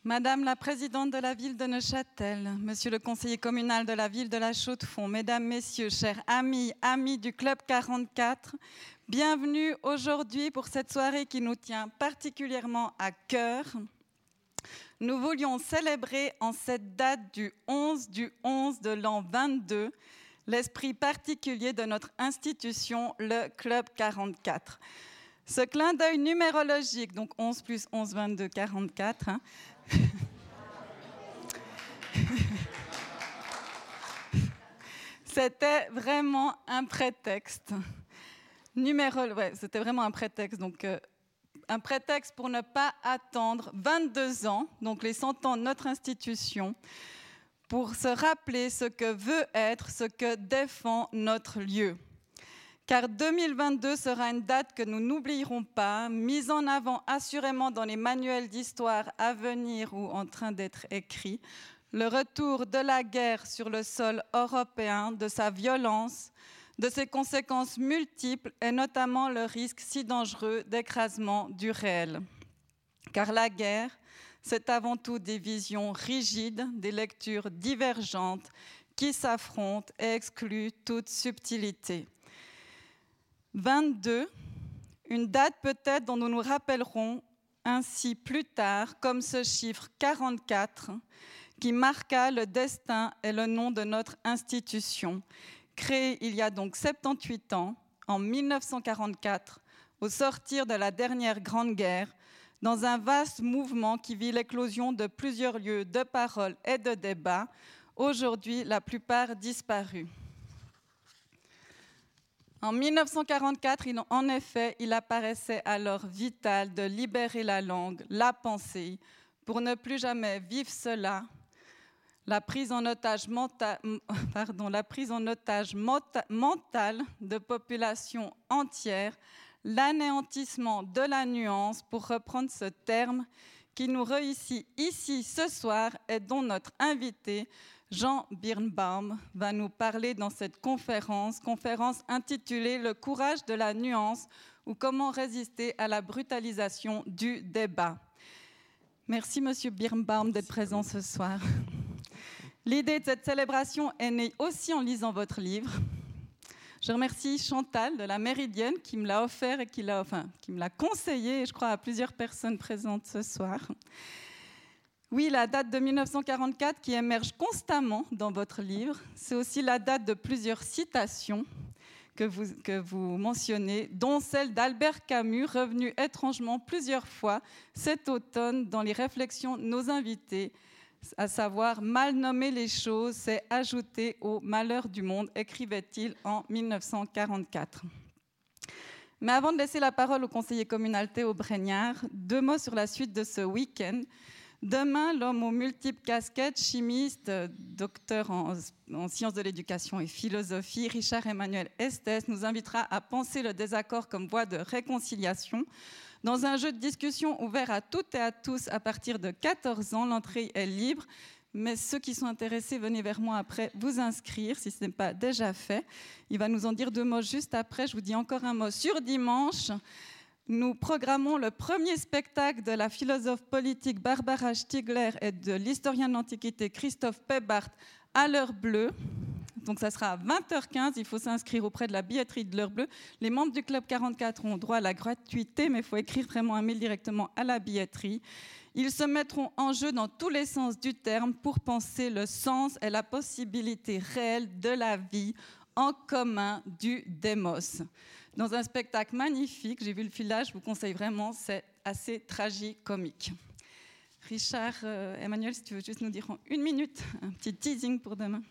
Madame la présidente de la ville de Neuchâtel, monsieur le conseiller communal de la ville de La Chaux-de-Fonds, mesdames, messieurs, chers amis du Club 44, bienvenue aujourd'hui pour cette soirée qui nous tient particulièrement à cœur. Nous voulions célébrer en cette date du 11 de l'an 22 l'esprit particulier de notre institution, le Club 44. Ce clin d'œil numérologique, donc 11 plus 11, 22, 44, c'était vraiment un prétexte. C'était vraiment un prétexte. Donc, un prétexte pour ne pas attendre 22 ans, donc les 100 ans de notre institution, pour se rappeler ce que veut être, ce que défend notre lieu. Car 2022 sera une date que nous n'oublierons pas, mise en avant assurément dans les manuels d'histoire à venir ou en train d'être écrits, le retour de la guerre sur le sol européen, de sa violence, de ses conséquences multiples et notamment le risque si dangereux d'écrasement du réel. Car la guerre, c'est avant tout des visions rigides, des lectures divergentes qui s'affrontent et excluent toute subtilité. 22, une date peut-être dont nous nous rappellerons ainsi plus tard, comme ce chiffre 44 qui marqua le destin et le nom de notre institution, créée il y a donc 78 ans, en 1944, au sortir de la dernière Grande Guerre, dans un vaste mouvement qui vit l'éclosion de plusieurs lieux de parole et de débat, aujourd'hui la plupart disparus. En 1944, en effet, il apparaissait alors vital de libérer la langue, la pensée, pour ne plus jamais vivre cela, la prise en otage mentale de populations entières, l'anéantissement de la nuance, pour reprendre ce terme qui nous réussit ici ce soir et dont notre invité, Jean Birnbaum, va nous parler dans cette conférence intitulée « Le courage de la nuance » ou « Comment résister à la brutalisation du débat ». Merci, Monsieur Birnbaum, d'être présent ce soir. L'idée de cette célébration est née aussi en lisant votre livre. Je remercie Chantal de la Méridienne qui me l'a offert et qui me l'a conseillé, je crois, à plusieurs personnes présentes ce soir. Oui, la date de 1944 qui émerge constamment dans votre livre, c'est aussi la date de plusieurs citations que vous mentionnez, dont celle d'Albert Camus, revenue étrangement plusieurs fois cet automne dans les réflexions de nos invités, à savoir « Mal nommer les choses, c'est ajouter au malheur du monde », écrivait-il en 1944. Mais avant de laisser la parole au conseiller communal Théo Bregnard, 2 mots sur la suite de ce week-end. Demain, l'homme aux multiples casquettes, chimiste, docteur en sciences de l'éducation et philosophie, Richard Emmanuel Estes, nous invitera à penser le désaccord comme voie de réconciliation. Dans un jeu de discussion ouvert à toutes et à tous à partir de 14 ans, l'entrée est libre, mais ceux qui sont intéressés, venez vers moi après vous inscrire, si ce n'est pas déjà fait. Il va nous en dire 2 mots juste après. Je vous dis encore un mot sur dimanche. Nous programmons le premier spectacle de la philosophe politique Barbara Stiegler et de l'historien de l'Antiquité Christophe Pebart à l'heure bleue. Donc ça sera à 20h15, il faut s'inscrire auprès de la billetterie de l'heure bleue. Les membres du Club 44 ont droit à la gratuité, mais il faut écrire vraiment un mail directement à la billetterie. Ils se mettront en jeu dans tous les sens du terme pour penser le sens et la possibilité réelle de la vie en commun du démos. Dans un spectacle magnifique, j'ai vu le filage, je vous conseille vraiment, c'est assez tragicomique. Richard, Emmanuel, si tu veux juste nous dire en 1 minute, un petit teasing pour demain.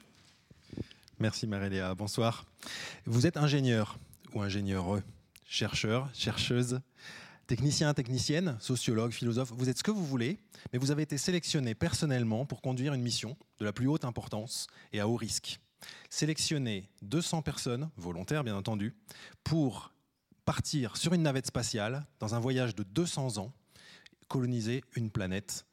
Merci Marie-Léa, bonsoir. Vous êtes ingénieur ou ingénieureux, chercheur, chercheuse, technicien, technicienne, sociologue, philosophe, vous êtes ce que vous voulez, mais vous avez été sélectionné personnellement pour conduire une mission de la plus haute importance et à haut risque. Sélectionner 200 personnes, volontaires bien entendu, pour partir sur une navette spatiale dans un voyage de 200 ans, coloniser une planète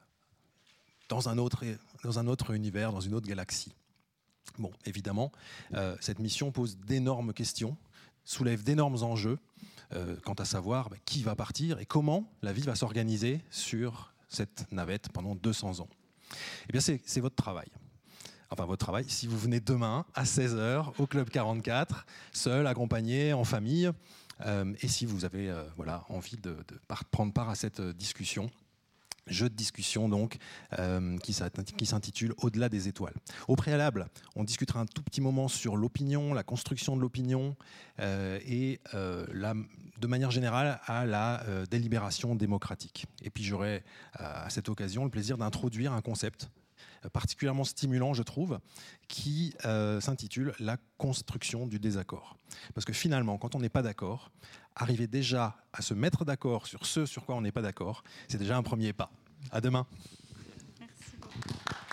dans un autre univers, dans une autre galaxie. Bon, évidemment, cette mission pose d'énormes questions, soulève d'énormes enjeux quant à savoir qui va partir et comment la vie va s'organiser sur cette navette pendant 200 ans. Eh bien, c'est votre travail. Enfin, votre travail, si vous venez demain à 16h au Club 44, seul, accompagné, en famille, et si vous avez envie de prendre part à cette discussion, jeu de discussion donc, qui s'intitule Au-delà des étoiles. Au préalable, on discutera un tout petit moment sur l'opinion, la construction de l'opinion, de manière générale à la délibération démocratique. Et puis j'aurai à cette occasion le plaisir d'introduire un concept particulièrement stimulant, je trouve, qui s'intitule la construction du désaccord. Parce que finalement, quand on n'est pas d'accord, arriver déjà à se mettre d'accord sur ce sur quoi on n'est pas d'accord, c'est déjà un premier pas. À demain. Merci beaucoup.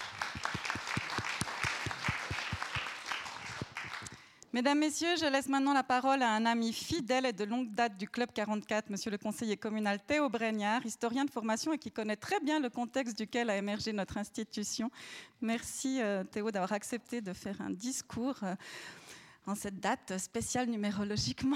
Mesdames, Messieurs, je laisse maintenant la parole à un ami fidèle et de longue date du Club 44, monsieur le conseiller communal Théo Bregnard, historien de formation et qui connaît très bien le contexte duquel a émergé notre institution. Merci Théo d'avoir accepté de faire un discours en cette date spéciale numérologiquement.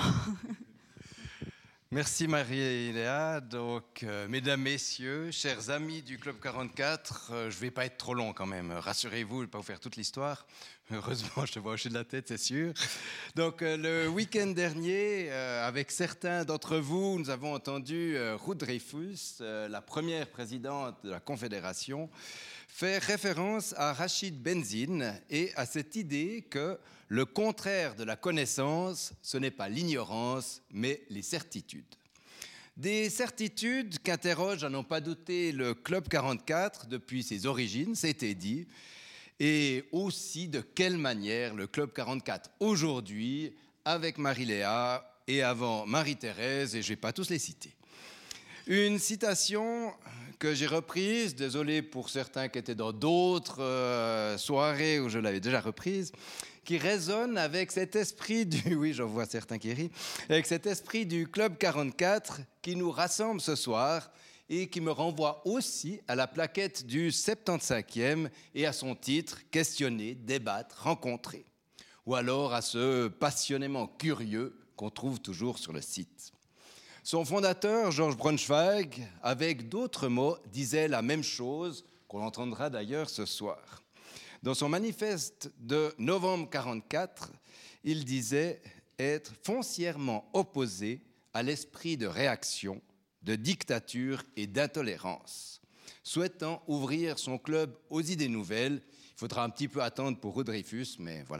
Merci Marie-Léa. Donc, mesdames, messieurs, chers amis du Club 44, je ne vais pas être trop long quand même. Rassurez-vous, je ne vais pas vous faire toute l'histoire. Heureusement, je te vois hocher de la tête, c'est sûr. Donc, le week-end dernier, avec certains d'entre vous, nous avons entendu Ruth Dreifuss, la première présidente de la Confédération, faire référence à Rachid Benzine et à cette idée que le contraire de la connaissance, ce n'est pas l'ignorance, mais les certitudes. Des certitudes qu'interroge, à n'en pas douter, le Club 44 depuis ses origines, c'était dit, et aussi de quelle manière le Club 44 aujourd'hui, avec Marie-Léa et avant Marie-Thérèse, et je ne vais pas tous les citer. Une citation que j'ai reprise, désolé pour certains qui étaient dans d'autres soirées où je l'avais déjà reprise, qui résonne avec cet esprit du... Oui, j'en vois certains qui rient. Avec cet esprit du Club 44 qui nous rassemble ce soir et qui me renvoie aussi à la plaquette du 75e et à son titre « Questionner, débattre, rencontrer ». Ou alors à ce passionnément curieux qu'on trouve toujours sur le site. Son fondateur, Georges Braunschweig, avec d'autres mots, disait la même chose, qu'on entendra d'ailleurs ce soir. Dans son manifeste de novembre 1944, il disait être foncièrement opposé à l'esprit de réaction, de dictature et d'intolérance. Souhaitant ouvrir son club aux idées nouvelles, il faudra un petit peu attendre pour Ruth Dreifuss, mais voilà.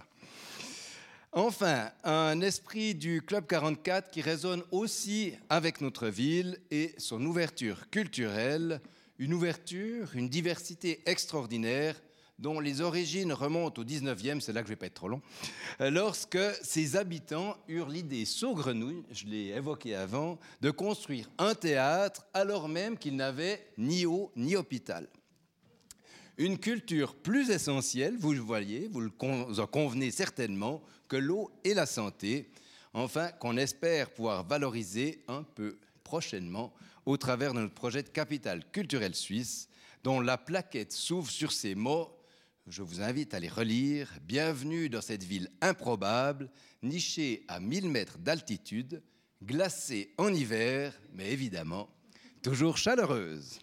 Enfin, un esprit du Club 44 qui résonne aussi avec notre ville et son ouverture culturelle, une diversité extraordinaire dont les origines remontent au 19e, c'est là que je ne vais pas être trop long, lorsque ses habitants eurent l'idée saugrenue, je l'ai évoqué avant, de construire un théâtre alors même qu'ils n'avaient ni eau ni hôpital. Une culture plus essentielle, vous le voyez, vous en convenez certainement, que l'eau et la santé, enfin qu'on espère pouvoir valoriser un peu prochainement au travers de notre projet de capitale culturelle suisse, dont la plaquette s'ouvre sur ces mots. Je vous invite à les relire. Bienvenue dans cette ville improbable, nichée à 1000 mètres d'altitude, glacée en hiver, mais évidemment toujours chaleureuse.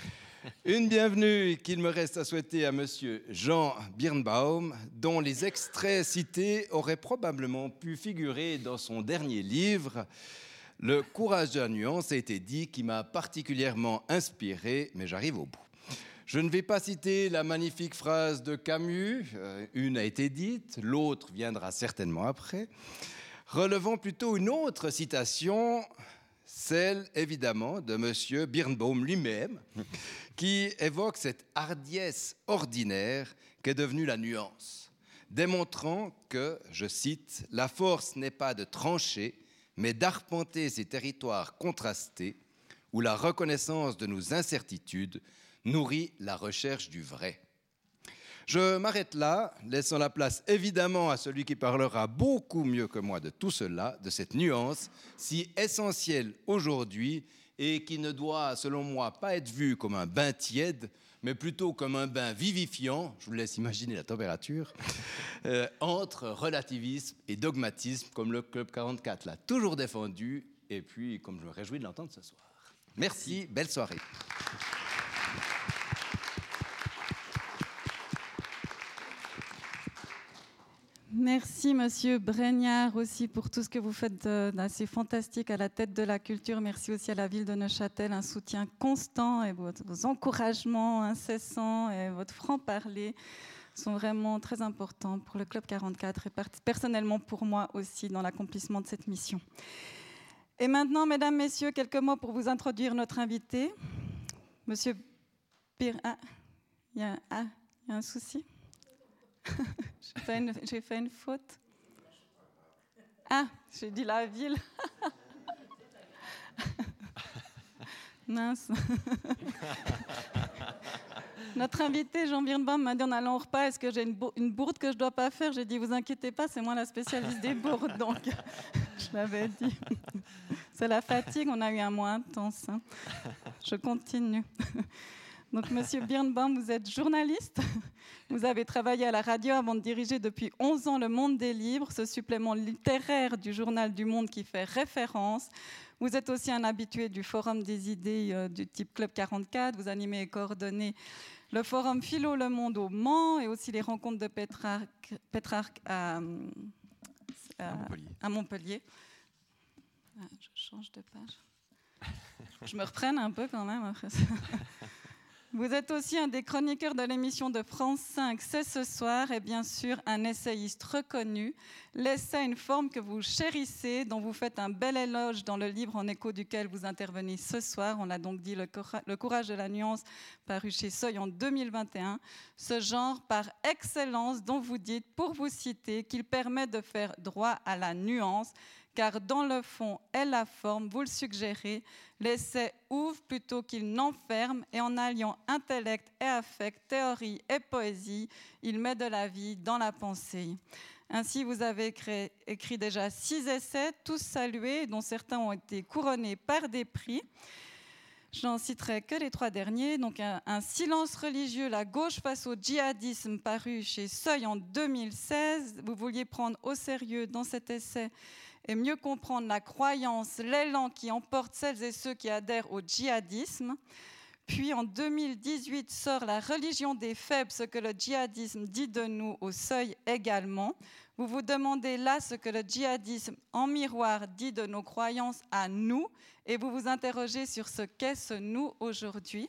Une bienvenue qu'il me reste à souhaiter à monsieur Jean Birnbaum, dont les extraits cités auraient probablement pu figurer dans son dernier livre. Le courage de la nuance a été dit, qui m'a particulièrement inspiré, mais j'arrive au bout. Je ne vais pas citer la magnifique phrase de Camus, une a été dite, l'autre viendra certainement après. Relevons plutôt une autre citation, celle évidemment de M. Birnbaum lui-même, qui évoque cette hardiesse ordinaire qu'est devenue la nuance, démontrant que, je cite, « la force n'est pas de trancher, mais d'arpenter ces territoires contrastés où la reconnaissance de nos incertitudes nourrit la recherche du vrai. » Je m'arrête là, laissant la place évidemment à celui qui parlera beaucoup mieux que moi de tout cela, de cette nuance si essentielle aujourd'hui et qui ne doit, selon moi, pas être vue comme un bain tiède, mais plutôt comme un bain vivifiant, je vous laisse imaginer la température, entre relativisme et dogmatisme, comme le Club 44 l'a toujours défendu, et puis comme je me réjouis de l'entendre ce soir. Merci, belle soirée. Merci, Monsieur Bregnard, aussi pour tout ce que vous faites d'assez fantastique à la tête de la culture. Merci aussi à la ville de Neuchâtel, un soutien constant et vos encouragements incessants et votre franc-parler sont vraiment très importants pour le Club 44 et personnellement pour moi aussi dans l'accomplissement de cette mission. Et maintenant, mesdames, messieurs, quelques mots pour vous introduire notre invité. Monsieur Pire... Ah, il y a un souci. J'ai fait une faute. Ah, j'ai dit la ville. Mince. Notre invité, Jean Birnbaum, m'a dit en allant au repas, est-ce que j'ai une bourde que je ne dois pas faire? J'ai dit, vous inquiétez pas, c'est moi la spécialiste des bourdes. Donc, je l'avais dit. C'est la fatigue, on a eu un mois intense. Hein. Je continue. Donc, Monsieur Birnbaum, vous êtes journaliste. Vous avez travaillé à la radio avant de diriger depuis 11 ans Le Monde des Livres, ce supplément littéraire du journal du Monde qui fait référence. Vous êtes aussi un habitué du Forum des idées du type Club 44. Vous animez et coordonnez le Forum Philo Le Monde au Mans et aussi les rencontres de Pétrarque à Montpellier. Ah, je change de page. Je me reprenne un peu quand même après ça. Vous êtes aussi un des chroniqueurs de l'émission de France 5, C'est ce soir, et bien sûr un essayiste reconnu. L'essai, une forme que vous chérissez, dont vous faites un bel éloge dans le livre en écho duquel vous intervenez ce soir. On l'a donc dit, Le courage de la nuance, paru chez Seuil en 2021. Ce genre par excellence dont vous dites, pour vous citer, qu'il permet de faire droit à la nuance, car dans le fond et la forme, vous le suggérez, l'essai ouvre plutôt qu'il n'enferme, et en alliant intellect et affect, théorie et poésie, il met de la vie dans la pensée. Ainsi, vous avez écrit déjà 6 essais, tous salués, dont certains ont été couronnés par des prix. Je n'en citerai que les 3 derniers. Donc, un silence religieux, la gauche face au djihadisme, paru chez Seuil en 2016. Vous vouliez prendre au sérieux dans cet essai et mieux comprendre la croyance, l'élan qui emporte celles et ceux qui adhèrent au djihadisme. Puis en 2018 sort La religion des faibles, ce que le djihadisme dit de nous, au Seuil également. Vous vous demandez là ce que le djihadisme en miroir dit de nos croyances à nous, et vous vous interrogez sur ce qu'est ce nous aujourd'hui.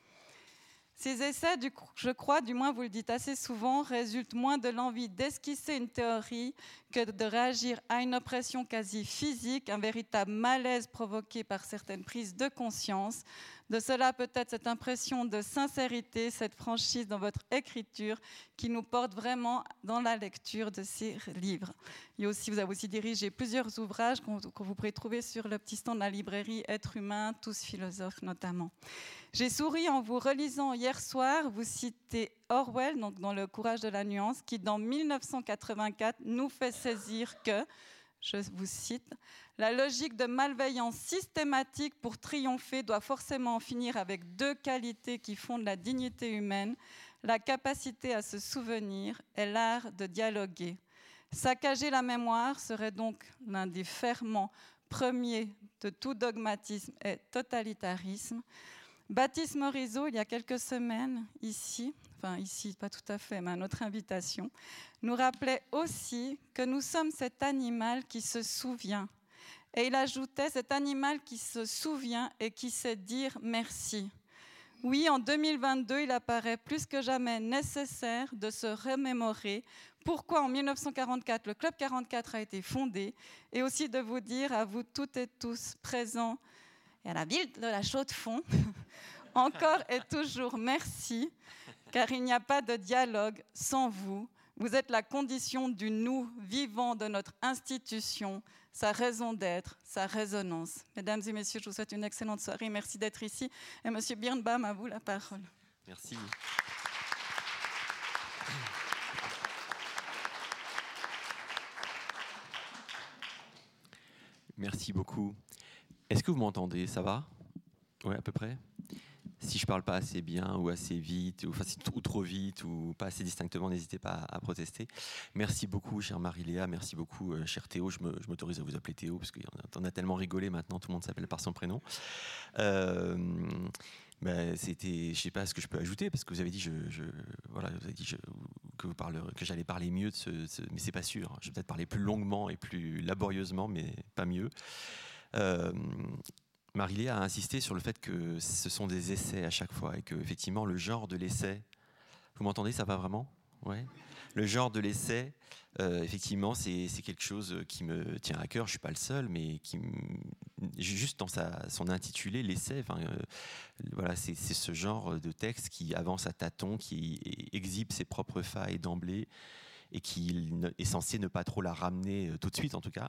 Ces essais, je crois, du moins vous le dites assez souvent, résultent moins de l'envie d'esquisser une théorie que de réagir à une oppression quasi physique, un véritable malaise provoqué par certaines prises de conscience. De cela peut-être cette impression de sincérité, cette franchise dans votre écriture qui nous porte vraiment dans la lecture de ces livres. Et aussi, vous avez aussi dirigé plusieurs ouvrages que vous pourrez trouver sur le petit stand de la librairie Être humain, tous philosophes notamment. J'ai souri en vous relisant hier soir, vous citez Orwell, donc dans Le courage de la nuance, qui dans 1984 nous fait saisir que, je vous cite, la logique de malveillance systématique pour triompher doit forcément en finir avec 2 qualités qui fondent la dignité humaine, la capacité à se souvenir et l'art de dialoguer. Saccager la mémoire serait donc l'un des ferments premiers de tout dogmatisme et totalitarisme. Baptiste Morisot, il y a quelques semaines, ici, pas tout à fait, mais à notre invitation, nous rappelait aussi que nous sommes cet animal qui se souvient. Et il ajoutait, cet animal qui se souvient et qui sait dire merci. Oui, en 2022, il apparaît plus que jamais nécessaire de se remémorer pourquoi en 1944 le Club 44 a été fondé, et aussi de vous dire à vous toutes et tous présents et à la ville de la Chaux-de-Fonds, encore et toujours merci, car il n'y a pas de dialogue sans vous. Vous êtes la condition du nous vivant de notre institution, sa raison d'être, sa résonance. Mesdames et messieurs, je vous souhaite une excellente soirée. Merci d'être ici. Et Monsieur Birnbaum, à vous la parole. Merci. Merci beaucoup. Est-ce que vous m'entendez? Ça va? Oui, à peu près. Si je ne parle pas assez bien ou assez vite, ou trop vite, ou pas assez distinctement, n'hésitez pas à protester. Merci beaucoup, chère Marie-Léa. Merci beaucoup, cher Théo. Je m'autorise à vous appeler Théo, parce qu'on a tellement rigolé maintenant, tout le monde s'appelle par son prénom. Je ne sais pas ce que je peux ajouter, parce que vous avez dit, que j'allais parler mieux mais c'est pas sûr. Je vais peut-être parler plus longuement et plus laborieusement, mais pas mieux. Marie-Léa a insisté sur le fait que ce sont des essais à chaque fois et que effectivement le genre de l'essai. Vous m'entendez, ça va vraiment ? Ouais. Le genre de l'essai, effectivement, c'est quelque chose qui me tient à cœur. Je suis pas le seul, mais juste dans son intitulé, l'essai. Voilà, c'est ce genre de texte qui avance à tâtons, qui exhibe ses propres failles d'emblée et qui est censé ne pas trop la ramener tout de suite, en tout cas.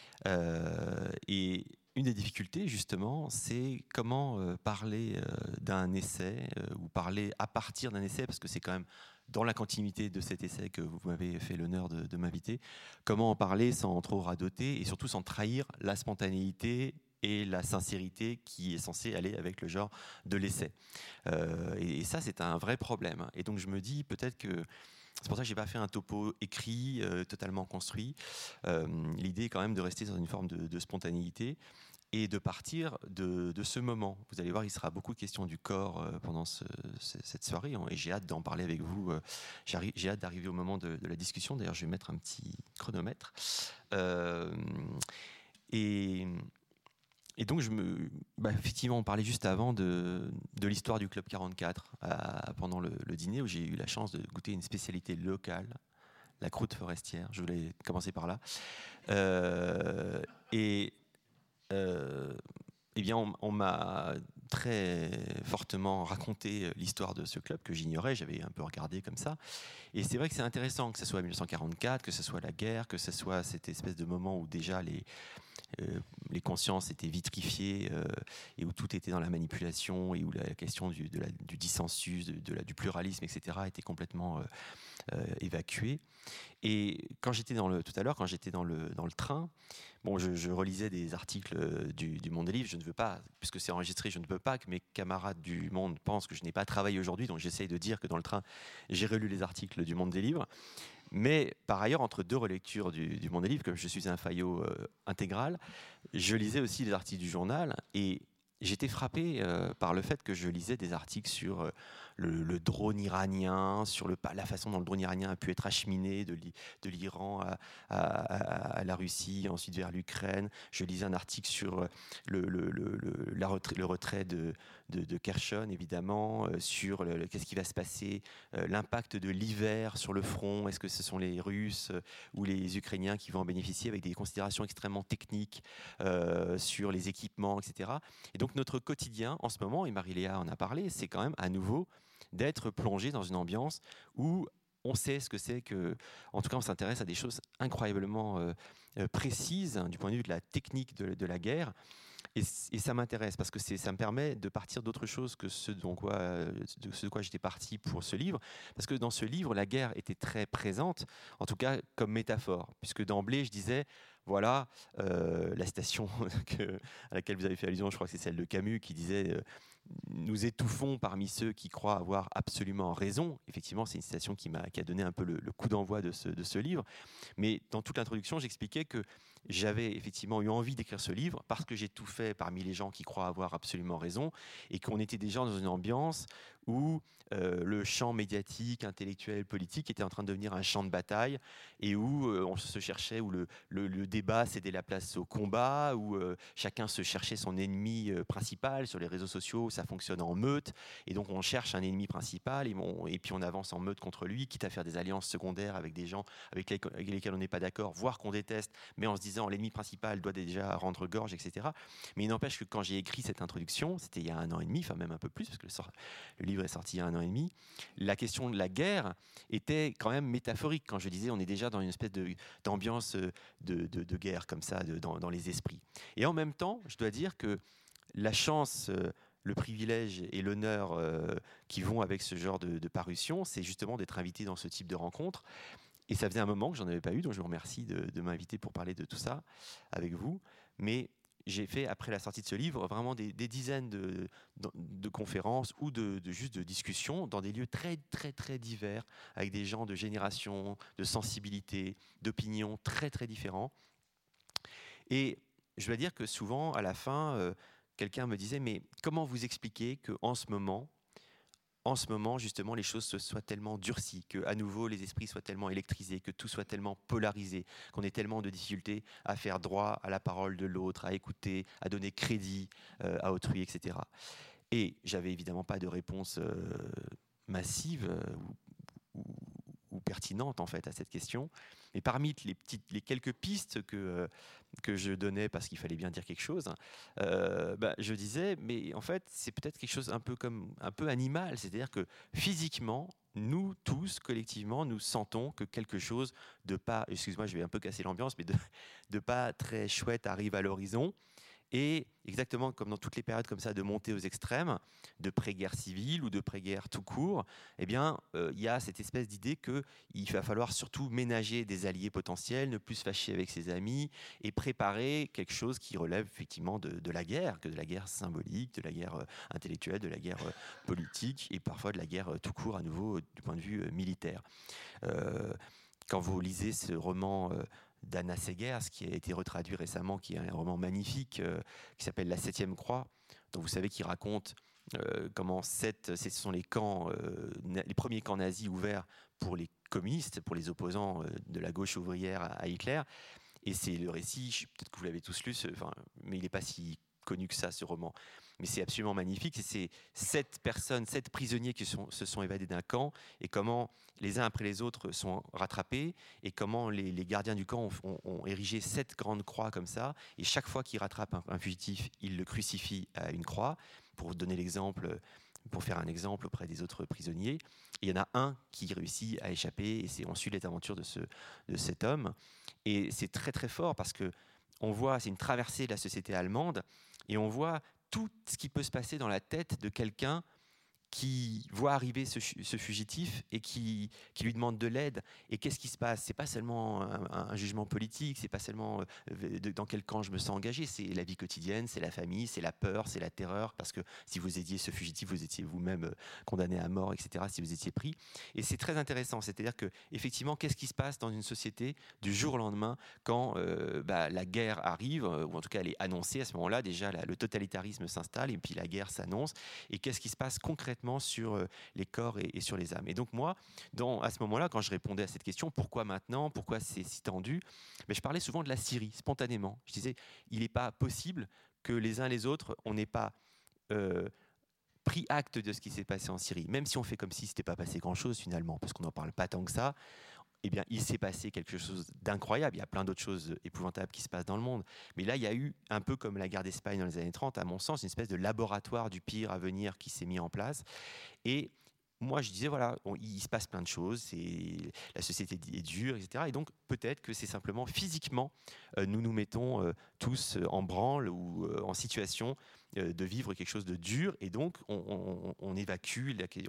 Et une des difficultés, justement, c'est comment parler d'un essai ou parler à partir d'un essai, parce que c'est quand même dans la continuité de cet essai que vous m'avez fait l'honneur de m'inviter, comment en parler sans trop radoter et surtout sans trahir la spontanéité et la sincérité qui est censée aller avec le genre de l'essai. Et ça, c'est un vrai problème. Et donc, je me dis peut-être que c'est pour ça que je n'ai pas fait un topo écrit, totalement construit. L'idée est quand même de rester dans une forme de spontanéité et de partir de ce moment. Vous allez voir, il sera beaucoup de questions du corps pendant cette soirée, et j'ai hâte d'en parler avec vous. J'ai hâte d'arriver au moment de la discussion. D'ailleurs, je vais mettre un petit chronomètre. Et donc, effectivement, on parlait juste avant de l'histoire du Club 44 pendant le dîner, où j'ai eu la chance de goûter une spécialité locale, la croûte forestière. Je voulais commencer par là. Eh bien, on m'a très fortement raconté l'histoire de ce club que j'ignorais, j'avais un peu regardé comme ça. Et c'est vrai que c'est intéressant que ce soit 1944, que ce soit la guerre, que ce soit cette espèce de moment où déjà les consciences étaient vitrifiées et où tout était dans la manipulation et où la question du dissensus, du pluralisme, etc. était complètement évacuée. Et tout à l'heure, quand j'étais dans le train, je relisais des articles du Monde des Livres. Je ne veux pas, puisque c'est enregistré, je ne peux pas que mes camarades du Monde pensent que je n'ai pas travaillé aujourd'hui. Donc j'essaye de dire que dans le train, j'ai relu les articles du Monde des Livres. Mais par ailleurs, entre deux relectures du Monde des Livres, comme je suis un faillot intégral, je lisais aussi les articles du journal et j'étais frappé par le fait que je lisais des articles sur le drone iranien, sur la façon dont le drone iranien a pu être acheminé de l'Iran à la Russie, ensuite vers l'Ukraine. Je lisais un article sur le retrait de Kherson, évidemment, sur qu'est-ce qui va se passer, l'impact de l'hiver sur le front. Est-ce que ce sont les Russes ou les Ukrainiens qui vont en bénéficier, avec des considérations extrêmement techniques sur les équipements, etc. Et donc notre quotidien en ce moment, et Marie-Léa en a parlé, c'est quand même à nouveau d'être plongé dans une ambiance où on sait ce que c'est que, en tout cas on s'intéresse à des choses incroyablement précises du point de vue de la technique de la guerre. Et ça m'intéresse parce que ça me permet de partir d'autre chose que ce de quoi j'étais parti pour ce livre. Parce que dans ce livre, la guerre était très présente, en tout cas comme métaphore. Puisque d'emblée, je disais, voilà, la citation à laquelle vous avez fait allusion, je crois que c'est celle de Camus, qui disait nous étouffons parmi ceux qui croient avoir absolument raison. Effectivement, c'est une citation qui a donné un peu le coup d'envoi de ce livre. Mais dans toute l'introduction, j'expliquais que j'avais effectivement eu envie d'écrire ce livre parce que j'ai tout fait parmi les gens qui croient avoir absolument raison et qu'on était déjà dans une ambiance où le champ médiatique, intellectuel, politique était en train de devenir un champ de bataille et où on se cherchait, où le débat cédait la place au combat, où chacun se cherchait son ennemi principal. Sur les réseaux sociaux, ça fonctionne en meute et donc on cherche un ennemi principal et puis on avance en meute contre lui, quitte à faire des alliances secondaires avec des gens avec lesquels on n'est pas d'accord, voire qu'on déteste, mais en se disant l'ennemi principal doit déjà rendre gorge, etc. Mais il n'empêche que quand j'ai écrit cette introduction, c'était il y a 1 an et demi, enfin même un peu plus, parce que le livre est sorti il y a 1 an et demi, la question de la guerre était quand même métaphorique. Quand je disais on est déjà dans une espèce d'ambiance de guerre comme ça dans les esprits. Et en même temps, je dois dire que la chance, le privilège et l'honneur qui vont avec ce genre de parution, c'est justement d'être invité dans ce type de rencontre. Et ça faisait un moment que j'en avais pas eu, donc je vous remercie de m'inviter pour parler de tout ça avec vous. Mais j'ai fait, après la sortie de ce livre, vraiment des dizaines de conférences ou juste de discussions dans des lieux très, très, très divers, avec des gens de génération, de sensibilité, d'opinions très, très différents. Et je dois dire que souvent, à la fin, quelqu'un me disait « Mais comment vous expliquez qu'en ce moment, en ce moment, justement, les choses se soient tellement durcies, que à nouveau les esprits soient tellement électrisés, que tout soit tellement polarisé, qu'on ait tellement de difficultés à faire droit à la parole de l'autre, à écouter, à donner crédit à autrui, etc. Et j'avais évidemment pas de réponse massive ou pertinente en fait à cette question. Et parmi les quelques pistes que je donnais parce qu'il fallait bien dire quelque chose, je disais, mais en fait c'est peut-être quelque chose un peu animal, c'est-à-dire que physiquement, nous tous collectivement, nous sentons que quelque chose de pas, excuse-moi, je vais un peu casser l'ambiance, mais de pas très chouette arrive à l'horizon. Et exactement comme dans toutes les périodes comme ça de montée aux extrêmes, de pré-guerre civile ou de pré-guerre tout court, eh bien, il y a cette espèce d'idée qu'il va falloir surtout ménager des alliés potentiels, ne plus se fâcher avec ses amis et préparer quelque chose qui relève effectivement de la guerre, que de la guerre symbolique, de la guerre intellectuelle, de la guerre politique et parfois de la guerre tout court à nouveau du point de vue militaire. Quand vous lisez ce roman d'Anna Seghers, qui a été retraduit récemment, qui est un roman magnifique, qui s'appelle La Septième Croix, dont vous savez qu'il raconte comment ce sont les camps, les premiers camps nazis ouverts pour les communistes, pour les opposants de la gauche ouvrière à Hitler. Et c'est le récit, peut-être que vous l'avez tous lu, mais il n'est pas si connu que ça, ce roman. Mais c'est absolument magnifique. C'est 7 prisonniers qui se sont évadés d'un camp et comment les uns après les autres sont rattrapés et comment les gardiens du camp ont érigé 7 grandes croix comme ça. Et chaque fois qu'ils rattrapent un fugitif, ils le crucifient à une croix pour donner l'exemple, pour faire un exemple auprès des autres prisonniers. Et il y en a un qui réussit à échapper et on suit les aventures de cet homme. Et c'est très très fort parce que on voit, c'est une traversée de la société allemande et on voit tout ce qui peut se passer dans la tête de quelqu'un qui voit arriver ce fugitif et qui lui demande de l'aide. Et qu'est-ce qui se passe ? C'est pas seulement un jugement politique, c'est pas seulement dans quel camp je me sens engagé, c'est la vie quotidienne, c'est la famille, c'est la peur, c'est la terreur, parce que si vous aidiez ce fugitif, vous étiez vous-même condamné à mort, etc., si vous étiez pris. Et c'est très intéressant, c'est-à-dire que effectivement, qu'est-ce qui se passe dans une société du jour au lendemain quand la guerre arrive, ou en tout cas elle est annoncée à ce moment-là, déjà le totalitarisme s'installe et puis la guerre s'annonce, et qu'est-ce qui se passe concrètement sur les corps et sur les âmes. Et donc moi, à ce moment-là, quand je répondais à cette question, pourquoi maintenant, pourquoi c'est si tendu, je parlais souvent de la Syrie, spontanément. Je disais, il n'est pas possible que les uns les autres, on n'ait pas pris acte de ce qui s'est passé en Syrie, même si on fait comme si ce n'était pas passé grand-chose finalement, parce qu'on n'en parle pas tant que ça. Eh bien, il s'est passé quelque chose d'incroyable. Il y a plein d'autres choses épouvantables qui se passent dans le monde. Mais là, il y a eu, un peu comme la guerre d'Espagne dans les années 30, à mon sens, une espèce de laboratoire du pire à venir qui s'est mis en place. Et moi, je disais, voilà, il se passe plein de choses, la société est dure, etc. Et donc, peut-être que c'est simplement physiquement, nous nous mettons tous en branle ou en situation de vivre quelque chose de dur. Et donc, on évacue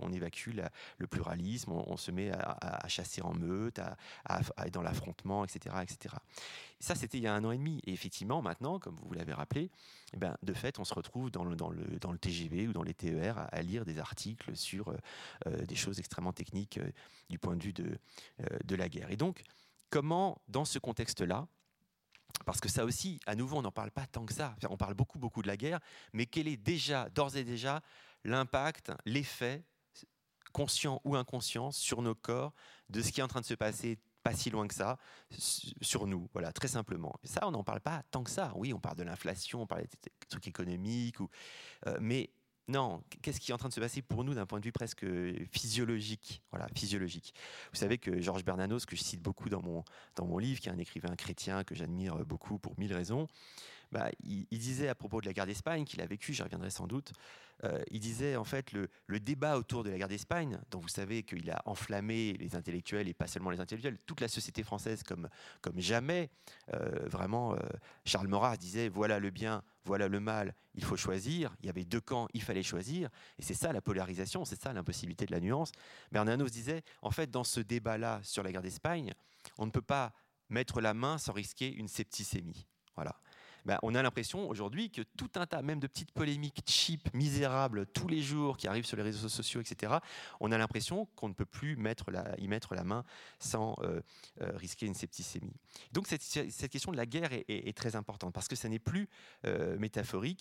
le pluralisme, on se met à chasser en meute, à être dans l'affrontement, etc., etc. Ça, c'était il y a 1 an et demi. Et effectivement, maintenant, comme vous l'avez rappelé, de fait, on se retrouve dans le TGV ou dans les TER à lire des articles sur des choses extrêmement techniques du point de vue de la guerre. Et donc, comment, dans ce contexte-là, parce que ça aussi, à nouveau, on n'en parle pas tant que ça. On parle beaucoup, beaucoup de la guerre, mais quel est d'ores et déjà l'impact, l'effet, conscient ou inconscient, sur nos corps de ce qui est en train de se passer pas si loin que ça, sur nous, voilà, très simplement. Et ça, on n'en parle pas tant que ça. Oui, on parle de l'inflation, on parle des trucs économiques, mais non, qu'est-ce qui est en train de se passer pour nous d'un point de vue presque physiologique, voilà, physiologique. Vous savez que Georges Bernanos, que je cite beaucoup dans mon livre, qui est un écrivain chrétien que j'admire beaucoup pour 1000 raisons, il disait à propos de la guerre d'Espagne, qu'il a vécu, j'y reviendrai sans doute, il disait en fait le débat autour de la guerre d'Espagne, dont vous savez qu'il a enflammé les intellectuels, et pas seulement les intellectuels, toute la société française comme jamais. Vraiment, Charles Maurras disait, voilà le bien, voilà le mal, il faut choisir. Il y avait 2 camps, il fallait choisir. Et c'est ça la polarisation, c'est ça l'impossibilité de la nuance. Bernanos disait, en fait, dans ce débat-là sur la guerre d'Espagne, on ne peut pas mettre la main sans risquer une septicémie. Voilà. On a l'impression aujourd'hui que tout un tas, même de petites polémiques cheap, misérables, tous les jours, qui arrivent sur les réseaux sociaux, etc., on a l'impression qu'on ne peut plus y mettre la main sans risquer une septicémie. Donc cette question de la guerre est très importante, parce que ça n'est plus métaphorique,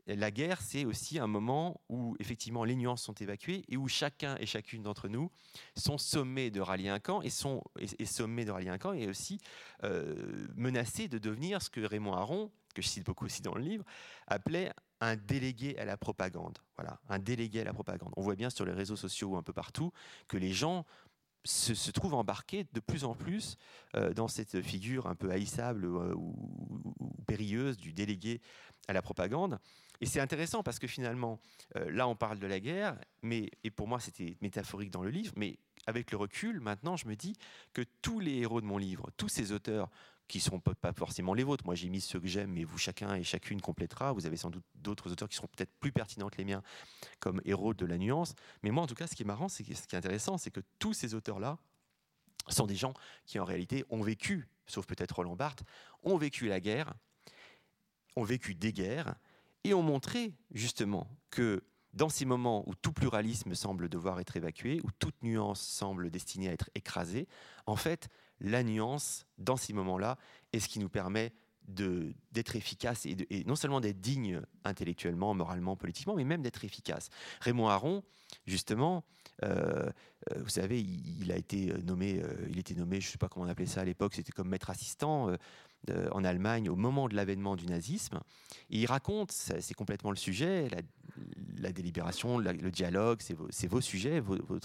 la guerre, c'est aussi un moment où effectivement les nuances sont évacuées et où chacun et chacune d'entre nous sont sommés de rallier un camp et sommés de rallier un camp et aussi menacés de devenir ce que Raymond Aron, que je cite beaucoup aussi dans le livre, appelait un délégué à la propagande. Voilà, un délégué à la propagande. On voit bien sur les réseaux sociaux un peu partout que les gens se trouvent embarqués de plus en plus dans cette figure un peu haïssable ou périlleuse du délégué à la propagande. Et c'est intéressant parce que finalement, là on parle de la guerre, et pour moi c'était métaphorique dans le livre, mais avec le recul, maintenant je me dis que tous les héros de mon livre, tous ces auteurs qui ne sont pas forcément les vôtres, moi j'ai mis ceux que j'aime, mais vous chacun et chacune complétera, vous avez sans doute d'autres auteurs qui seront peut-être plus pertinents que les miens comme héros de la nuance, mais moi en tout cas ce qui est marrant, ce qui est intéressant, c'est que tous ces auteurs-là sont des gens qui en réalité ont vécu, sauf peut-être Roland Barthes, ont vécu la guerre, ont vécu des guerres, et ont montré justement que dans ces moments où tout pluralisme semble devoir être évacué, où toute nuance semble destinée à être écrasée, en fait, la nuance, dans ces moments-là, est ce qui nous permet d'être efficace et non seulement d'être digne intellectuellement, moralement, politiquement, mais même d'être efficace. Raymond Aron, justement, vous savez, il était nommé, je ne sais pas comment on appelait ça à l'époque, c'était comme maître assistant en Allemagne au moment de l'avènement du nazisme. Et il raconte, c'est complètement le sujet, la délibération, le dialogue, c'est vos sujets,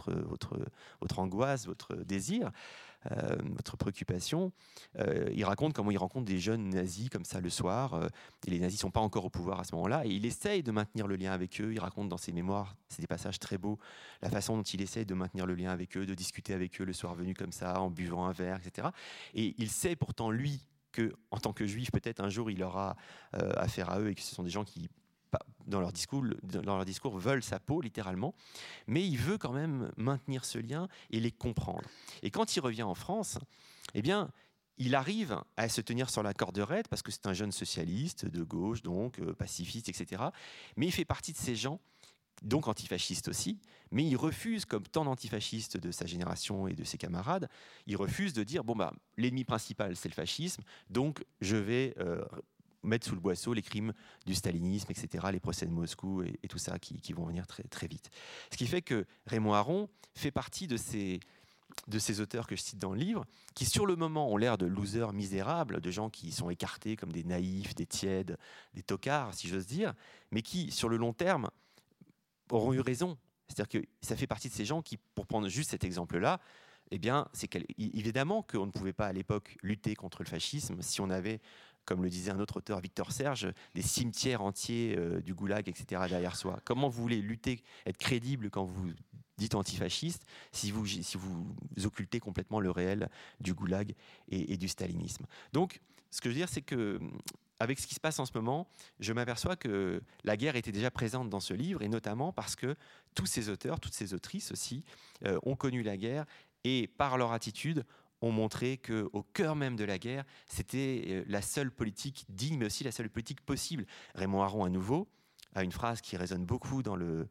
votre angoisse, votre désir, votre préoccupation. Il raconte comment il rencontre des jeunes nazis comme ça le soir, et les nazis ne sont pas encore au pouvoir à ce moment-là, et il essaye de maintenir le lien avec eux. Il raconte dans ses mémoires, c'est des passages très beaux, la façon dont il essaye de maintenir le lien avec eux, de discuter avec eux le soir venu comme ça, en buvant un verre, etc. Et il sait pourtant, lui, que en tant que juif, peut-être un jour il aura affaire à eux et que ce sont des gens qui, dans leur discours, veulent sa peau, littéralement. Mais il veut quand même maintenir ce lien et les comprendre. Et quand il revient en France, eh bien, il arrive à se tenir sur la corde raide parce que c'est un jeune socialiste, de gauche, donc pacifiste, etc. Mais il fait partie de ces gens, donc antifasciste aussi, mais il refuse, comme tant d'antifascistes de sa génération et de ses camarades, il refuse de dire, l'ennemi principal c'est le fascisme, donc je vais mettre sous le boisseau les crimes du stalinisme, etc., les procès de Moscou et tout ça qui vont venir très, très vite. Ce qui fait que Raymond Aron fait partie de ces auteurs que je cite dans le livre, qui sur le moment ont l'air de losers misérables, de gens qui sont écartés comme des naïfs, des tièdes, des tocards, si j'ose dire, mais qui, sur le long terme, auront eu raison. C'est-à-dire que ça fait partie de ces gens qui, pour prendre juste cet exemple-là, eh bien, évidemment qu'on ne pouvait pas à l'époque lutter contre le fascisme si on avait, comme le disait un autre auteur, Victor Serge, des cimetières entiers du goulag, etc. derrière soi. Comment vous voulez lutter, être crédible quand vous dites antifasciste, si vous occultez complètement le réel du goulag et du stalinisme. Donc, ce que je veux dire, c'est que avec ce qui se passe en ce moment, je m'aperçois que la guerre était déjà présente dans ce livre, et notamment parce que tous ces auteurs, toutes ces autrices aussi, ont connu la guerre, et par leur attitude, ont montré qu'au cœur même de la guerre, c'était la seule politique digne, mais aussi la seule politique possible. Raymond Aron, à nouveau, a une phrase qui résonne beaucoup dans le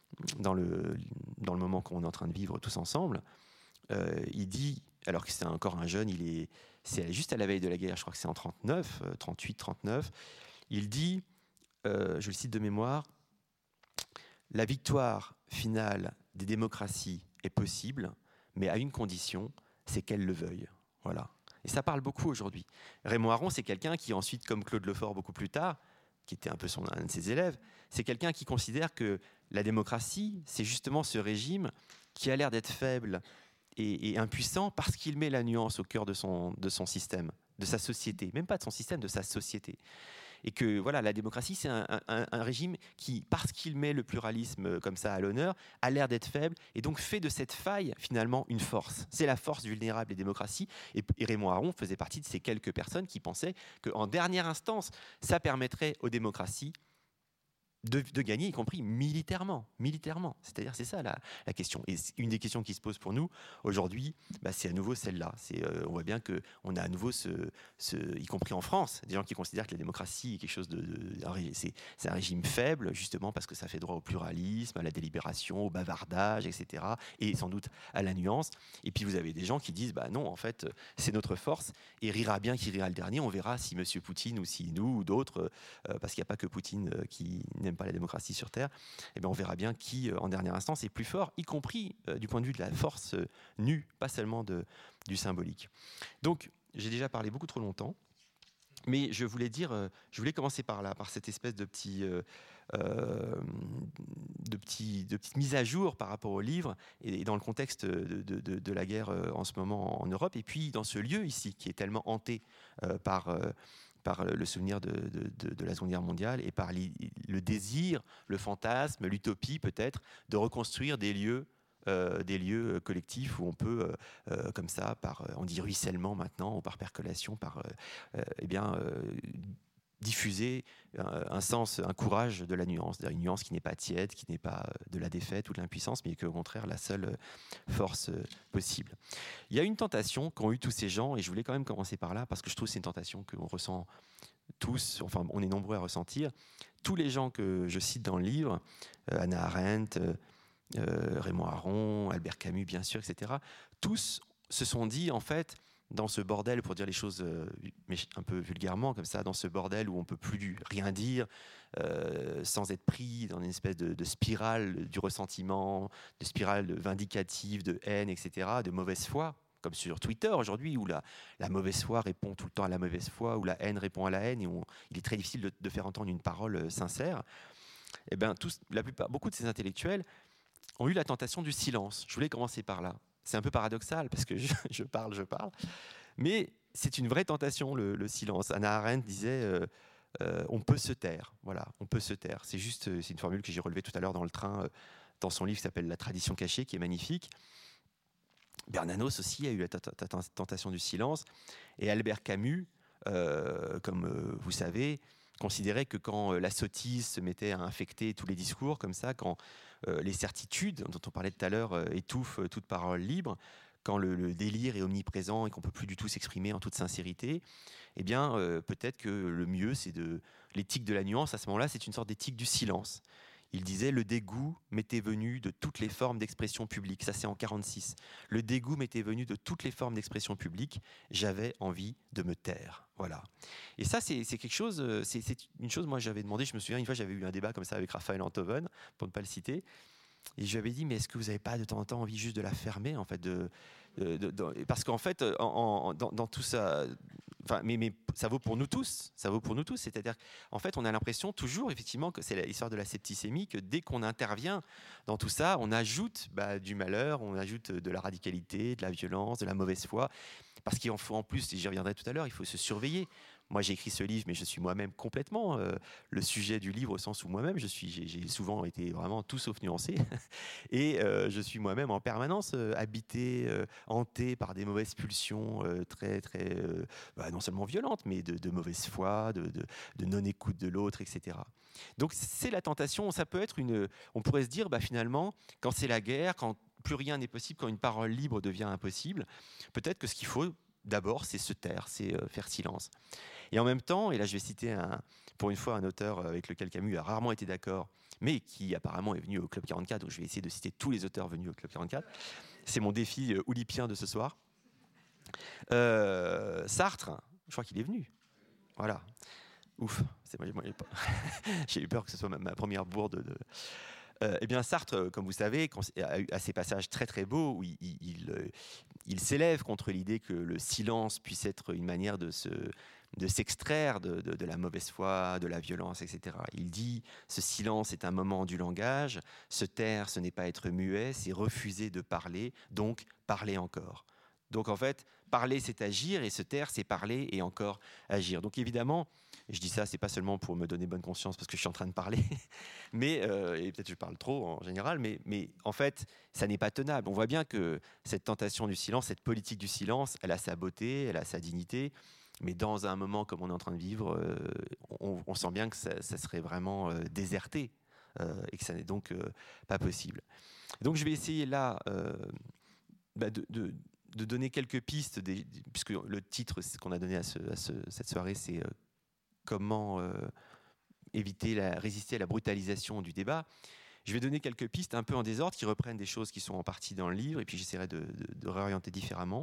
moment qu'on est en train de vivre tous ensemble. Il dit, alors que c'est encore un jeune, c'est juste à la veille de la guerre, je crois que c'est en 39, 38, 39, il dit, je le cite de mémoire, « La victoire finale des démocraties est possible, mais à une condition, c'est qu'elles le veuillent. » Voilà. Et ça parle beaucoup aujourd'hui. Raymond Aron, c'est quelqu'un qui ensuite, comme Claude Lefort beaucoup plus tard, qui était un peu un de ses élèves, c'est quelqu'un qui considère que la démocratie, c'est justement ce régime qui a l'air d'être faible et impuissant parce qu'il met la nuance au cœur de son système, de sa société, même pas de son système, de sa société. Et que voilà, la démocratie, c'est un régime qui, parce qu'il met le pluralisme comme ça à l'honneur, a l'air d'être faible et donc fait de cette faille finalement une force. C'est la force vulnérable des démocraties. Et Raymond Aron faisait partie de ces quelques personnes qui pensaient qu'en dernière instance, ça permettrait aux démocraties de gagner, y compris militairement. C'est-à-dire, c'est ça la question. Et une des questions qui se pose pour nous aujourd'hui, c'est à nouveau celle-là. On voit bien qu'on a à nouveau, y compris en France, des gens qui considèrent que la démocratie est quelque chose c'est un régime faible, justement parce que ça fait droit au pluralisme, à la délibération, au bavardage, etc. Et sans doute à la nuance. Et puis vous avez des gens qui disent, non, en fait, c'est notre force, et rira bien qui rira le dernier. On verra si M. Poutine ou si nous ou d'autres, parce qu'il n'y a pas que Poutine qui n'aime pas la démocratie sur Terre, on verra bien qui, en dernière instance, est plus fort, y compris du point de vue de la force nue, pas seulement du symbolique. Donc, j'ai déjà parlé beaucoup trop longtemps, mais je voulais commencer par là, par cette espèce de petite mise à jour par rapport au livre et dans le contexte de la guerre en ce moment en Europe, et puis dans ce lieu ici qui est tellement hanté par le souvenir de la Seconde Guerre mondiale et par le désir, le fantasme, l'utopie peut-être de reconstruire des lieux collectifs où on peut, comme ça, on dit ruissellement maintenant, ou par percolation, diffuser un sens, un courage de la nuance, une nuance qui n'est pas tiède, qui n'est pas de la défaite ou de l'impuissance, mais qui est au contraire la seule force possible. Il y a une tentation qu'ont eu tous ces gens, et je voulais quand même commencer par là, parce que je trouve que c'est une tentation qu'on ressent tous, enfin on est nombreux à ressentir. Tous les gens que je cite dans le livre, Hannah Arendt, Raymond Aron, Albert Camus bien sûr, etc., tous se sont dit en fait, dans ce bordel, pour dire les choses mais un peu vulgairement comme ça, dans ce bordel où on ne peut plus rien dire sans être pris dans une espèce de spirale du ressentiment, de spirale vindicative, de haine, etc., de mauvaise foi, comme sur Twitter aujourd'hui, où la mauvaise foi répond tout le temps à la mauvaise foi, où la haine répond à la haine, et il est très difficile de faire entendre une parole sincère. Eh bien, beaucoup de ces intellectuels ont eu la tentation du silence. Je voulais commencer par là. C'est un peu paradoxal parce que je parle, mais c'est une vraie tentation, le silence. Hannah Arendt disait on peut se taire. Voilà, on peut se taire. C'est une formule que j'ai relevée tout à l'heure dans le train, dans son livre qui s'appelle La tradition cachée, qui est magnifique. Bernanos aussi a eu la tentation du silence. Et Albert Camus, comme vous savez, considérait que quand la sottise se mettait à infecter tous les discours, comme ça, quand les certitudes dont on parlait tout à l'heure étouffent toute parole libre, quand le délire est omniprésent et qu'on ne peut plus du tout s'exprimer en toute sincérité, eh bien, peut-être que le mieux, c'est l'éthique de la nuance. À ce moment-là, c'est une sorte d'éthique du silence. Il disait, le dégoût m'était venu de toutes les formes d'expression publique. Ça, c'est en 1946. Le dégoût m'était venu de toutes les formes d'expression publique. J'avais envie de me taire. Voilà. Et ça, c'est quelque chose, c'est une chose, moi, j'avais demandé, je me souviens, une fois, j'avais eu un débat comme ça avec Raphaël Enthoven, pour ne pas le citer, et je lui avais dit, mais est-ce que vous n'avez pas de temps en temps envie juste de la fermer, en fait, parce qu'en fait, dans tout ça, enfin, mais ça vaut pour nous tous, c'est-à-dire qu'en fait, on a l'impression toujours, effectivement, que c'est l'histoire de la septicémie, que dès qu'on intervient dans tout ça, on ajoute du malheur, on ajoute de la radicalité, de la violence, de la mauvaise foi, parce qu'il en faut en plus, et j'y reviendrai tout à l'heure, il faut se surveiller. Moi, j'ai écrit ce livre, mais je suis moi-même complètement le sujet du livre, au sens où moi-même, j'ai souvent été vraiment tout sauf nuancé. Et je suis moi-même en permanence habité, hanté par des mauvaises pulsions très, très, non seulement violentes, mais de mauvaise foi, de non-écoute de l'autre, etc. Donc, c'est la tentation. Ça peut être on pourrait se dire, finalement, quand c'est la guerre, quand plus rien n'est possible, quand une parole libre devient impossible, peut-être que ce qu'il faut d'abord, c'est se taire, c'est faire silence. Et en même temps, et là je vais citer pour une fois un auteur avec lequel Camus a rarement été d'accord, mais qui apparemment est venu au Club 44, donc je vais essayer de citer tous les auteurs venus au Club 44. C'est mon défi oulipien de ce soir. Sartre, je crois qu'il est venu. Voilà. Ouf, j'ai eu peur que ce soit ma première bourde eh bien, Sartre, comme vous savez, a ses passages très très beaux où il s'élève contre l'idée que le silence puisse être une manière de s'extraire de la mauvaise foi, de la violence, etc. Il dit « Ce silence est un moment du langage, se taire, ce n'est pas être muet, c'est refuser de parler, donc parler encore. » Donc en fait, parler c'est agir et se taire c'est parler et encore agir. Donc évidemment, et je dis ça, c'est pas seulement pour me donner bonne conscience parce que je suis en train de parler, mais et peut-être je parle trop en général, mais en fait, ça n'est pas tenable. On voit bien que cette tentation du silence, cette politique du silence, elle a sa beauté, elle a sa dignité. Mais dans un moment comme on est en train de vivre, on sent bien que ça serait vraiment déserté et que ça n'est donc pas possible. Donc je vais essayer là de donner quelques pistes, puisque le titre qu'on a donné à cette soirée, c'est comment résister à la brutalisation du débat. Je vais donner quelques pistes un peu en désordre qui reprennent des choses qui sont en partie dans le livre, et puis j'essaierai de réorienter différemment.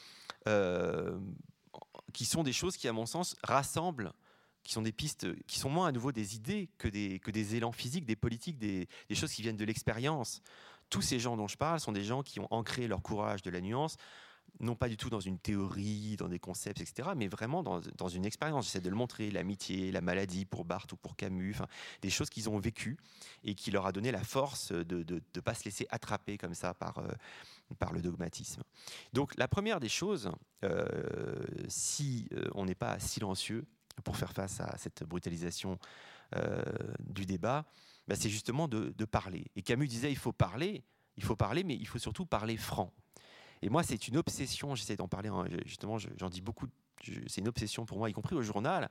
Qui sont des choses qui, à mon sens, rassemblent, qui sont des pistes, qui sont moins à nouveau des idées que des élans physiques, des politiques, des choses qui viennent de l'expérience. Tous ces gens dont je parle sont des gens qui ont ancré leur courage de la nuance, non pas du tout dans une théorie, dans des concepts, etc., mais vraiment dans une expérience. J'essaie de le montrer, l'amitié, la maladie pour Barthes ou pour Camus, des choses qu'ils ont vécues et qui leur a donné la force de ne pas se laisser attraper comme ça par le dogmatisme. Donc la première des choses, si on n'est pas silencieux pour faire face à cette brutalisation du débat, c'est justement de parler. Et Camus disait il faut parler, mais il faut surtout parler franc. Et moi, c'est une obsession, j'essaie d'en parler, justement, j'en dis beaucoup, c'est une obsession pour moi, y compris au journal,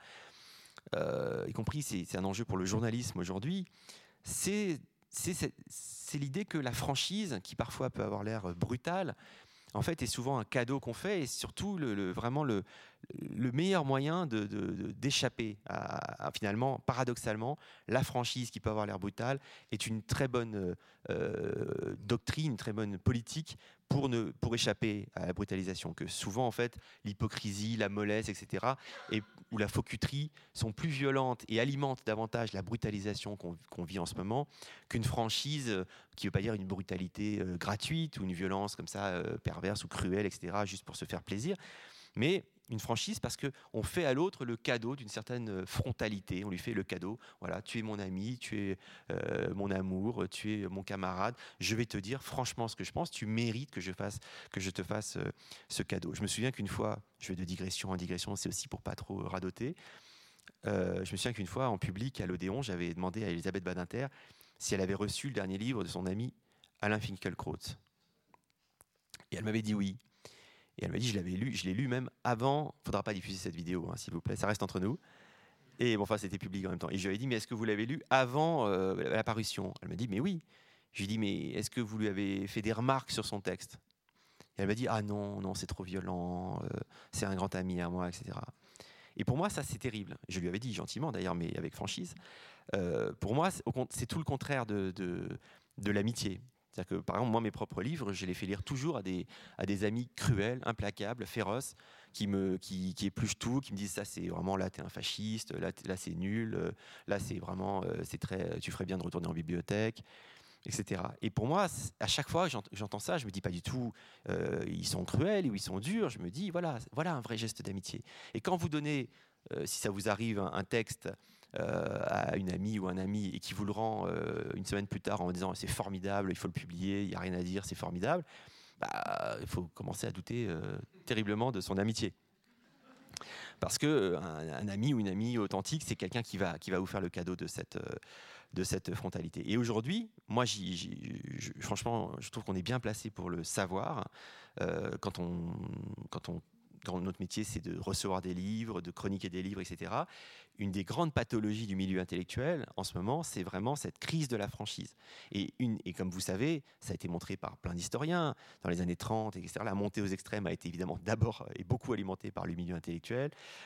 y compris, c'est un enjeu pour le journalisme aujourd'hui, c'est l'idée que la franchise, qui parfois peut avoir l'air brutale, en fait, est souvent un cadeau qu'on fait et surtout vraiment le meilleur moyen d'échapper à finalement, paradoxalement, la franchise qui peut avoir l'air brutale est une très bonne doctrine, une très bonne politique pour échapper à la brutalisation. Que souvent, en fait, l'hypocrisie, la mollesse, etc., ou la faucuterie sont plus violentes et alimentent davantage la brutalisation qu'on vit en ce moment qu'une franchise qui ne veut pas dire une brutalité gratuite ou une violence comme ça perverse ou cruelle, etc., juste pour se faire plaisir. Mais une franchise parce qu'on fait à l'autre le cadeau d'une certaine frontalité. On lui fait le cadeau, voilà, tu es mon ami, tu es mon amour, tu es mon camarade. Je vais te dire franchement ce que je pense. Tu mérites que je te fasse ce cadeau. Je me souviens qu'une fois, je vais de digression en digression, c'est aussi pour pas trop radoter. Je me souviens qu'une fois, en public, à l'Odéon, j'avais demandé à Elisabeth Badinter si elle avait reçu le dernier livre de son ami Alain Finkielkraut. Et elle m'avait dit oui. Et elle m'a dit, je l'ai lu même avant, il ne faudra pas diffuser cette vidéo, hein, s'il vous plaît, ça reste entre nous. Et bon, enfin, c'était public en même temps. Et je lui ai dit, mais est-ce que vous l'avez lu avant la parution ? Elle m'a dit, mais oui. Je lui ai dit, mais est-ce que vous lui avez fait des remarques sur son texte ? Et elle m'a dit, ah non, c'est trop violent, c'est un grand ami à moi, etc. Et pour moi, ça, c'est terrible. Je lui avais dit gentiment, d'ailleurs, mais avec franchise. Pour moi, c'est tout le contraire de l'amitié. C'est-à-dire que, par exemple, moi, mes propres livres, je les fais lire toujours à des amis cruels, implacables, féroces, qui épluchent tout, qui me disent ça, c'est vraiment, là, t'es un fasciste, là c'est nul, là, c'est vraiment, tu ferais bien de retourner en bibliothèque, etc. Et pour moi, à chaque fois que j'entends ça, je me dis pas du tout, ils sont cruels ou ils sont durs, je me dis, voilà un vrai geste d'amitié. Et quand vous donnez, si ça vous arrive, un texte à une amie ou un ami et qui vous le rend une semaine plus tard en vous disant c'est formidable, il faut le publier, il n'y a rien à dire, c'est formidable, il faut commencer à douter terriblement de son amitié. Parce qu'un ami ou une amie authentique, c'est quelqu'un qui va vous faire le cadeau de cette frontalité. Et aujourd'hui, moi, franchement, je trouve qu'on est bien placé pour le savoir quand notre métier, c'est de recevoir des livres, de chroniquer des livres, etc. Une des grandes pathologies du milieu intellectuel, en ce moment, c'est vraiment cette crise de la franchise. Et comme vous savez, ça a été montré par plein d'historiens dans les années 30, etc. La montée aux extrêmes a été évidemment d'abord et beaucoup alimentée par le milieu intellectuel.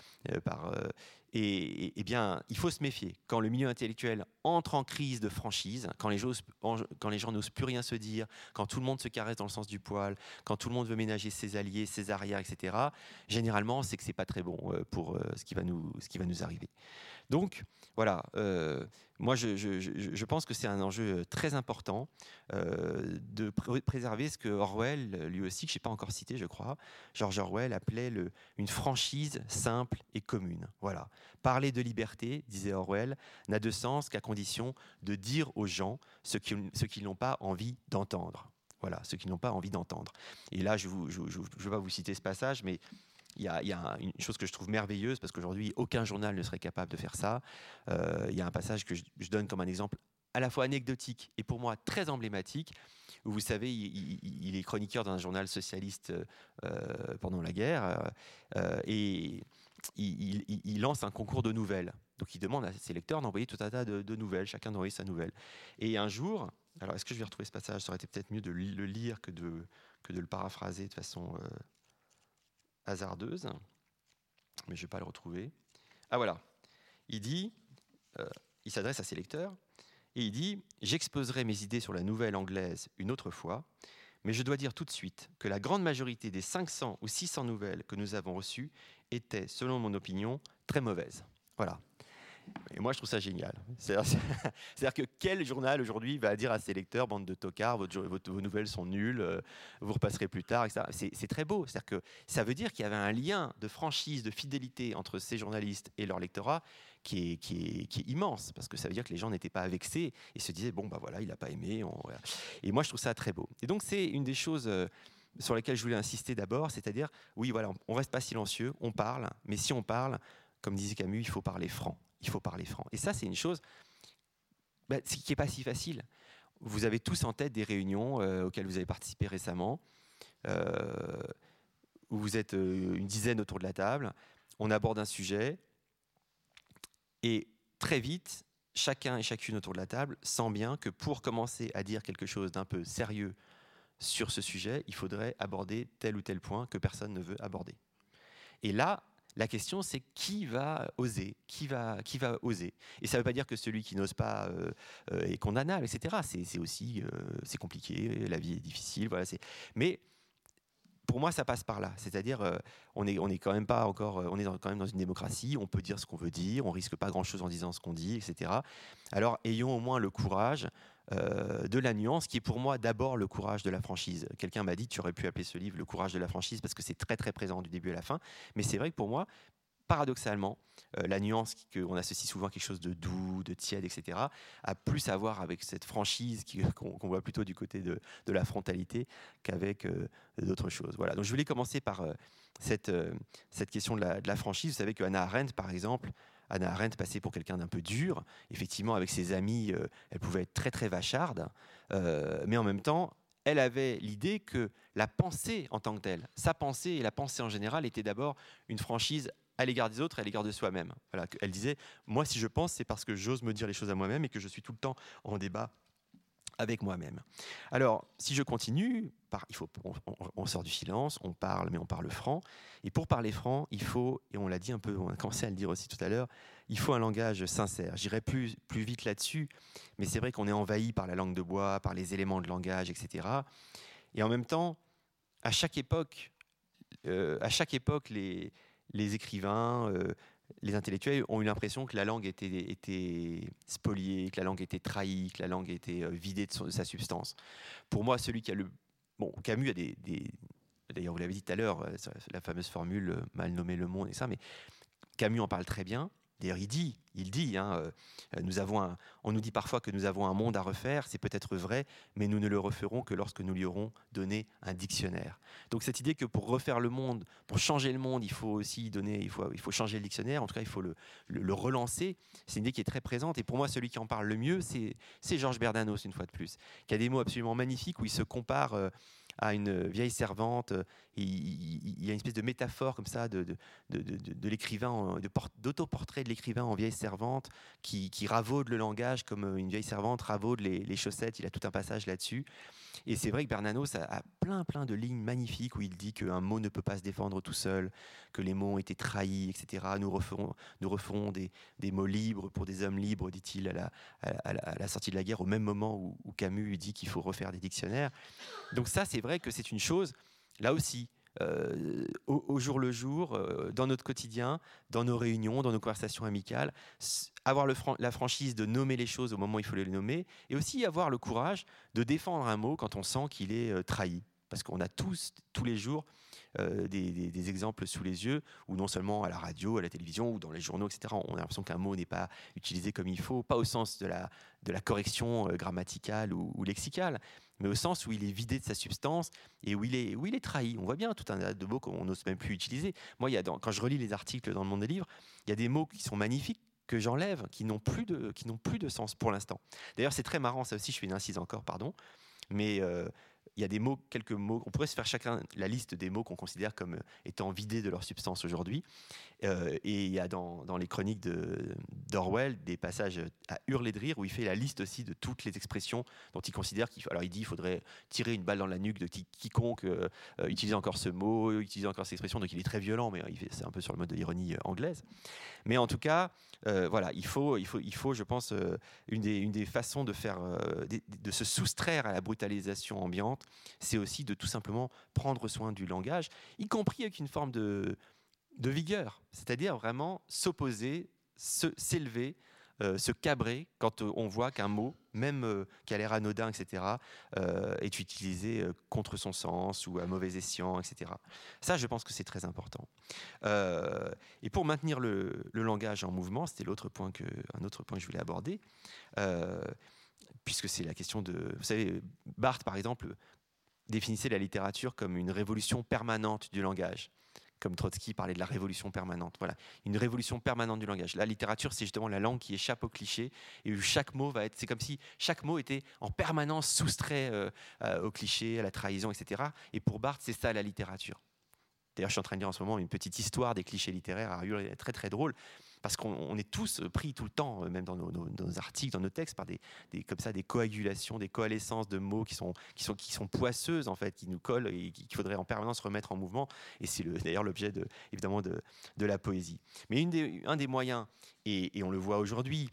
Et bien, il faut se méfier. Quand le milieu intellectuel entre en crise de franchise, quand les gens n'osent plus rien se dire, quand tout le monde se caresse dans le sens du poil, quand tout le monde veut ménager ses alliés, ses arrières, etc., généralement, c'est que c'est pas très bon pour ce qui va nous arriver. Donc, voilà, moi, je pense que c'est un enjeu très important de préserver ce que Orwell, lui aussi, que je n'ai pas encore cité, je crois, George Orwell appelait une franchise simple et commune. Voilà. Parler de liberté, disait Orwell, n'a de sens qu'à condition de dire aux gens ce qu'ils n'ont pas envie d'entendre. Voilà, ceux qui n'ont pas envie d'entendre. Et là, je ne vais pas vous citer ce passage, mais il y a une chose que je trouve merveilleuse, parce qu'aujourd'hui, aucun journal ne serait capable de faire ça. Il y a un passage que je donne comme un exemple à la fois anecdotique et pour moi très emblématique, où vous savez, il est chroniqueur d'un journal socialiste pendant la guerre, et il lance un concours de nouvelles. Donc il demande à ses lecteurs d'envoyer tout un tas de nouvelles, chacun d'envoyer sa nouvelle. Et un jour, alors est-ce que je vais retrouver ce passage? Ça aurait été peut-être mieux de le lire que de le paraphraser de façon hasardeuse, mais je ne vais pas le retrouver. Ah voilà, il dit, il s'adresse à ses lecteurs, et il dit « J'exposerai mes idées sur la nouvelle anglaise une autre fois, mais je dois dire tout de suite que la grande majorité des 500 ou 600 nouvelles que nous avons reçues étaient, selon mon opinion, très mauvaises. » Voilà. Et moi, je trouve ça génial. C'est-à-dire que quel journal aujourd'hui va dire à ses lecteurs, bande de tocards, vos nouvelles sont nulles, vous repasserez plus tard, etc. C'est très beau. C'est-à-dire que ça veut dire qu'il y avait un lien de franchise, de fidélité entre ces journalistes et leur lectorat qui est immense, parce que ça veut dire que les gens n'étaient pas vexés et se disaient, bon, bah voilà, il n'a pas aimé. Voilà. Et moi, je trouve ça très beau. Et donc, c'est une des choses sur lesquelles je voulais insister d'abord, c'est-à-dire, oui, voilà, on ne reste pas silencieux, on parle, mais si on parle, comme disait Camus, il faut parler franc. Il faut parler franc. Et ça, c'est une chose qui n'est pas si facile. Vous avez tous en tête des réunions auxquelles vous avez participé récemment, où vous êtes une dizaine autour de la table, on aborde un sujet, et très vite, chacun et chacune autour de la table sent bien que pour commencer à dire quelque chose d'un peu sérieux sur ce sujet, il faudrait aborder tel ou tel point que personne ne veut aborder. Et là, la question, c'est qui va oser, qui va oser. Et ça ne veut pas dire que celui qui n'ose pas est condamnable, etc. C'est aussi c'est compliqué, la vie est difficile. Voilà, mais pour moi, ça passe par là. C'est-à-dire, on est quand même pas encore, on est quand même dans une démocratie. On peut dire ce qu'on veut dire, on risque pas grand-chose en disant ce qu'on dit, etc. Alors, ayons au moins le courage de la nuance, qui est pour moi d'abord le courage de la franchise. Quelqu'un m'a dit, tu aurais pu appeler ce livre Le courage de la franchise, parce que c'est très très présent du début à la fin. Mais c'est vrai que pour moi, paradoxalement, la nuance qu'on associe souvent à quelque chose de doux, de tiède, etc., a plus à voir avec cette franchise qu'on voit plutôt du côté de la frontalité qu'avec d'autres choses. Voilà. Donc je voulais commencer par cette question de la franchise. Vous savez que Hannah Arendt, par exemple, Hannah Arendt passait pour quelqu'un d'un peu dur. Effectivement, avec ses amis, elle pouvait être très très vacharde, mais en même temps, elle avait l'idée que la pensée en tant que telle, sa pensée et la pensée en général, était d'abord une franchise à l'égard des autres et à l'égard de soi-même. Voilà, elle disait, moi si je pense, c'est parce que j'ose me dire les choses à moi-même et que je suis tout le temps en débat avec moi-même. Alors, si je continue, on sort du silence, on parle, mais on parle franc. Et pour parler franc, il faut, et on l'a dit un peu, on a commencé à le dire aussi tout à l'heure, il faut un langage sincère. J'irai plus vite là-dessus, mais c'est vrai qu'on est envahi par la langue de bois, par les éléments de langage, etc. Et en même temps, à chaque époque, les écrivains, les intellectuels ont eu l'impression que la langue était spoliée, que la langue était trahie, que la langue était vidée de sa substance. Pour moi, celui qui a le... Bon, Camus a d'ailleurs, vous l'avez dit tout à l'heure, la fameuse formule « mal nommer le monde » et ça, mais Camus en parle très bien. D'ailleurs, il dit, on nous dit parfois que nous avons un monde à refaire, c'est peut-être vrai, mais nous ne le referons que lorsque nous lui aurons donné un dictionnaire. Donc cette idée que pour refaire le monde, pour changer le monde, il faut aussi il faut changer le dictionnaire, en tout cas il faut le relancer, c'est une idée qui est très présente, et pour moi celui qui en parle le mieux, c'est Georges Bernanos, une fois de plus, qui a des mots absolument magnifiques où il se compare à une vieille servante. Il y a une espèce de métaphore comme ça de l'écrivain, d'autoportrait de l'écrivain en vieille servante qui ravaude le langage comme une vieille servante ravaude les chaussettes. Il a tout un passage là-dessus. Et c'est vrai que Bernanos a plein de lignes magnifiques où il dit qu'un mot ne peut pas se défendre tout seul, que les mots ont été trahis, etc. Nous referons des mots libres pour des hommes libres, dit-il à la sortie de la guerre, au même moment où Camus dit qu'il faut refaire des dictionnaires. Donc ça, c'est vrai que c'est une chose, là aussi, au jour le jour, dans notre quotidien, dans nos réunions, dans nos conversations amicales, avoir la franchise de nommer les choses au moment où il faut les nommer, et aussi avoir le courage de défendre un mot quand on sent qu'il est trahi. Parce qu'on a tous les jours, des exemples sous les yeux, où non seulement à la radio, à la télévision, ou dans les journaux, etc., on a l'impression qu'un mot n'est pas utilisé comme il faut, pas au sens de la correction grammaticale ou lexicale, mais au sens où il est vidé de sa substance et où il est trahi. On voit bien tout un tas de mots qu'on n'ose même plus utiliser. Moi, quand je relis les articles dans le monde des livres, il y a des mots qui sont magnifiques, que j'enlève, qui n'ont plus de sens pour l'instant. D'ailleurs, c'est très marrant, ça aussi, je fais une incise encore, pardon, mais il y a des mots, quelques mots, on pourrait se faire chacun la liste des mots qu'on considère comme étant vidés de leur substance aujourd'hui. Et il y a dans les chroniques d'Orwell des passages à hurler de rire où il fait la liste aussi de toutes les expressions dont il considère alors il dit qu'il faudrait tirer une balle dans la nuque de quiconque utilise encore ce mot, utilise encore cette expression, donc il est très violent, mais c'est un peu sur le mode de l'ironie anglaise. Mais en tout cas, voilà, il faut, je pense, une des façons de faire, de se soustraire à la brutalisation ambiante, c'est aussi de tout simplement prendre soin du langage, y compris avec une forme de vigueur, c'est-à-dire vraiment s'opposer, s'élever, se cabrer quand on voit qu'un mot, même qui a l'air anodin, etc., est utilisé contre son sens ou à mauvais escient, etc. Ça, je pense que c'est très important. Et pour maintenir le langage en mouvement, c'était un autre point que je voulais aborder, puisque c'est la question de... Vous savez, Barthes, par exemple, définissait la littérature comme une révolution permanente du langage. Comme Trotsky parlait de la révolution permanente. Voilà, une révolution permanente du langage. La littérature, c'est justement la langue qui échappe au cliché et où chaque mot va être... C'est comme si chaque mot était en permanence soustrait au cliché, à la trahison, etc. Et pour Barthes, c'est ça la littérature. D'ailleurs, je suis en train de lire en ce moment une petite histoire des clichés littéraires, très très drôle, parce qu'on est tous pris tout le temps, même dans nos articles, dans nos textes, par comme ça, des coagulations, des coalescences de mots qui sont poisseuses, en fait, qui nous collent et qu'il faudrait en permanence remettre en mouvement. Et c'est d'ailleurs l'objet évidemment de la poésie. Mais un des moyens, et on le voit aujourd'hui,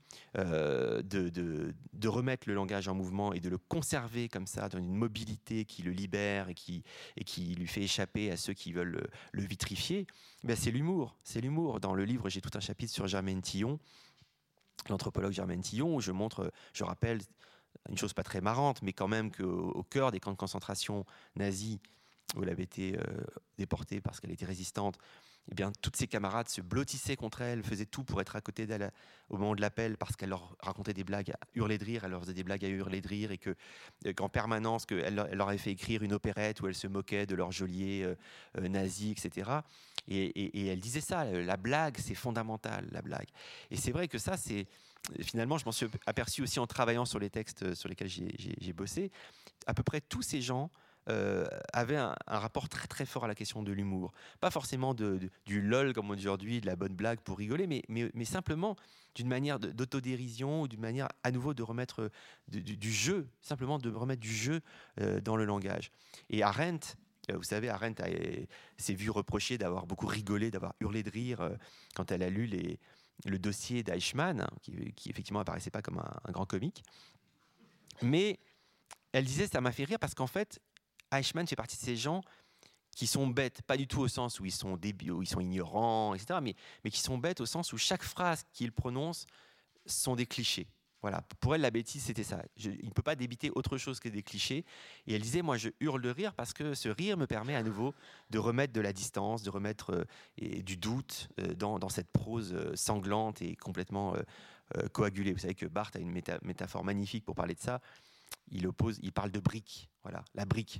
de remettre le langage en mouvement et de le conserver comme ça, dans une mobilité qui le libère et qui lui fait échapper à ceux qui veulent le vitrifier, ben c'est l'humour. C'est l'humour. Dans le livre, j'ai tout un chapitre sur Germaine Tillon, l'anthropologue Germaine Tillon, où je rappelle une chose pas très marrante, mais quand même qu'au cœur des camps de concentration nazis, où elle avait été déportée parce qu'elle était résistante, eh bien, toutes ses camarades se blottissaient contre elle, faisaient tout pour être à côté d'elle au moment de l'appel, parce qu'elle leur racontait des blagues à hurler de rire, elle leur faisait des blagues à hurler de rire, et qu'en permanence, elle leur avait fait écrire une opérette où elle se moquait de leur geôlier nazi, etc. Et elle disait ça, la blague, c'est fondamental, la blague. Et c'est vrai que ça, finalement, je m'en suis aperçu aussi en travaillant sur les textes sur lesquels j'ai bossé. À peu près tous ces gens avaient un rapport très très fort à la question de l'humour. Pas forcément du lol comme on dit aujourd'hui, de la bonne blague pour rigoler, mais simplement d'une manière d'autodérision ou d'une manière à nouveau de remettre du jeu, simplement de remettre du jeu dans le langage. Et Arendt, vous savez, Arendt s'est vue reprocher d'avoir beaucoup rigolé, d'avoir hurlé de rire quand elle a lu le dossier d'Eichmann, qui effectivement apparaissait pas comme un grand comique. Mais elle disait, ça m'a fait rire parce qu'en fait, Eichmann fait partie de ces gens qui sont bêtes, pas du tout au sens où ils sont débiles, où ils sont ignorants, etc., mais qui sont bêtes au sens où chaque phrase qu'ils prononcent sont des clichés. Voilà. Pour elle, la bêtise, c'était ça. Il ne peut pas débiter autre chose que des clichés. Et elle disait, moi, je hurle de rire parce que ce rire me permet à nouveau de remettre de la distance, de remettre du doute dans cette prose sanglante et complètement coagulée. Vous savez que Barthes a une métaphore magnifique pour parler de ça. Il parle de brique, voilà, la brique,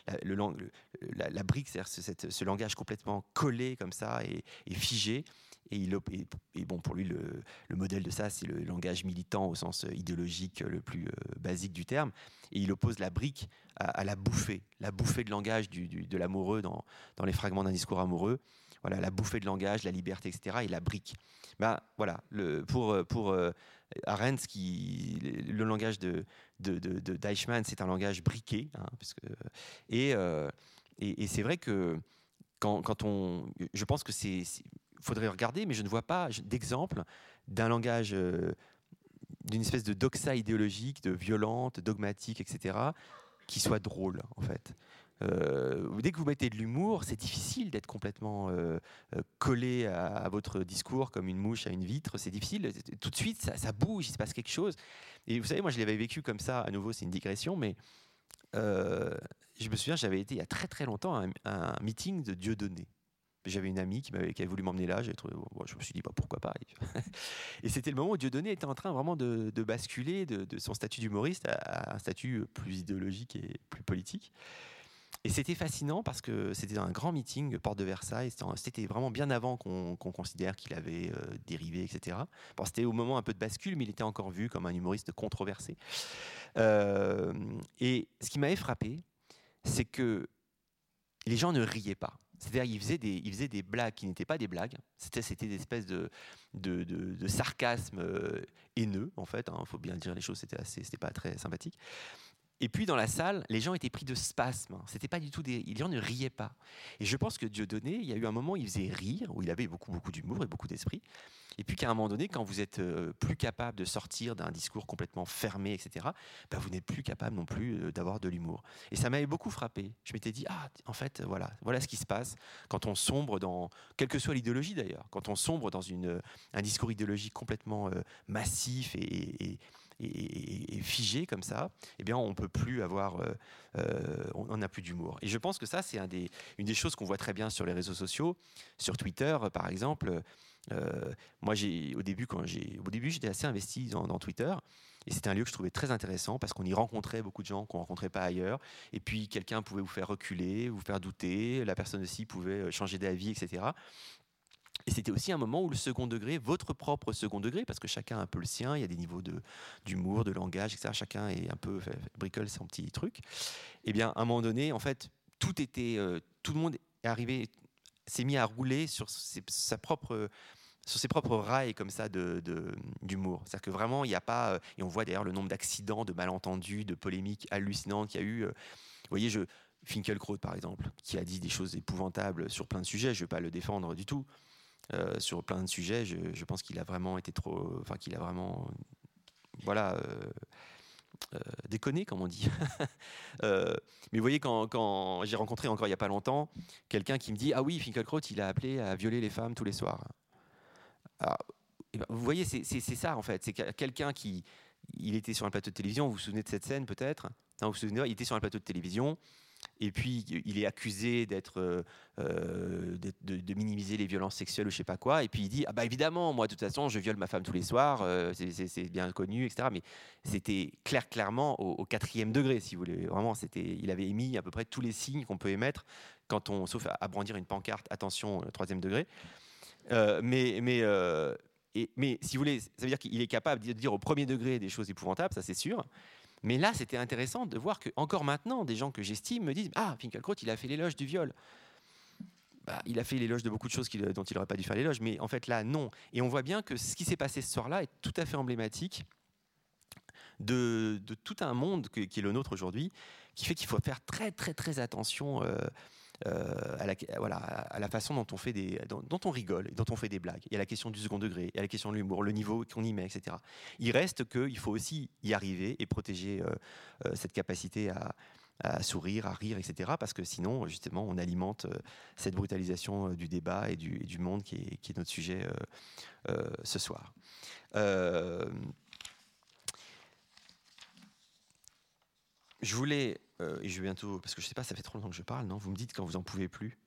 la brique, c'est-à-dire ce langage complètement collé comme ça et figé. Et bon, pour lui, le modèle de ça, c'est le langage militant au sens idéologique le plus basique du terme. Et il oppose la brique à la bouffée de langage de l'amoureux dans les fragments d'un discours amoureux. Voilà, la bouffée de langage, la liberté, etc. Et la brique. Ben, voilà, pour Arendt, le langage d'Eichmann, c'est un langage briqué. Hein, et c'est vrai que je pense que faudrait regarder, mais je ne vois pas d'exemple d'un langage, d'une espèce de doxa idéologique, de violente, dogmatique, etc., qui soit drôle, en fait. Dès que vous mettez de l'humour, c'est difficile d'être complètement collé à votre discours comme une mouche à une vitre. C'est difficile. Tout de suite, ça bouge, il se passe quelque chose. Et vous savez, moi, je l'avais vécu comme ça. À nouveau, c'est une digression, mais je me souviens, j'avais été il y a très très longtemps à un meeting de Dieudonné. J'avais une amie qui avait voulu m'emmener là. Je me suis dit, pourquoi pas. Et c'était le moment où Dieudonné était en train vraiment de basculer de son statut d'humoriste à un statut plus idéologique et plus politique. Et c'était fascinant parce que c'était un grand meeting, porte de Versailles. C'était vraiment bien avant qu'on considère qu'il avait dérivé, etc. Bon, c'était au moment un peu de bascule, mais il était encore vu comme un humoriste controversé. Et ce qui m'avait frappé, c'est que les gens ne riaient pas. C'est-à-dire ils faisaient des blagues qui n'étaient pas des blagues. C'était des espèces de sarcasme haineux, en fait. Il faut bien dire les choses, c'était pas très sympathique. Et puis dans la salle, les gens étaient pris de spasmes. C'était pas du tout les gens ne riaient pas. Et je pense que Dieudonné, il y a eu un moment où il faisait rire, où il avait beaucoup d'humour et beaucoup d'esprit. Et puis qu'à un moment donné, quand vous êtes plus capable de sortir d'un discours complètement fermé, etc., ben vous n'êtes plus capable non plus d'avoir de l'humour. Et ça m'avait beaucoup frappé. Je m'étais dit, en fait, voilà ce qui se passe quand on sombre dans, quelle que soit l'idéologie d'ailleurs, quand on sombre dans un discours idéologique complètement massif et figé comme ça, eh bien on peut plus avoir, on n'a plus d'humour. Et je pense que ça c'est une des choses qu'on voit très bien sur les réseaux sociaux, sur Twitter par exemple. Moi au début j'étais assez investi dans Twitter. Et c'était un lieu que je trouvais très intéressant parce qu'on y rencontrait beaucoup de gens qu'on ne rencontrait pas ailleurs. Et puis quelqu'un pouvait vous faire reculer, vous faire douter, la personne aussi pouvait changer d'avis, etc. Et c'était aussi un moment où le second degré, votre propre second degré, parce que chacun a un peu le sien, il y a des niveaux d'humour, de langage, etc. Chacun est un peu bricole son petit truc. Et bien, à un moment donné, en fait, tout le monde est arrivé, s'est mis à rouler sur ses propres rails comme ça d'humour. C'est-à-dire que vraiment, il n'y a pas... et on voit d'ailleurs le nombre d'accidents, de malentendus, de polémiques hallucinantes qu'il y a eu. Vous voyez, Finkielkraut, par exemple, qui a dit des choses épouvantables sur plein de sujets, je ne vais pas le défendre du tout. Sur plein de sujets, je pense qu'il a vraiment été trop... Enfin, qu'il a vraiment... Voilà... déconné, comme on dit. Mais vous voyez, quand j'ai rencontré encore il n'y a pas longtemps quelqu'un qui me dit « Ah oui, Finkielkraut, il a appelé à violer les femmes tous les soirs. » Alors, vous voyez, c'est ça en fait. C'est quelqu'un il était sur un plateau de télévision, vous vous souvenez de cette scène peut-être? Non, vous vous souvenez, il était sur un plateau de télévision et puis il est accusé de minimiser les violences sexuelles ou je sais pas quoi, et puis il dit évidemment, moi de toute façon je viole ma femme tous les soirs, c'est bien connu, etc. Mais c'était clairement au 4e degré, si vous voulez. Vraiment, il avait émis à peu près tous les signes qu'on peut émettre sauf à brandir une pancarte, attention, 3e degré. Mais si vous voulez, ça veut dire qu'il est capable de dire au 1er degré des choses épouvantables, ça c'est sûr. Mais là, c'était intéressant de voir que encore maintenant, des gens que j'estime me disent « Ah, Finkielkraut, il a fait l'éloge du viol. » Il a fait l'éloge de beaucoup de choses dont il n'aurait pas dû faire l'éloge, mais en fait là, non. Et on voit bien que ce qui s'est passé ce soir-là est tout à fait emblématique de tout un monde qui est le nôtre aujourd'hui, qui fait qu'il faut faire très très très attention à la façon dont on rigole, dont on fait des blagues. Il y a la question du second degré, il y a la question de l'humour, le niveau qu'on y met, etc. Il reste qu'il faut aussi y arriver et protéger cette capacité à sourire, à rire, etc. Parce que sinon, justement, on alimente cette brutalisation du débat et du monde qui est notre sujet ce soir. Je voulais, et je vais bientôt, parce que je ne sais pas, ça fait trop longtemps que je parle, non? Vous me dites quand vous n'en pouvez plus.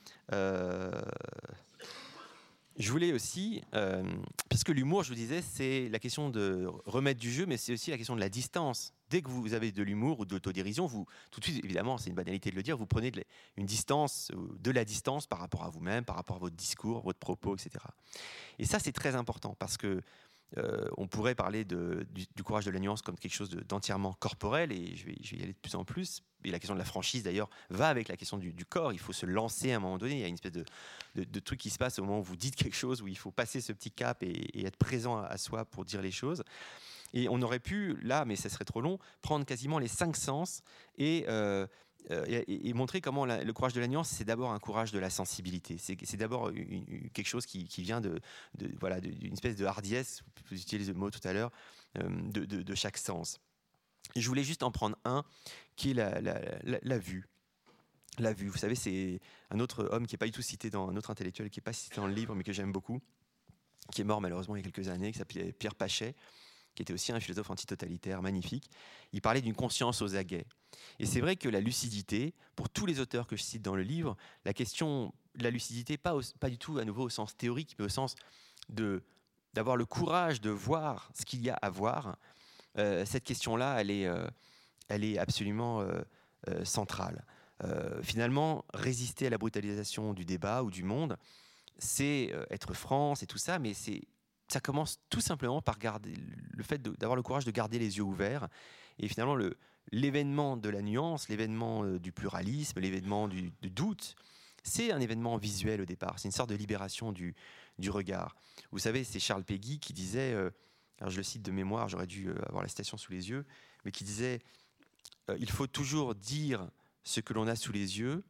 Je voulais aussi, puisque l'humour, je vous disais, c'est la question de remettre du jeu, mais c'est aussi la question de la distance. Dès que vous avez de l'humour ou de l'autodérision, vous, tout de suite, évidemment, c'est une banalité de le dire, vous prenez une distance, de la distance par rapport à vous-même, par rapport à votre discours, votre propos, etc. Et ça, c'est très important, parce que on pourrait parler du courage de la nuance comme quelque chose d'entièrement corporel, et je vais y aller de plus en plus. Et la question de la franchise, d'ailleurs, va avec la question du corps. Il faut se lancer à un moment donné. Il y a une espèce de truc qui se passe au moment où vous dites quelque chose, où il faut passer ce petit cap et être présent à soi pour dire les choses. Et on aurait pu, là, mais ça serait trop long, prendre quasiment les 5 sens et montrer comment le courage de la nuance, c'est d'abord un courage de la sensibilité. C'est d'abord quelque chose qui vient d'une espèce de hardiesse, vous utilisez le mot tout à l'heure, de chaque sens. Et je voulais juste en prendre un, qui est la vue. La vue, vous savez, c'est un autre homme qui n'est pas du tout cité un autre intellectuel qui n'est pas cité dans le livre, mais que j'aime beaucoup, qui est mort malheureusement il y a quelques années, qui s'appelait Pierre Pachet, qui était aussi un philosophe antitotalitaire magnifique. Il parlait d'une conscience aux aguets. Et c'est vrai que la lucidité, pour tous les auteurs que je cite dans le livre, la question de la lucidité, pas du tout à nouveau au sens théorique, mais au sens d'avoir le courage de voir ce qu'il y a à voir, cette question-là, elle est absolument centrale. Finalement, résister à la brutalisation du débat ou du monde, c'est être franc, c'est tout ça, mais ça commence tout simplement par garder le fait d'avoir le courage de garder les yeux ouverts. Et finalement, l'événement de la nuance, l'événement du pluralisme, l'événement du doute, c'est un événement visuel au départ. C'est une sorte de libération du regard. Vous savez, c'est Charles Péguy qui disait, alors je le cite de mémoire, j'aurais dû avoir la citation sous les yeux, mais qui disait il faut toujours dire ce que l'on a sous les yeux.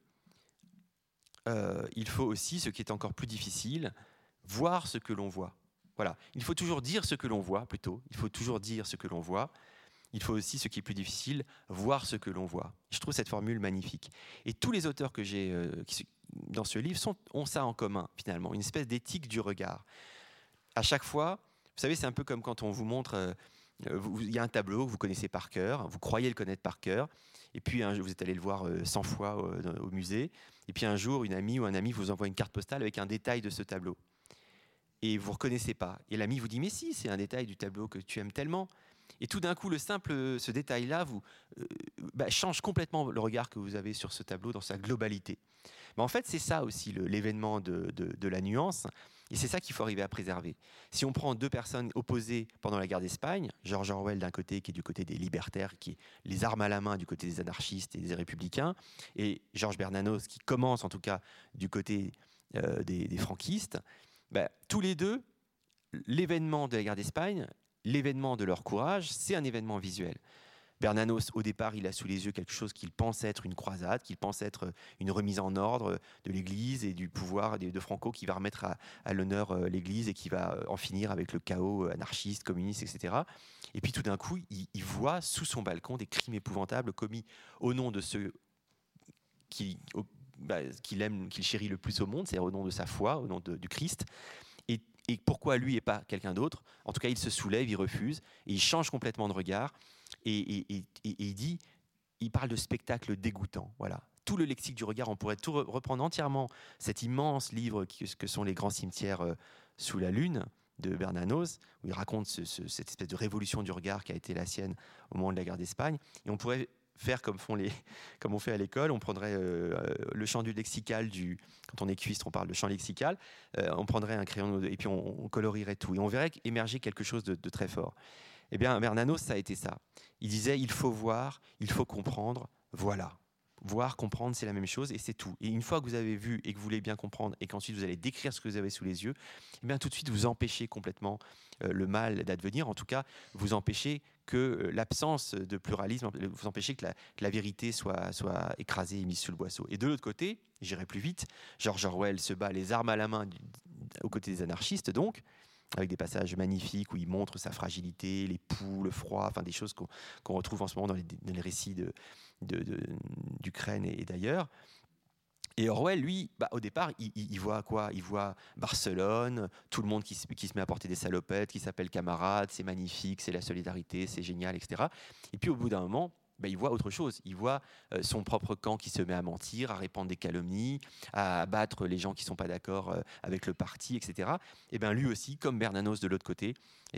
Il faut aussi, ce qui est encore plus difficile, voir ce que l'on voit. Voilà. Il faut toujours dire ce que l'on voit, plutôt. Il faut toujours dire ce que l'on voit. Il faut aussi, ce qui est plus difficile, voir ce que l'on voit. Je trouve cette formule magnifique. Et tous les auteurs que j'ai dans ce livre ont ça en commun, finalement, une espèce d'éthique du regard. À chaque fois, vous savez, c'est un peu comme quand on vous montre, il y a un tableau que vous connaissez par cœur, vous croyez le connaître par cœur, et puis vous êtes allé le voir 100 fois au musée, et puis un jour, une amie ou un ami vous envoie une carte postale avec un détail de ce tableau. Et vous ne reconnaissez pas. Et l'ami vous dit « mais si, c'est un détail du tableau que tu aimes tellement ». Et tout d'un coup, ce détail-là change complètement le regard que vous avez sur ce tableau dans sa globalité. Mais en fait, c'est ça aussi l'événement de la nuance, et c'est ça qu'il faut arriver à préserver. Si on prend deux personnes opposées pendant la guerre d'Espagne, George Orwell d'un côté, qui est du côté des libertaires, qui est les armes à la main du côté des anarchistes et des républicains, et Georges Bernanos, qui commence en tout cas du côté des franquistes, tous les deux, l'événement de la guerre d'Espagne, l'événement de leur courage, c'est un événement visuel. Bernanos, au départ, il a sous les yeux quelque chose qu'il pense être une croisade, qu'il pense être une remise en ordre de l'Église et du pouvoir de Franco qui va remettre à l'honneur l'Église et qui va en finir avec le chaos anarchiste, communiste, etc. Et puis tout d'un coup, il voit sous son balcon des crimes épouvantables commis au nom de ceux qu'il chérit le plus au monde, c'est-à-dire au nom de sa foi, au nom du Christ. Et pourquoi lui et pas quelqu'un d'autre? En tout cas, il se soulève, il refuse, et il change complètement de regard. Et il parle de spectacle dégoûtant. Voilà. Tout le lexique du regard, on pourrait tout reprendre entièrement cet immense livre que sont les grands cimetières sous la lune de Bernanos, où il raconte cette espèce de révolution du regard qui a été la sienne au moment de la guerre d'Espagne. Et on pourrait faire comme on fait à l'école, on prendrait le champ du lexical, quand on est cuistre, on parle de champ lexical, on prendrait un crayon et puis on colorierait tout. Et on verrait émerger quelque chose de très fort. Eh bien, Bernanos, ça a été ça. Il disait, il faut voir, il faut comprendre, voilà. Voir, comprendre, c'est la même chose et c'est tout. Et une fois que vous avez vu et que vous voulez bien comprendre et qu'ensuite vous allez décrire ce que vous avez sous les yeux, eh bien tout de suite vous empêchez complètement le mal d'advenir. En tout cas, vous empêchez que l'absence de pluralisme, vous empêchez que la vérité soit écrasée et mise sous le boisseau. Et de l'autre côté, j'irai plus vite, George Orwell se bat les armes à la main aux côtés des anarchistes, donc, avec des passages magnifiques où il montre sa fragilité, les poux, le froid, enfin des choses qu'on retrouve en ce moment dans les récits d'Ukraine et d'ailleurs. Et Orwell, lui, au départ, il voit quoi? Il voit Barcelone, tout le monde qui se met à porter des salopettes, qui s'appelle camarade, c'est magnifique, c'est la solidarité, c'est génial, etc. Et puis au bout d'un moment, il voit autre chose. Il voit son propre camp qui se met à mentir, à répandre des calomnies, à abattre les gens qui ne sont pas d'accord avec le parti, etc. Et bien lui aussi, comme Bernanos de l'autre côté,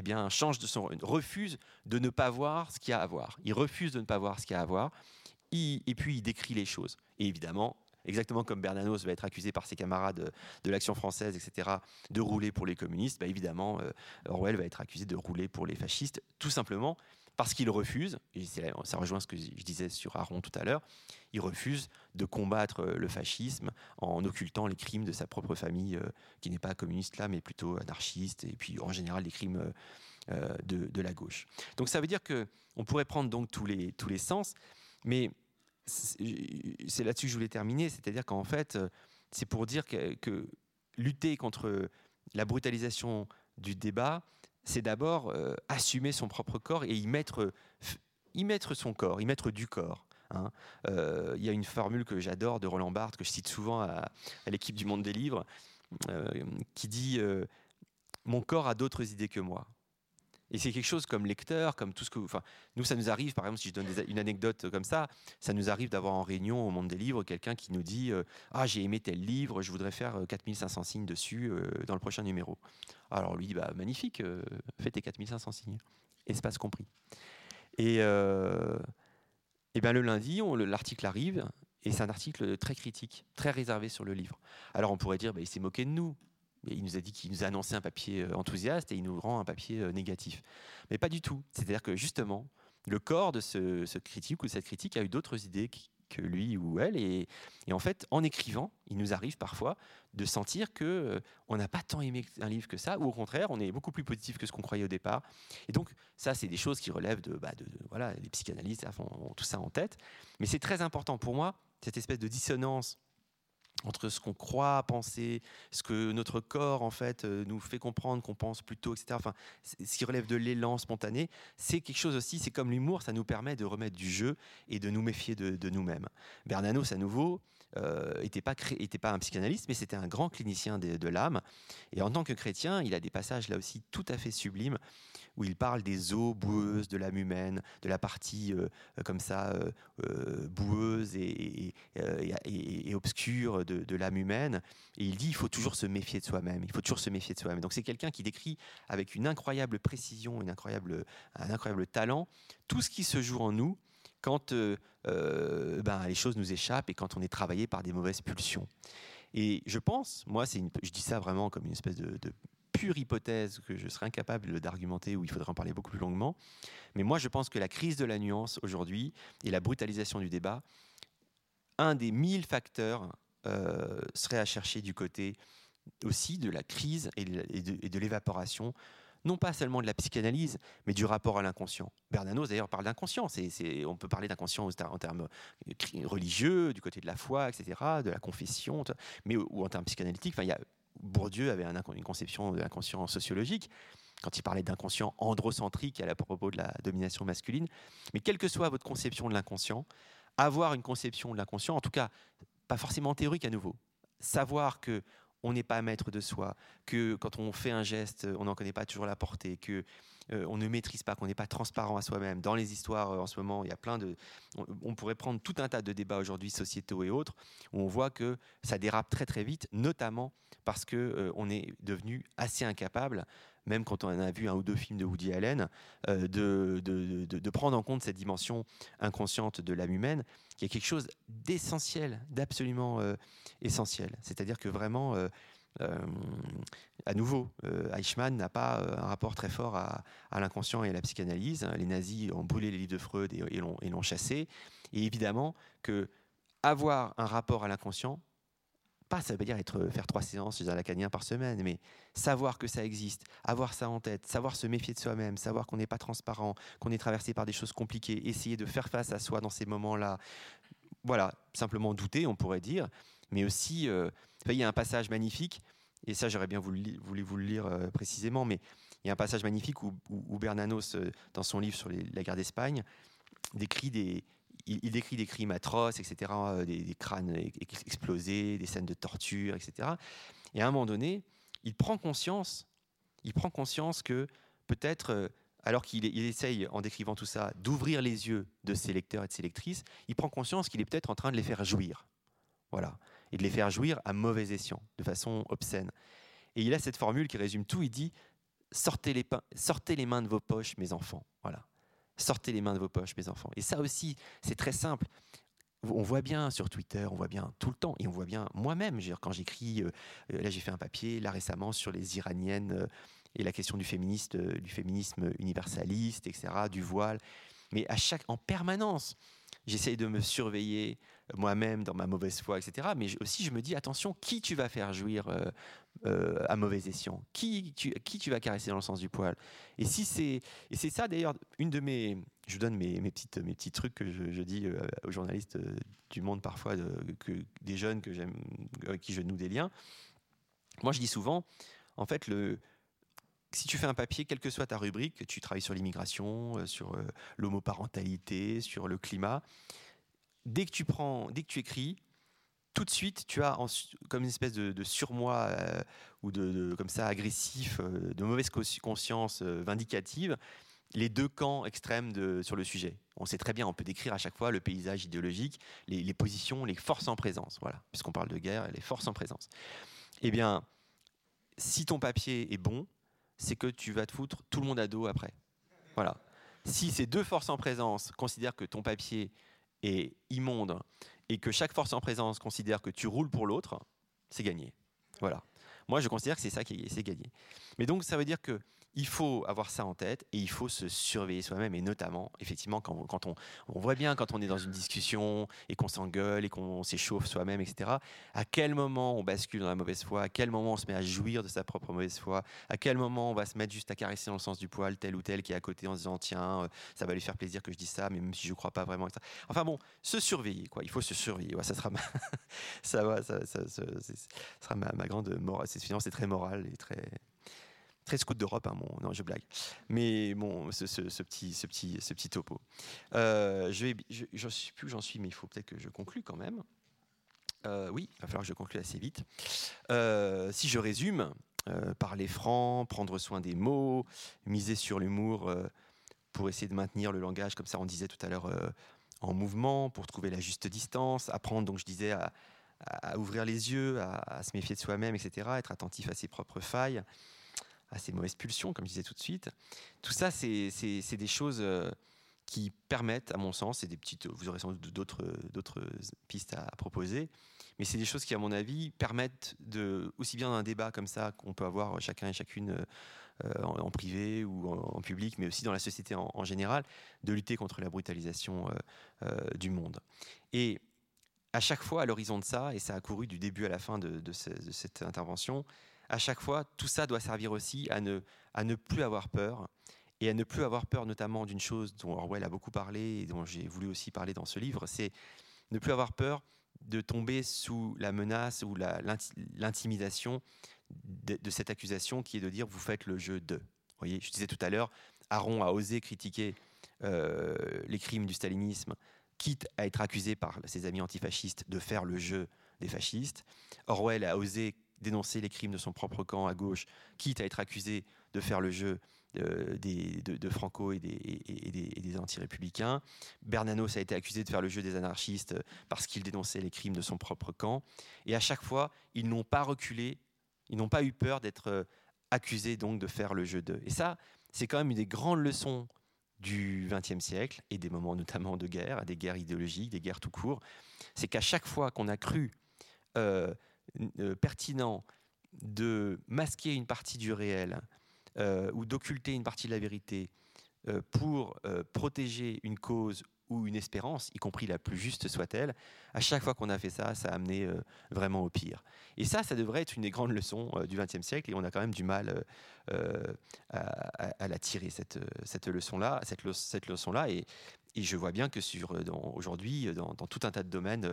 refuse de ne pas voir ce qu'il y a à voir. Il refuse de ne pas voir ce qu'il y a à voir. Et puis il décrit les choses. Et évidemment, exactement comme Bernanos va être accusé par ses camarades de l'Action française, etc., de rouler pour les communistes, évidemment, Orwell va être accusé de rouler pour les fascistes, tout simplement parce qu'il refuse, et ça rejoint ce que je disais sur Aron tout à l'heure, il refuse de combattre le fascisme en occultant les crimes de sa propre famille, qui n'est pas communiste là, mais plutôt anarchiste, et puis en général les crimes de la gauche. Donc ça veut dire qu'on pourrait prendre donc tous les sens, mais c'est là-dessus que je voulais terminer, c'est-à-dire qu'en fait, c'est pour dire que lutter contre la brutalisation du débat, c'est d'abord assumer son propre corps et y mettre son corps, y mettre du corps. Y a une formule que j'adore de Roland Barthes, que je cite souvent à l'équipe du Monde des Livres, qui dit « Mon corps a d'autres idées que moi ». Et c'est quelque chose comme lecteur, comme tout ce que... nous, ça nous arrive, par exemple, si je donne une anecdote comme ça nous arrive d'avoir en réunion au Monde des Livres quelqu'un qui nous dit « Ah, j'ai aimé tel livre, je voudrais faire 4500 signes dessus dans le prochain numéro. » Alors lui dit « Magnifique, fais tes 4500 signes. » Espace compris. Et le lundi, l'article arrive, et c'est un article très critique, très réservé sur le livre. Alors on pourrait dire « Il s'est moqué de nous. » Il nous a dit qu'il nous a annoncé un papier enthousiaste et il nous rend un papier négatif. Mais pas du tout. C'est-à-dire que justement, le corps de ce critique ou cette critique a eu d'autres idées que lui ou elle. Et en fait, en écrivant, il nous arrive parfois de sentir qu'on n'a pas tant aimé un livre que ça, ou au contraire, on est beaucoup plus positif que ce qu'on croyait au départ. Et donc, ça, c'est des choses qui relèvent voilà, les psychanalystes ont tout ça en tête. Mais c'est très important pour moi, cette espèce de dissonance entre ce qu'on croit penser, ce que notre corps en fait nous fait comprendre qu'on pense plutôt, etc. Enfin, ce qui relève de l'élan spontané, c'est quelque chose aussi. C'est comme l'humour, ça nous permet de remettre du jeu et de nous méfier de nous-mêmes. Bernanos, à nouveau, n'était pas un psychanalyste, mais c'était un grand clinicien de l'âme. Et en tant que chrétien, il a des passages là aussi tout à fait sublimes où il parle des eaux boueuses de l'âme humaine, de la partie comme ça boueuse et obscure de l'âme humaine. Et il dit il faut toujours se méfier de soi-même. Il faut toujours se méfier de soi-même. Donc c'est quelqu'un qui décrit avec une incroyable précision, un incroyable talent tout ce qui se joue en nous quand les choses nous échappent et quand on est travaillé par des mauvaises pulsions. Et je pense, moi, je dis ça vraiment comme une espèce de pure hypothèse que je serais incapable d'argumenter, où il faudrait en parler beaucoup plus longuement. Mais moi, je pense que la crise de la nuance aujourd'hui et la brutalisation du débat, un des 1000 facteurs serait à chercher du côté aussi de la crise et de l'évaporation, non pas seulement de la psychanalyse, mais du rapport à l'inconscient. Bernanos, d'ailleurs, parle d'inconscient. On peut parler d'inconscient en termes religieux, du côté de la foi, etc., de la confession, ou en termes psychanalytiques. Enfin, Bourdieu avait une conception de l'inconscient sociologique, quand il parlait d'inconscient androcentrique à propos de la domination masculine. Mais quelle que soit votre conception de l'inconscient, avoir une conception de l'inconscient, en tout cas, pas forcément théorique à nouveau, savoir que on n'est pas maître de soi, que quand on fait un geste, on n'en connaît pas toujours la portée, que on ne maîtrise pas, qu'on n'est pas transparent à soi-même. Dans les histoires, en ce moment, il y a on pourrait prendre tout un tas de débats aujourd'hui, sociétaux et autres, où on voit que ça dérape très très vite, notamment parce qu'on est devenu assez incapable, même quand on a vu un ou deux films de Woody Allen, de prendre en compte cette dimension inconsciente de l'âme humaine, qui est quelque chose d'essentiel, d'absolument essentiel. C'est-à-dire que vraiment, à nouveau, Eichmann n'a pas un rapport très fort à l'inconscient et à la psychanalyse. Les nazis ont brûlé les livres de Freud et l'ont chassé. Et évidemment que avoir un rapport à l'inconscient, ça veut dire faire 3 séances chez un lacanien par semaine, mais savoir que ça existe, avoir ça en tête, savoir se méfier de soi-même, savoir qu'on n'est pas transparent, qu'on est traversé par des choses compliquées, essayer de faire face à soi dans ces moments-là. Voilà, simplement douter, on pourrait dire, mais aussi, il y a un passage magnifique, et ça j'aurais bien voulu vous le lire précisément, mais il y a un passage magnifique où Bernanos, dans son livre sur la guerre d'Espagne, il décrit des crimes atroces, etc., des crânes explosés, des scènes de torture, etc. Et à un moment donné, il prend conscience que peut-être, alors qu'il essaye, en décrivant tout ça, d'ouvrir les yeux de ses lecteurs et de ses lectrices, il prend conscience qu'il est peut-être en train de les faire jouir. Voilà. Et de les faire jouir à mauvais escient, de façon obscène. Et il a cette formule qui résume tout, il dit « Sortez les mains de vos poches, mes enfants. » Voilà. Sortez les mains de vos poches, mes enfants. Et ça aussi, c'est très simple. On voit bien sur Twitter, on voit bien tout le temps, et on voit bien moi-même, quand j'écris, là j'ai fait un papier, là récemment, sur les Iraniennes et la question du féminisme universaliste, etc., du voile. Mais en permanence, j'essaye de me surveiller moi-même dans ma mauvaise foi, etc. Mais aussi, je me dis, attention, qui tu vas faire jouir à mauvais escient, qui tu vas caresser dans le sens du poil. Et c'est ça d'ailleurs, je vous donne mes petits trucs que je dis aux journalistes du Monde parfois, des jeunes que j'aime, avec qui je noue des liens. Moi, je dis souvent, en fait, si tu fais un papier, quelle que soit ta rubrique, que tu travailles sur l'immigration, sur l'homoparentalité, sur le climat, dès que tu écris, tout de suite, tu as comme une espèce de surmoi ou comme ça agressif, de mauvaise conscience vindicative, les deux camps extrêmes sur le sujet. On sait très bien, on peut décrire à chaque fois le paysage idéologique, les positions, les forces en présence. Voilà, puisqu'on parle de guerre, les forces en présence. Eh bien, si ton papier est bon, c'est que tu vas te foutre tout le monde à dos après. Voilà. Si ces deux forces en présence considèrent que ton papier est immonde et que chaque force en présence considère que tu roules pour l'autre, c'est gagné. Voilà. Moi, je considère que c'est ça qui c'est gagné. Mais donc, ça veut dire que il faut avoir ça en tête et il faut se surveiller soi-même, et notamment, effectivement, quand on voit bien quand on est dans une discussion et qu'on s'engueule et qu'on s'échauffe soi-même, etc., à quel moment on bascule dans la mauvaise foi, à quel moment on se met à jouir de sa propre mauvaise foi, à quel moment on va se mettre juste à caresser dans le sens du poil tel ou tel qui est à côté en se disant tiens, ça va lui faire plaisir que je dise ça, mais même si je ne crois pas vraiment, etc. Enfin bon, se surveiller, quoi. Il faut se surveiller. Ouais, ça sera ce sera ma grande morale. C'est très moral et très scout d'Europe, hein, non, je blague. Mais bon, ce petit topo. Je ne sais plus où j'en suis, mais il faut peut-être que je conclue quand même. Oui, il va falloir que je conclue assez vite. Si je résume, parler franc, prendre soin des mots, miser sur l'humour pour essayer de maintenir le langage, comme ça on disait tout à l'heure, en mouvement, pour trouver la juste distance, apprendre, donc je disais, à ouvrir les yeux, à se méfier de soi-même, etc., être attentif à ses propres failles, à ses mauvaises pulsions, comme je disais tout de suite. Tout ça, c'est des choses qui permettent, à mon sens, vous aurez sans doute d'autres pistes à proposer, mais c'est des choses qui, à mon avis, permettent aussi bien dans un débat comme ça qu'on peut avoir chacun et chacune en privé ou en public, mais aussi dans la société en général, de lutter contre la brutalisation du monde. Et à chaque fois, à l'horizon de ça, et ça a couru du début à la fin de cette intervention, à chaque fois, tout ça doit servir aussi à ne plus avoir peur, et à ne plus avoir peur notamment d'une chose dont Orwell a beaucoup parlé, et dont j'ai voulu aussi parler dans ce livre, c'est ne plus avoir peur de tomber sous la menace ou l'intimidation de cette accusation qui est de dire « vous faites le jeu de ». Vous voyez, je disais tout à l'heure, Aron a osé critiquer les crimes du stalinisme, quitte à être accusé par ses amis antifascistes de faire le jeu des fascistes. Orwell a osé dénoncer les crimes de son propre camp à gauche, quitte à être accusé de faire le jeu de Franco et des anti-républicains. Bernanos a été accusé de faire le jeu des anarchistes parce qu'il dénonçait les crimes de son propre camp. Et à chaque fois, ils n'ont pas reculé, ils n'ont pas eu peur d'être accusés donc de faire le jeu d'eux. Et ça, c'est quand même une des grandes leçons du XXe siècle, et des moments notamment de guerre, des guerres idéologiques, des guerres tout court. C'est qu'à chaque fois qu'on a cru pertinent de masquer une partie du réel ou d'occulter une partie de la vérité pour protéger une cause ou une espérance, y compris la plus juste soit-elle, à chaque fois qu'on a fait ça, ça a amené vraiment au pire. Et ça devrait être une des grandes leçons du XXe siècle, et on a quand même du mal à la tirer, cette leçon-là. Et je vois bien que aujourd'hui, dans tout un tas de domaines,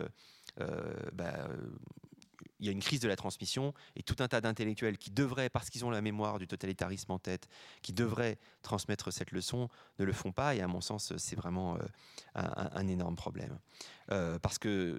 il y a une crise de la transmission, et tout un tas d'intellectuels qui devraient, parce qu'ils ont la mémoire du totalitarisme en tête, qui devraient transmettre cette leçon, ne le font pas, et à mon sens, c'est vraiment un énorme problème. Parce que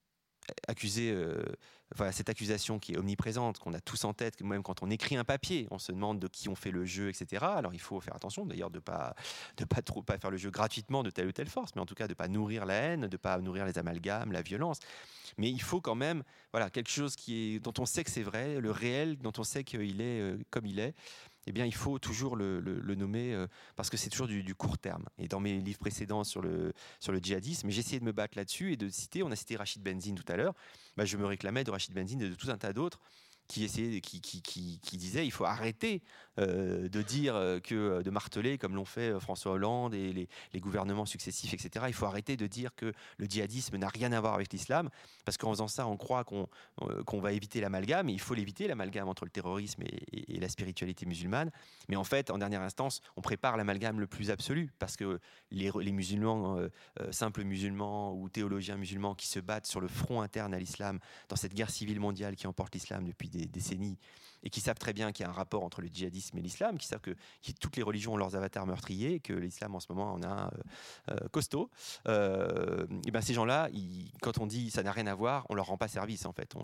cette accusation qui est omniprésente, qu'on a tous en tête, que même quand on écrit un papier, on se demande de qui on fait le jeu, etc. Alors il faut faire attention d'ailleurs de pas faire le jeu gratuitement de telle ou telle force, mais en tout cas de ne pas nourrir la haine, de ne pas nourrir les amalgames, la violence. Mais il faut quand même quelque chose dont on sait que c'est vrai, le réel, dont on sait qu'il est comme il est. Eh bien, il faut toujours le nommer parce que c'est toujours du court terme. Et dans mes livres précédents sur le djihadisme, j'ai essayé de me battre là-dessus et on a cité Rachid Benzine tout à l'heure, je me réclamais de Rachid Benzine et de tout un tas d'autres qui disaient il faut arrêter de dire de marteler comme l'ont fait François Hollande et les gouvernements successifs, etc. Il faut arrêter de dire que le djihadisme n'a rien à voir avec l'islam, parce qu'en faisant ça, on croit qu'on va éviter l'amalgame, et il faut l'éviter, l'amalgame entre le terrorisme et la spiritualité musulmane. Mais en fait, en dernière instance, on prépare l'amalgame le plus absolu, parce que les musulmans, simples musulmans ou théologiens musulmans qui se battent sur le front interne à l'islam, dans cette guerre civile mondiale qui emporte l'islam depuis des décennies, et qui savent très bien qu'il y a un rapport entre le djihadisme et l'islam, qui savent que toutes les religions ont leurs avatars meurtriers, et que l'islam en ce moment en a un costaud, et ces gens-là, quand on dit ça n'a rien à voir, on leur rend pas service en fait,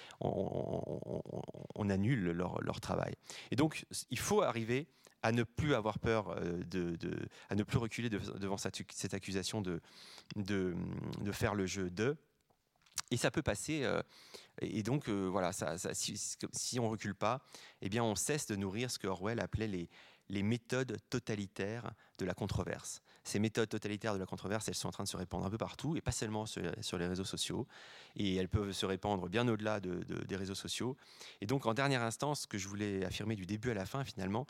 on annule leur travail. Et donc il faut arriver à ne plus avoir peur, à ne plus reculer devant cette accusation de faire le jeu de. Et ça peut passer, et donc si on ne recule pas, eh bien on cesse de nourrir ce que Orwell appelait les méthodes totalitaires de la controverse. Ces méthodes totalitaires de la controverse, elles sont en train de se répandre un peu partout, et pas seulement sur les réseaux sociaux, et elles peuvent se répandre bien au-delà des réseaux sociaux. Et donc en dernière instance, ce que je voulais affirmer du début à la fin finalement,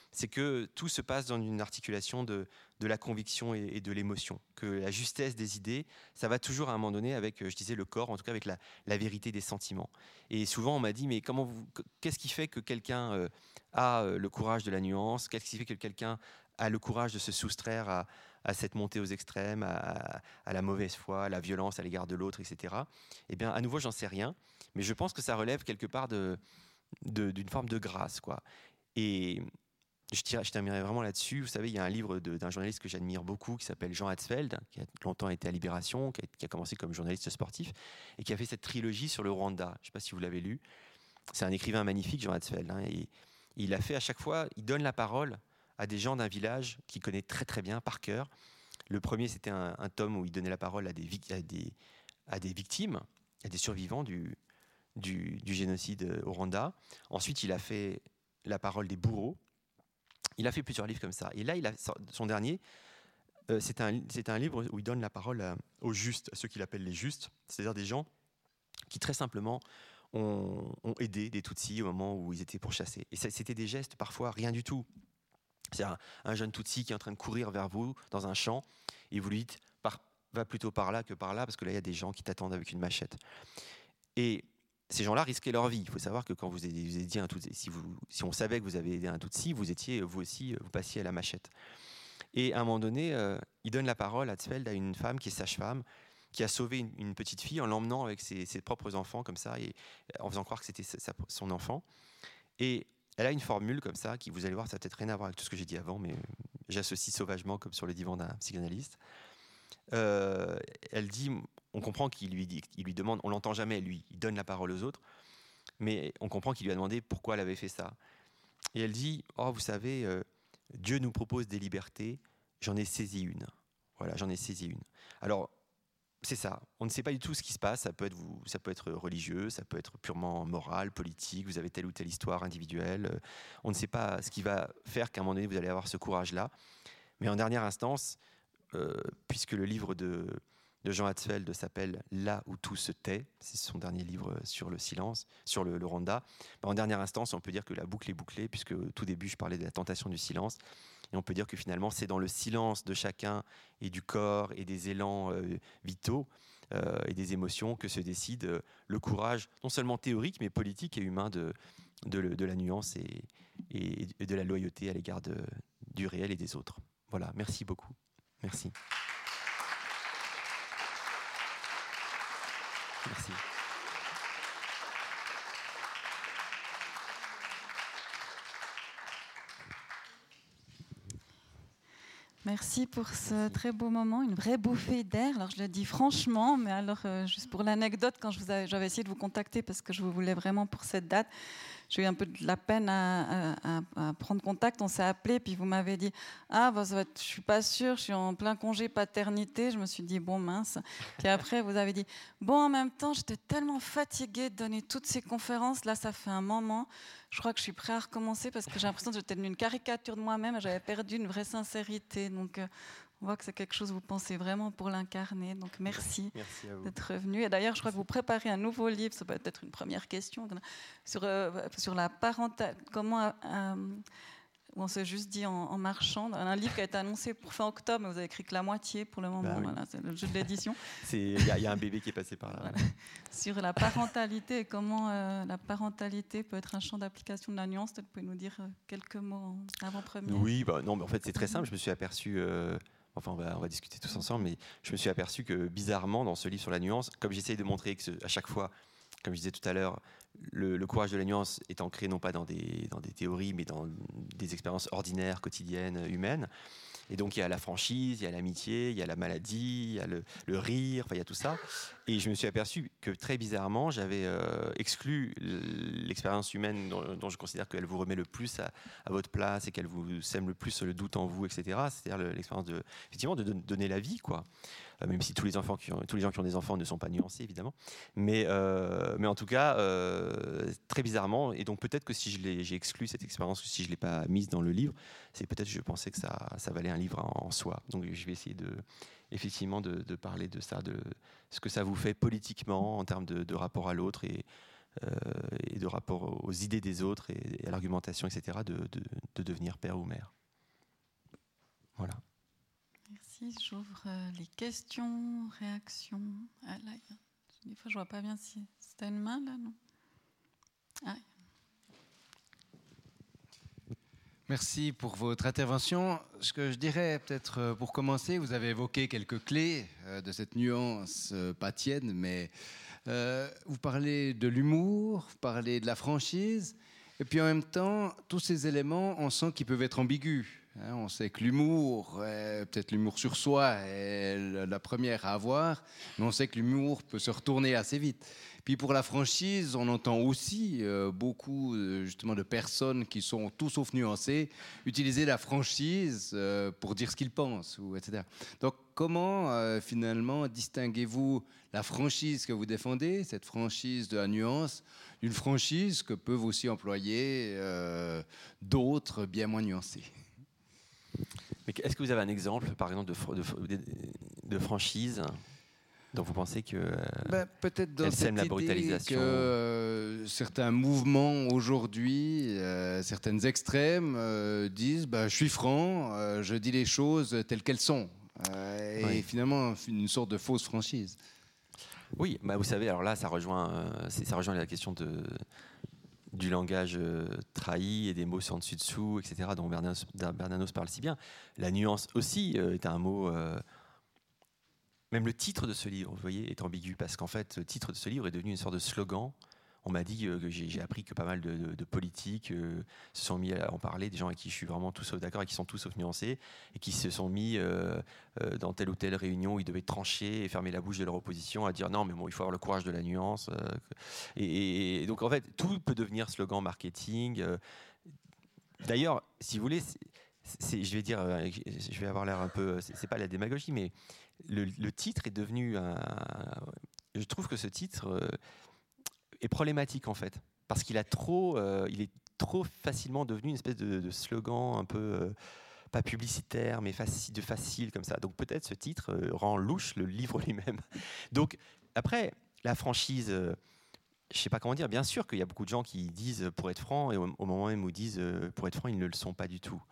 c'est que tout se passe dans une articulation de la conviction et de l'émotion, que la justesse des idées, ça va toujours à un moment donné avec, je disais, le corps, en tout cas avec la vérité des sentiments. Et souvent on m'a dit, mais qu'est-ce qui fait que quelqu'un a le courage de la nuance, qu'est-ce qui fait que quelqu'un a le courage de se soustraire à cette montée aux extrêmes, à la mauvaise foi, à la violence à l'égard de l'autre, etc. Eh bien, à nouveau, j'en sais rien, mais je pense que ça relève quelque part d'une forme de grâce, quoi. Et je terminerai vraiment là-dessus. Vous savez, il y a un livre d'un journaliste que j'admire beaucoup qui s'appelle Jean Hatzfeld, qui a longtemps été à Libération, qui a commencé comme journaliste sportif et qui a fait cette trilogie sur le Rwanda. Je ne sais pas si vous l'avez lu. C'est un écrivain magnifique, Jean Hatzfeld, hein, et il a fait à chaque fois, il donne la parole à des gens d'un village qu'il connaît très très bien par cœur. Le premier, c'était un tome où il donnait la parole à des victimes, à des survivants du génocide au Rwanda. Ensuite, il a fait la parole des bourreaux. Il a fait plusieurs livres comme ça. Et là, son dernier, c'est un livre où il donne la parole aux justes, à ceux qu'il appelle les justes, c'est-à-dire des gens qui très simplement ont aidé des Tutsis au moment où ils étaient pourchassés. Et c'était des gestes, parfois rien du tout. C'est un jeune Tutsi qui est en train de courir vers vous dans un champ, et vous lui dites va plutôt par là que par là, parce que là, il y a des gens qui t'attendent avec une machette. Et ces gens-là risquaient leur vie. Il faut savoir que quand vous aidiez un Tutsi, si on savait que vous avez aidé un Tutsi, vous passiez à la machette. Et à un moment donné, il donne la parole à Hatzfeld, à une femme qui est sage-femme, qui a sauvé une petite fille en l'emmenant avec ses propres enfants comme ça, et en faisant croire que c'était son enfant. Et elle a une formule comme ça, qui, vous allez voir, ça n'a peut-être rien à voir avec tout ce que j'ai dit avant, mais j'associe sauvagement comme sur le divan d'un psychanalyste. Elle dit, on comprend qu'il lui demande, on l'entend jamais, lui, il donne la parole aux autres, mais on comprend qu'il lui a demandé pourquoi elle avait fait ça. Et elle dit, oh, vous savez, Dieu nous propose des libertés, j'en ai saisi une. Voilà, j'en ai saisi une. Alors, c'est ça, on ne sait pas du tout ce qui se passe, ça peut être religieux, ça peut être purement moral, politique, vous avez telle ou telle histoire individuelle, on ne sait pas ce qui va faire qu'à un moment donné vous allez avoir ce courage-là, mais en dernière instance, puisque le livre de Jean Hatzfeld s'appelle « Là où tout se tait », c'est son dernier livre sur le silence, sur le Rwanda, en dernière instance on peut dire que la boucle est bouclée, puisque au tout début je parlais de la tentation du silence, et on peut dire que finalement, c'est dans le silence de chacun et du corps et des élans vitaux et des émotions que se décide le courage, non seulement théorique, mais politique et humain de la nuance et de la loyauté à l'égard du réel et des autres. Voilà, merci beaucoup. Merci. Merci. Merci pour ce très beau moment, une vraie bouffée d'air. Alors je le dis franchement, mais alors juste pour l'anecdote, quand j'avais essayé de vous contacter parce que je vous voulais vraiment pour cette date, j'ai eu un peu de la peine à prendre contact. On s'est appelé, puis vous m'avez dit « Ah, bah, je suis pas sûre, je suis en plein congé paternité. » Je me suis dit « Bon, mince. » Puis après, vous avez dit « Bon, en même temps, j'étais tellement fatiguée de donner toutes ces conférences. Là, ça fait un moment. Je crois que je suis prête à recommencer parce que j'ai l'impression que j'étais devenue une caricature de moi-même et j'avais perdu une vraie sincérité. » Donc, on voit que c'est quelque chose que vous pensez vraiment pour l'incarner. Donc, merci d'être venu. Et d'ailleurs, je crois que vous préparez un nouveau livre. Ça peut être une première question sur la parentalité. Comment on s'est juste dit en marchand. Un livre qui a été annoncé pour fin octobre, mais vous avez écrit que la moitié pour le moment. Bah oui. Voilà, c'est le jeu de l'édition. Il y a un bébé qui est passé par là. Voilà. Sur la parentalité et comment la parentalité peut être un champ d'application de la nuance. Vous pouvez nous dire quelques mots en avant-première? Oui, non, mais en fait, c'est très simple. Je me suis aperçu... Enfin, on va discuter tous ensemble, mais je me suis aperçu que bizarrement, dans ce livre sur la nuance, comme j'essaye de montrer que à chaque fois, comme je disais tout à l'heure, le courage de la nuance est ancré non pas dans des théories, mais dans des expériences ordinaires, quotidiennes, humaines. Et donc il y a la franchise, il y a l'amitié, il y a la maladie, il y a le rire, enfin il y a tout ça. Et je me suis aperçu que très bizarrement, j'avais exclu l'expérience humaine dont je considère qu'elle vous remet le plus à votre place et qu'elle vous sème le plus le doute en vous, etc. C'est-à-dire l'expérience effectivement de donner la vie, quoi. Même si tous les gens qui ont des enfants ne sont pas nuancés, évidemment. Mais en tout cas, très bizarrement, et donc peut-être que si j'ai exclu cette expérience, si je ne l'ai pas mise dans le livre, c'est peut-être que je pensais que ça valait un livre en soi. Donc je vais essayer effectivement de parler de ça, de ce que ça vous fait politiquement en termes de rapport à l'autre et et de rapport aux idées des autres et à l'argumentation, etc., de devenir père ou mère. Voilà. Merci. J'ouvre les questions, réactions. Ah, là, des fois, je vois pas bien si c'était une main, là, non? Ah. Merci pour votre intervention. Ce que je dirais, peut-être pour commencer, vous avez évoqué quelques clés de cette nuance, pas tienne, mais vous parlez de l'humour, vous parlez de la franchise, et puis en même temps, tous ces éléments, on sent qu'ils peuvent être ambigus. On sait que l'humour, peut-être l'humour sur soi est la première à avoir, mais on sait que l'humour peut se retourner assez vite. Puis pour la franchise, on entend aussi beaucoup justement de personnes qui sont tout sauf nuancées utiliser la franchise pour dire ce qu'ils pensent, etc. Donc comment finalement distinguez-vous la franchise que vous défendez, cette franchise de la nuance, d'une franchise que peuvent aussi employer d'autres bien moins nuancés? Mais est-ce que vous avez un exemple, par exemple, de franchise dont vous pensez que peut-être dans cette sème la idée brutalisation que certains mouvements aujourd'hui, certaines extrêmes disent je suis franc, je dis les choses telles qu'elles sont. Et finalement, une sorte de fausse franchise. Oui, vous savez, alors là, ça rejoint la question du langage trahi et des mots sans dessus-dessous, etc., dont Bernanos parle si bien. La nuance aussi est un mot... Même le titre de ce livre, vous voyez, est ambigu, parce qu'en fait, le titre de ce livre est devenu une sorte de slogan. On m'a dit que j'ai appris que pas mal de politiques se sont mis à en parler, des gens avec qui je suis vraiment tout sauf d'accord et qui sont tout sauf nuancés, et qui se sont mis dans telle ou telle réunion où ils devaient trancher et fermer la bouche de leur opposition à dire non, mais bon, il faut avoir le courage de la nuance. Et donc, en fait, tout peut devenir slogan marketing. D'ailleurs, si vous voulez, je vais dire, je vais avoir l'air un peu, c'est pas la démagogie, mais le titre est devenu je trouve que ce titre est problématique en fait, parce qu'il il est trop facilement devenu une espèce de slogan un peu pas publicitaire, mais facile comme ça. Donc peut-être ce titre rend louche le livre lui-même. Donc après, la franchise, je sais pas comment dire. Bien sûr qu'il y a beaucoup de gens qui disent pour être franc, et au moment même où ils disent pour être franc, ils ne le sont pas du tout.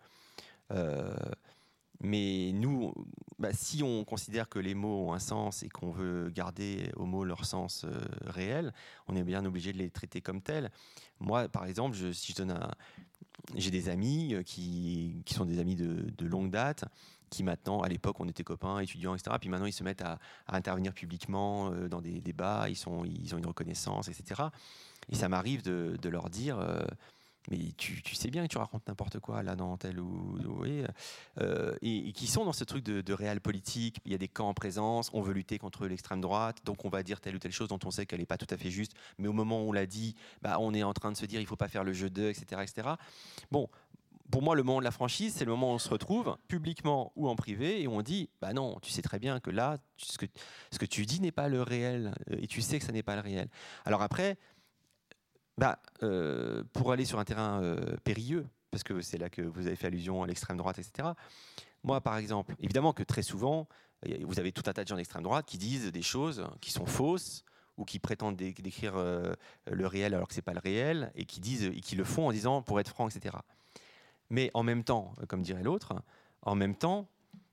Mais nous, si on considère que les mots ont un sens et qu'on veut garder aux mots leur sens réel, on est bien obligé de les traiter comme tels. Moi, par exemple, j'ai des amis qui sont des amis de longue date, qui maintenant, à l'époque, on était copains, étudiants, etc. Puis maintenant, ils se mettent à intervenir publiquement dans des débats, ils ont une reconnaissance, etc. Et ça m'arrive de leur dire... mais tu sais bien que tu racontes n'importe quoi là dans tel et qui sont dans ce truc de réel politique. Il y a des camps en présence, on veut lutter contre l'extrême droite, donc on va dire telle ou telle chose dont on sait qu'elle n'est pas tout à fait juste, mais au moment où on l'a dit, on est en train de se dire il ne faut pas faire le jeu d'eux, etc., etc. Bon, pour moi, le moment de la franchise, c'est le moment où on se retrouve, publiquement ou en privé, et on dit non, tu sais très bien que là, ce que tu dis n'est pas le réel, et tu sais que ça n'est pas le réel. Alors après, pour aller sur un terrain périlleux, parce que c'est là que vous avez fait allusion à l'extrême droite, etc. Moi, par exemple, évidemment que très souvent, vous avez tout un tas de gens d'extrême droite qui disent des choses qui sont fausses ou qui prétendent décrire le réel alors que c'est pas le réel, et qui le font en disant pour être franc, etc. Mais en même temps, comme dirait l'autre, en même temps,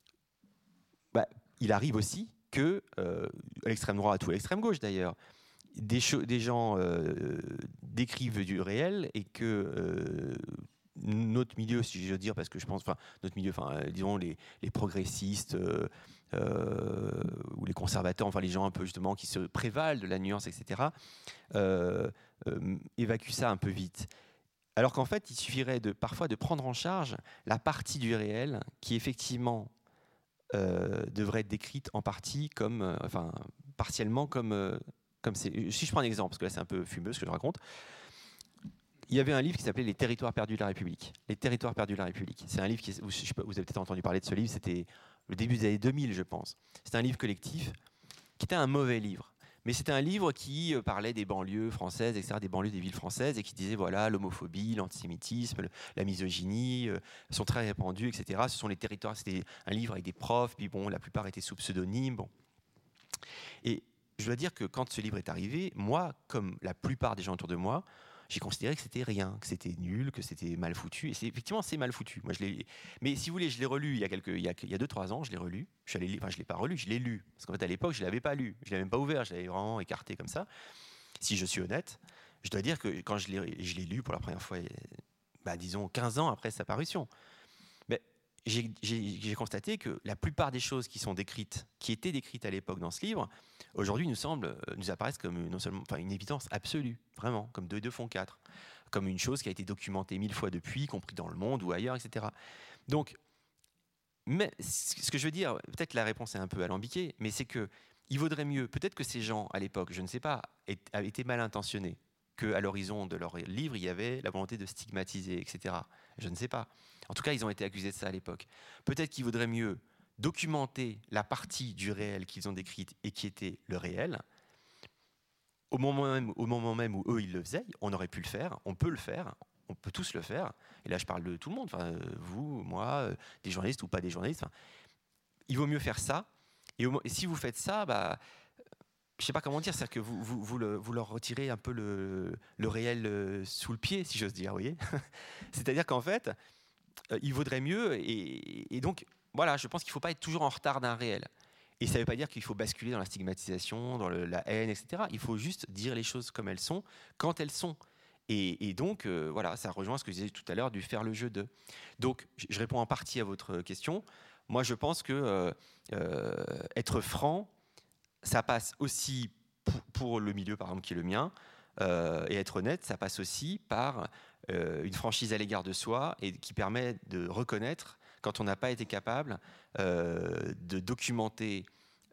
il arrive aussi que à l'extrême droite ou à l'extrême gauche d'ailleurs, des gens décrivent du réel et que notre milieu, si je veux dire, parce que je pense, notre milieu, disons les progressistes ou les conservateurs, les gens un peu justement qui se prévalent de la nuance, etc., évacuent ça un peu vite. Alors qu'en fait, il suffirait parfois de prendre en charge la partie du réel qui effectivement devrait être décrite en partie comme, partiellement comme c'est. Si je prends un exemple, parce que là c'est un peu fumeux ce que je raconte, il y avait un livre qui s'appelait Les Territoires perdus de la République. Les Territoires perdus de la République. C'est un livre vous avez peut-être entendu parler de ce livre, c'était le début des années 2000, je pense. C'était un livre collectif qui était un mauvais livre. Mais c'était un livre qui parlait des banlieues françaises, etc., des banlieues des villes françaises, et qui disait voilà, l'homophobie, l'antisémitisme, la misogynie sont très répandus, etc. Ce sont les territoires. C'était un livre avec des profs, puis bon, la plupart étaient sous pseudonyme. Bon. Et je dois dire que quand ce livre est arrivé, moi, comme la plupart des gens autour de moi, j'ai considéré que c'était rien, que c'était nul, que c'était mal foutu. Et effectivement, c'est mal foutu. Moi, mais si vous voulez, je l'ai relu il y a 2-3 ans, je l'ai relu. Je l'ai pas relu, je l'ai lu. Parce qu'en fait, à l'époque, je l'avais pas lu. Je l'avais même pas ouvert, je l'avais vraiment écarté comme ça. Si je suis honnête, je dois dire que quand je l'ai lu pour la première fois, disons 15 ans après sa parution, j'ai constaté que la plupart des choses qui étaient décrites à l'époque dans ce livre, aujourd'hui nous apparaissent comme non seulement, une évidence absolue, vraiment, comme 2 et 2 font 4, comme une chose qui a été documentée 1000 fois depuis, y compris dans le monde ou ailleurs, etc. Donc, mais ce que je veux dire, peut-être la réponse est un peu alambiquée, mais c'est que il vaudrait mieux, peut-être que ces gens à l'époque, je ne sais pas, avaient été mal intentionnés, qu'à l'horizon de leur livre, il y avait la volonté de stigmatiser, etc. Je ne sais pas. En tout cas, ils ont été accusés de ça à l'époque. Peut-être qu'il vaudrait mieux documenter la partie du réel qu'ils ont décrite et qui était le réel. Au moment même où eux, ils le faisaient, on aurait pu le faire, on peut le faire, on peut tous le faire. Et là, je parle de tout le monde, vous, moi, des journalistes ou pas des journalistes. Il vaut mieux faire ça. Et si vous faites ça, je ne sais pas comment dire, c'est-à-dire que vous leur retirez un peu le réel sous le pied, si j'ose dire, vous voyez. C'est-à-dire qu'en fait, il vaudrait mieux, et donc, voilà, je pense qu'il ne faut pas être toujours en retard d'un réel. Et ça ne veut pas dire qu'il faut basculer dans la stigmatisation, dans la haine, etc. Il faut juste dire les choses comme elles sont, quand elles sont. Et donc, voilà, ça rejoint ce que je disais tout à l'heure du faire le jeu de. Donc, je réponds en partie à votre question. Moi, je pense que être franc, ça passe aussi pour le milieu, par exemple, qui est le mien, et être honnête, ça passe aussi par une franchise à l'égard de soi et qui permet de reconnaître quand on n'a pas été capable de documenter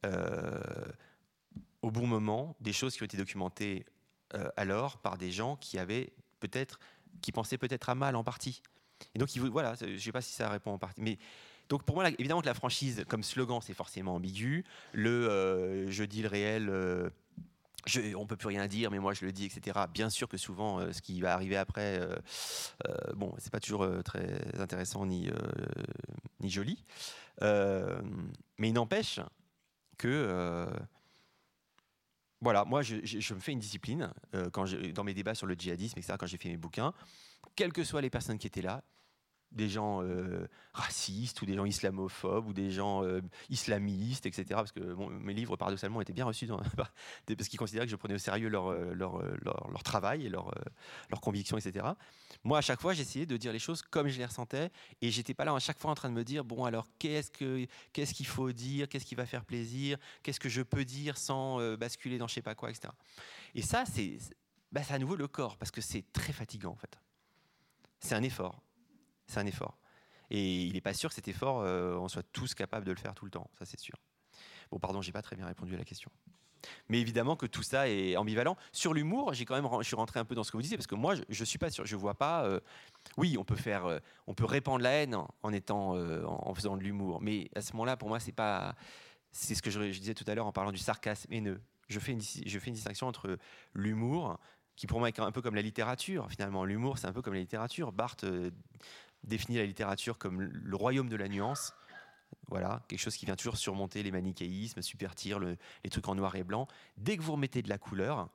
au bon moment des choses qui ont été documentées alors par des gens qui pensaient peut-être à mal en partie. Et donc, voilà, je ne sais pas si ça répond en partie, mais donc pour moi, évidemment que la franchise, comme slogan, c'est forcément ambigu. Je dis le réel, on ne peut plus rien dire, mais moi je le dis, etc. Bien sûr que souvent, ce qui va arriver après, c'est pas toujours très intéressant ni joli. Mais il n'empêche que, voilà, moi je me fais une discipline dans mes débats sur le djihadisme, etc., quand j'ai fait mes bouquins, quelles que soient les personnes qui étaient là, des gens racistes ou des gens islamophobes ou des gens islamistes, etc. Parce que mes livres, paradoxalement, étaient bien reçus parce qu'ils considéraient que je prenais au sérieux leur travail et leurs convictions, etc. Moi, à chaque fois, j'essayais de dire les choses comme je les ressentais et j'étais pas là à chaque fois en train de me dire bon, alors qu'est-ce qu'il faut dire, qu'est-ce qui va faire plaisir, qu'est-ce que je peux dire sans basculer dans je sais pas quoi, etc. Et ça, c'est à nouveau le corps, parce que c'est très fatigant en fait. C'est un effort. C'est un effort. Et il n'est pas sûr que cet effort, on soit tous capables de le faire tout le temps, ça c'est sûr. Bon, pardon, j'ai pas très bien répondu à la question. Mais évidemment que tout ça est ambivalent. Sur l'humour, je suis rentré un peu dans ce que vous disiez, parce que moi, je suis pas sûr, je vois pas. Oui, on peut répandre la haine en faisant de l'humour, mais à ce moment-là, pour moi, c'est ce que je disais tout à l'heure en parlant du sarcasme haineux. Je fais une distinction entre l'humour, qui pour moi est un peu comme la littérature. Finalement, l'humour, c'est un peu comme la littérature. Barthes définit la littérature comme le royaume de la nuance. Voilà, quelque chose qui vient toujours surmonter les manichéismes, subvertir les trucs en noir et blanc. Dès que vous remettez de la couleur,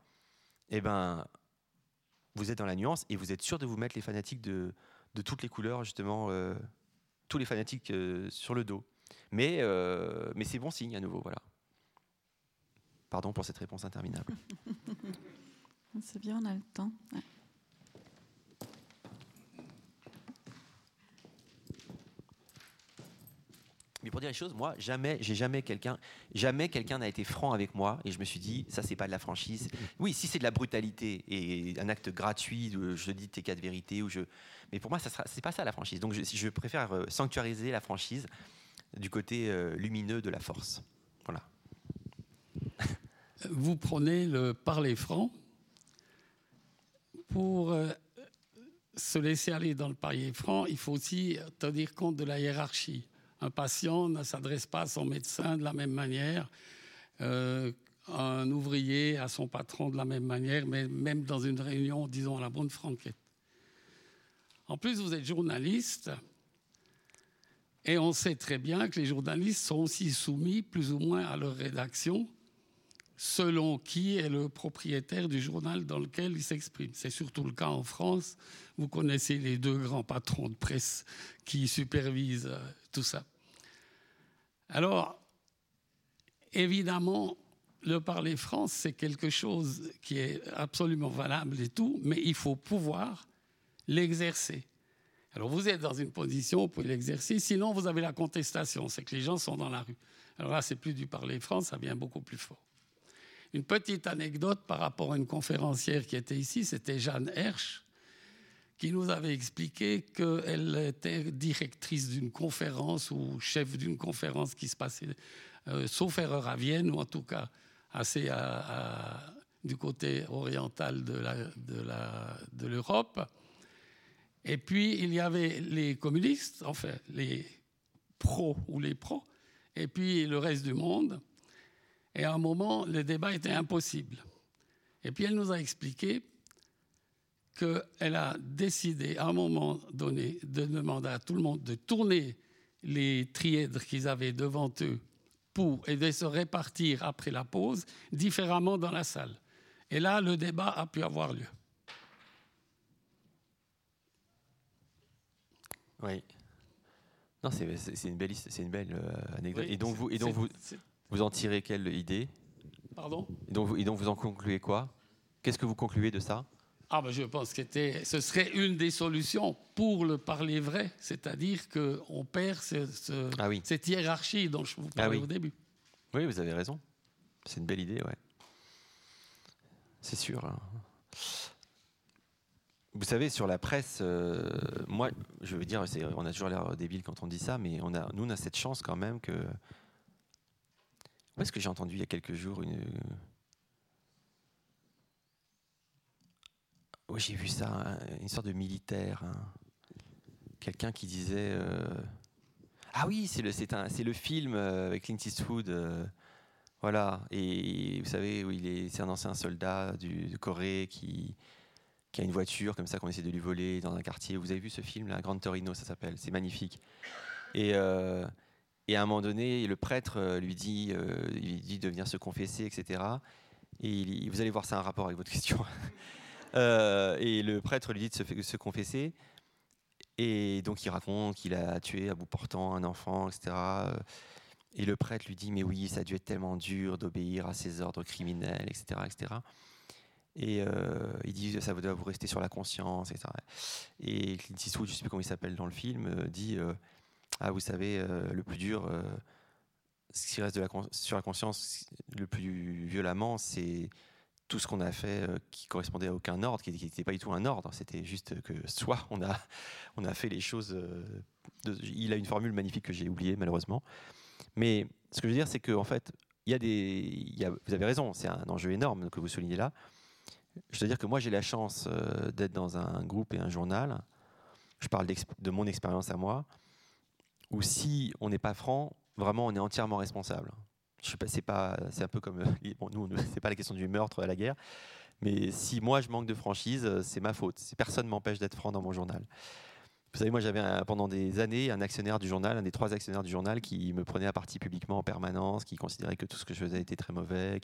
vous êtes dans la nuance et vous êtes sûr de vous mettre les fanatiques de toutes les couleurs, justement, tous les fanatiques sur le dos. Mais c'est bon signe à nouveau, voilà. Pardon pour cette réponse interminable. C'est bien, on a le temps. Ouais. Mais pour dire les choses, moi, jamais quelqu'un n'a été franc avec moi et je me suis dit, ça, c'est pas de la franchise. Oui, si c'est de la brutalité et un acte gratuit où je dis tes 4 vérités, mais pour moi, c'est pas ça la franchise. Donc, je préfère sanctuariser la franchise du côté lumineux de la force. Voilà. Vous prenez le parler franc pour se laisser aller dans le parler franc. Il faut aussi tenir compte de la hiérarchie. Un patient ne s'adresse pas à son médecin de la même manière, un ouvrier à son patron de la même manière, mais même dans une réunion, disons à la bonne franquette. En plus, vous êtes journaliste, et on sait très bien que les journalistes sont aussi soumis plus ou moins à leur rédaction, selon qui est le propriétaire du journal dans lequel il s'exprime. C'est surtout le cas en France. Vous connaissez les 2 grands patrons de presse qui supervisent tout ça. Alors, évidemment, le parler France, c'est quelque chose qui est absolument valable et tout, mais il faut pouvoir l'exercer. Alors, vous êtes dans une position, vous pouvez l'exercer, sinon vous avez la contestation, c'est que les gens sont dans la rue. Alors là, c'est plus du parler France, ça vient beaucoup plus fort. Une petite anecdote par rapport à une conférencière qui était ici, c'était Jeanne Hersch, qui nous avait expliqué qu'elle était directrice d'une conférence ou chef d'une conférence qui se passait, sauf erreur, à Vienne, ou en tout cas assez du côté oriental de l'Europe. Et puis, il y avait les communistes, enfin, les pros ou les pros, et puis le reste du monde. Et à un moment, le débat était impossible. Et puis, elle nous a expliqué qu'elle a décidé, à un moment donné, de demander à tout le monde de tourner les trièdres qu'ils avaient devant eux et de se répartir après la pause différemment dans la salle. Et là, le débat a pu avoir lieu. Oui. Non, c'est une belle anecdote. Oui, et donc, vous en tirez quelle idée? Pardon? Et donc vous en concluez quoi? Qu'est-ce que vous concluez de ça? Je pense que ce serait une des solutions pour le parler vrai, c'est-à-dire qu'on perd cette hiérarchie dont je vous parlais au début. Oui, vous avez raison. C'est une belle idée, ouais. C'est sûr. Hein. Vous savez, sur la presse, moi, je veux dire, on a toujours l'air débile quand on dit ça, mais nous, on a cette chance quand même que... Où est-ce que j'ai entendu il y a quelques jours j'ai vu ça, une sorte de militaire, quelqu'un qui disait... Ah oui, c'est le film avec Clint Eastwood, voilà. Et vous savez, c'est un ancien soldat de Corée qui a une voiture comme ça qu'on essaie de lui voler dans un quartier. Vous avez vu ce film, là, Gran Torino, ça s'appelle. C'est magnifique. Et à un moment donné, le prêtre lui dit de venir se confesser, etc. Et vous allez voir, c'est un rapport avec votre question. Et le prêtre lui dit de se confesser. Et donc il raconte qu'il a tué à bout portant un enfant, etc. Et le prêtre lui dit, mais oui, ça a dû être tellement dur d'obéir à ces ordres criminels, etc. etc. Et il dit, ça doit vous rester sur la conscience, etc. Et Clint Eastwood, je ne sais plus comment il s'appelle dans le film, dit, vous savez, le plus dur, ce qui reste sur la conscience le plus violemment, c'est tout ce qu'on a fait qui correspondait à aucun ordre, qui n'était pas du tout un ordre, c'était juste que soit on a fait les choses... il a une formule magnifique que j'ai oubliée malheureusement. Mais ce que je veux dire, c'est qu'en fait, vous avez raison, c'est un enjeu énorme que vous soulignez là. Je veux dire que moi, j'ai la chance d'être dans un groupe et un journal, je parle de mon expérience à moi, où si on n'est pas franc, vraiment, on est entièrement responsable. C'est un peu comme nous, c'est pas la question du meurtre à la guerre, mais si moi je manque de franchise, c'est ma faute. Personne m'empêche d'être franc dans mon journal. Vous savez, moi j'avais pendant des années un actionnaire du journal, un des 3 actionnaires du journal, qui me prenait à partie publiquement en permanence, qui considérait que tout ce que je faisais était très mauvais,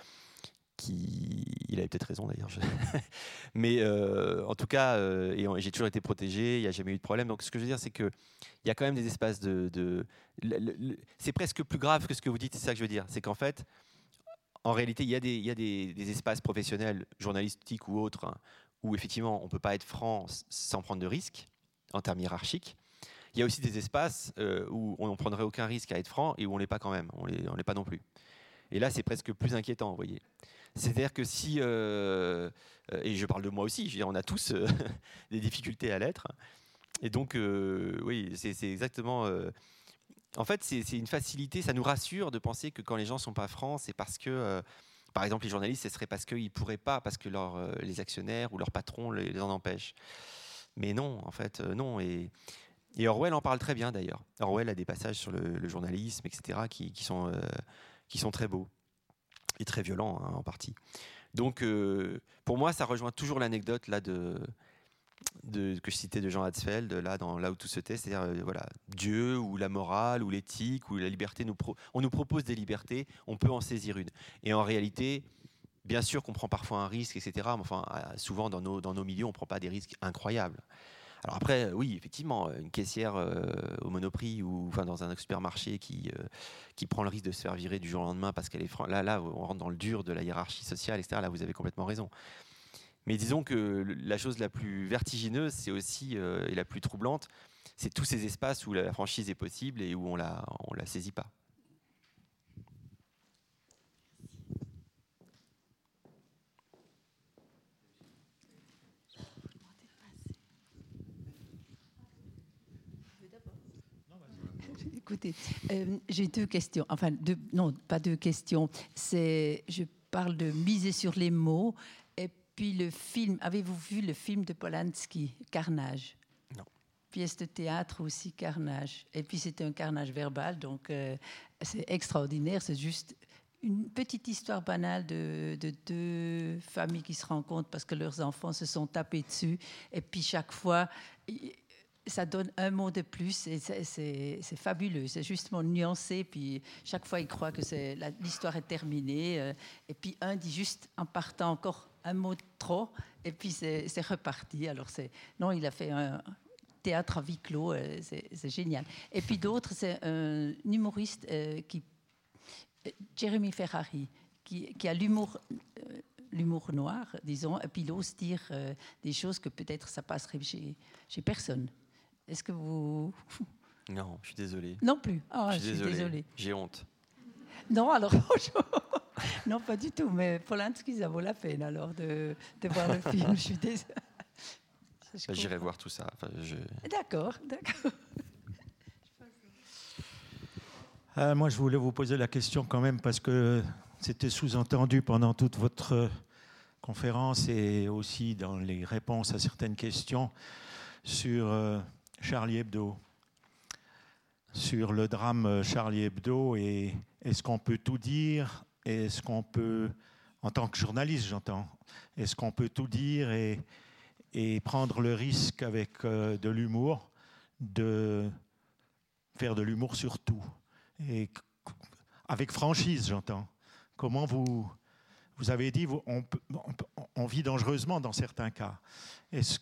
il avait peut-être raison d'ailleurs. Mais en tout cas, j'ai toujours été protégé, il n'y a jamais eu de problème. Donc ce que je veux dire, c'est qu'il y a quand même des espaces c'est presque plus grave que ce que vous dites, c'est ça que je veux dire. C'est qu'en fait, en réalité, il y a des espaces professionnels, journalistiques ou autres, hein, où effectivement on ne peut pas être franc sans prendre de risques en termes hiérarchiques. Il y a aussi des espaces où on ne prendrait aucun risque à être franc et où on ne l'est pas quand même, on l'est pas non plus. Et là, c'est presque plus inquiétant, vous voyez. C'est-à-dire que si, et je parle de moi aussi, je veux dire, on a tous des difficultés à l'être. Et donc, oui, c'est exactement... en fait, c'est une facilité, ça nous rassure de penser que quand les gens ne sont pas francs, c'est parce que, par exemple, les journalistes, ce serait parce qu'ils ne pourraient pas, parce que les actionnaires ou leurs patrons les en empêchent. Mais non, en fait, non. Et Orwell en parle très bien, d'ailleurs. Orwell a des passages sur le journalisme, etc., qui sont très beaux et très violents, hein, en partie. Donc, pour moi, ça rejoint toujours l'anecdote là de que je citais de Jean Hatzfeld, là où tout se tait, c'est-à-dire voilà, Dieu ou la morale ou l'éthique ou la liberté, on nous propose des libertés, on peut en saisir une. Et en réalité, bien sûr qu'on prend parfois un risque, etc. Mais enfin, souvent dans nos milieux, on ne prend pas des risques incroyables. Alors après, oui, effectivement, une caissière au Monoprix ou enfin, dans un supermarché qui prend le risque de se faire virer du jour au lendemain parce qu'elle est là, on rentre dans le dur de la hiérarchie sociale, etc. Là, vous avez complètement raison. Mais disons que la chose la plus vertigineuse, c'est aussi, et la plus troublante, c'est tous ces espaces où la franchise est possible et où on la saisit pas. Écoutez, j'ai deux questions. Enfin, non, pas deux questions. Je parle de miser sur les mots. Et puis le film, avez-vous vu le film de Polanski, Carnage? Non. Pièce de théâtre aussi, Carnage. Et puis c'était un carnage verbal, donc c'est extraordinaire. C'est juste une petite histoire banale de deux familles qui se rencontrent parce que leurs enfants se sont tapés dessus. Et puis chaque fois, ça donne un mot de plus et c'est fabuleux. C'est justement nuancé. Puis chaque fois, ils croient que l'histoire est terminée. Et puis un dit juste en partant encore un mot de trop. Et puis c'est reparti. Alors non, il a fait un théâtre à huis clos. C'est génial. Et puis d'autres, c'est un humoriste Jérémy Ferrari, qui a l'humour noir, disons, et puis il ose dire des choses que peut-être ça passerait chez personne. Est-ce que vous... Non, je suis désolé. Non plus. Je suis désolé. J'ai honte. Non, alors non, pas du tout. Mais Polanski, ça vaut la peine alors de voir le film. Je suis désolée. J'irai voir tout ça. Enfin, D'accord. Moi, je voulais vous poser la question quand même parce que c'était sous-entendu pendant toute votre conférence et aussi dans les réponses à certaines questions sur Charlie Hebdo, sur le drame Charlie Hebdo. Et est-ce qu'on peut tout dire? Est-ce qu'on peut, en tant que journaliste, j'entends, est-ce qu'on peut tout dire et prendre le risque avec de l'humour de faire de l'humour sur tout? Et avec franchise, j'entends. Comment vous avez dit, on vit dangereusement dans certains cas. Est-ce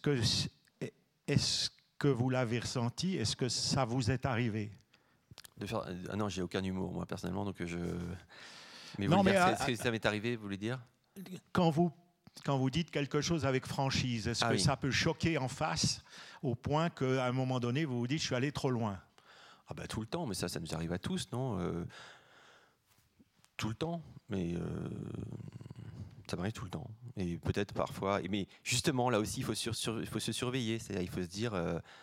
que vous l'avez ressenti? Est-ce que ça vous est arrivé? Ah non, j'ai aucun humour, moi, personnellement, donc je... Mais est-ce que ça m'est arrivé, vous voulez dire? Quand vous dites quelque chose avec franchise, est-ce que ça peut choquer en face au point qu'à un moment donné, vous vous dites « je suis allé trop loin » ? Ah bah tout le temps, mais ça nous arrive à tous, non? Tout le temps, mais ça m'arrive tout le temps. Et peut-être parfois, mais justement là aussi il faut se surveiller, c'est-à-dire il faut se dire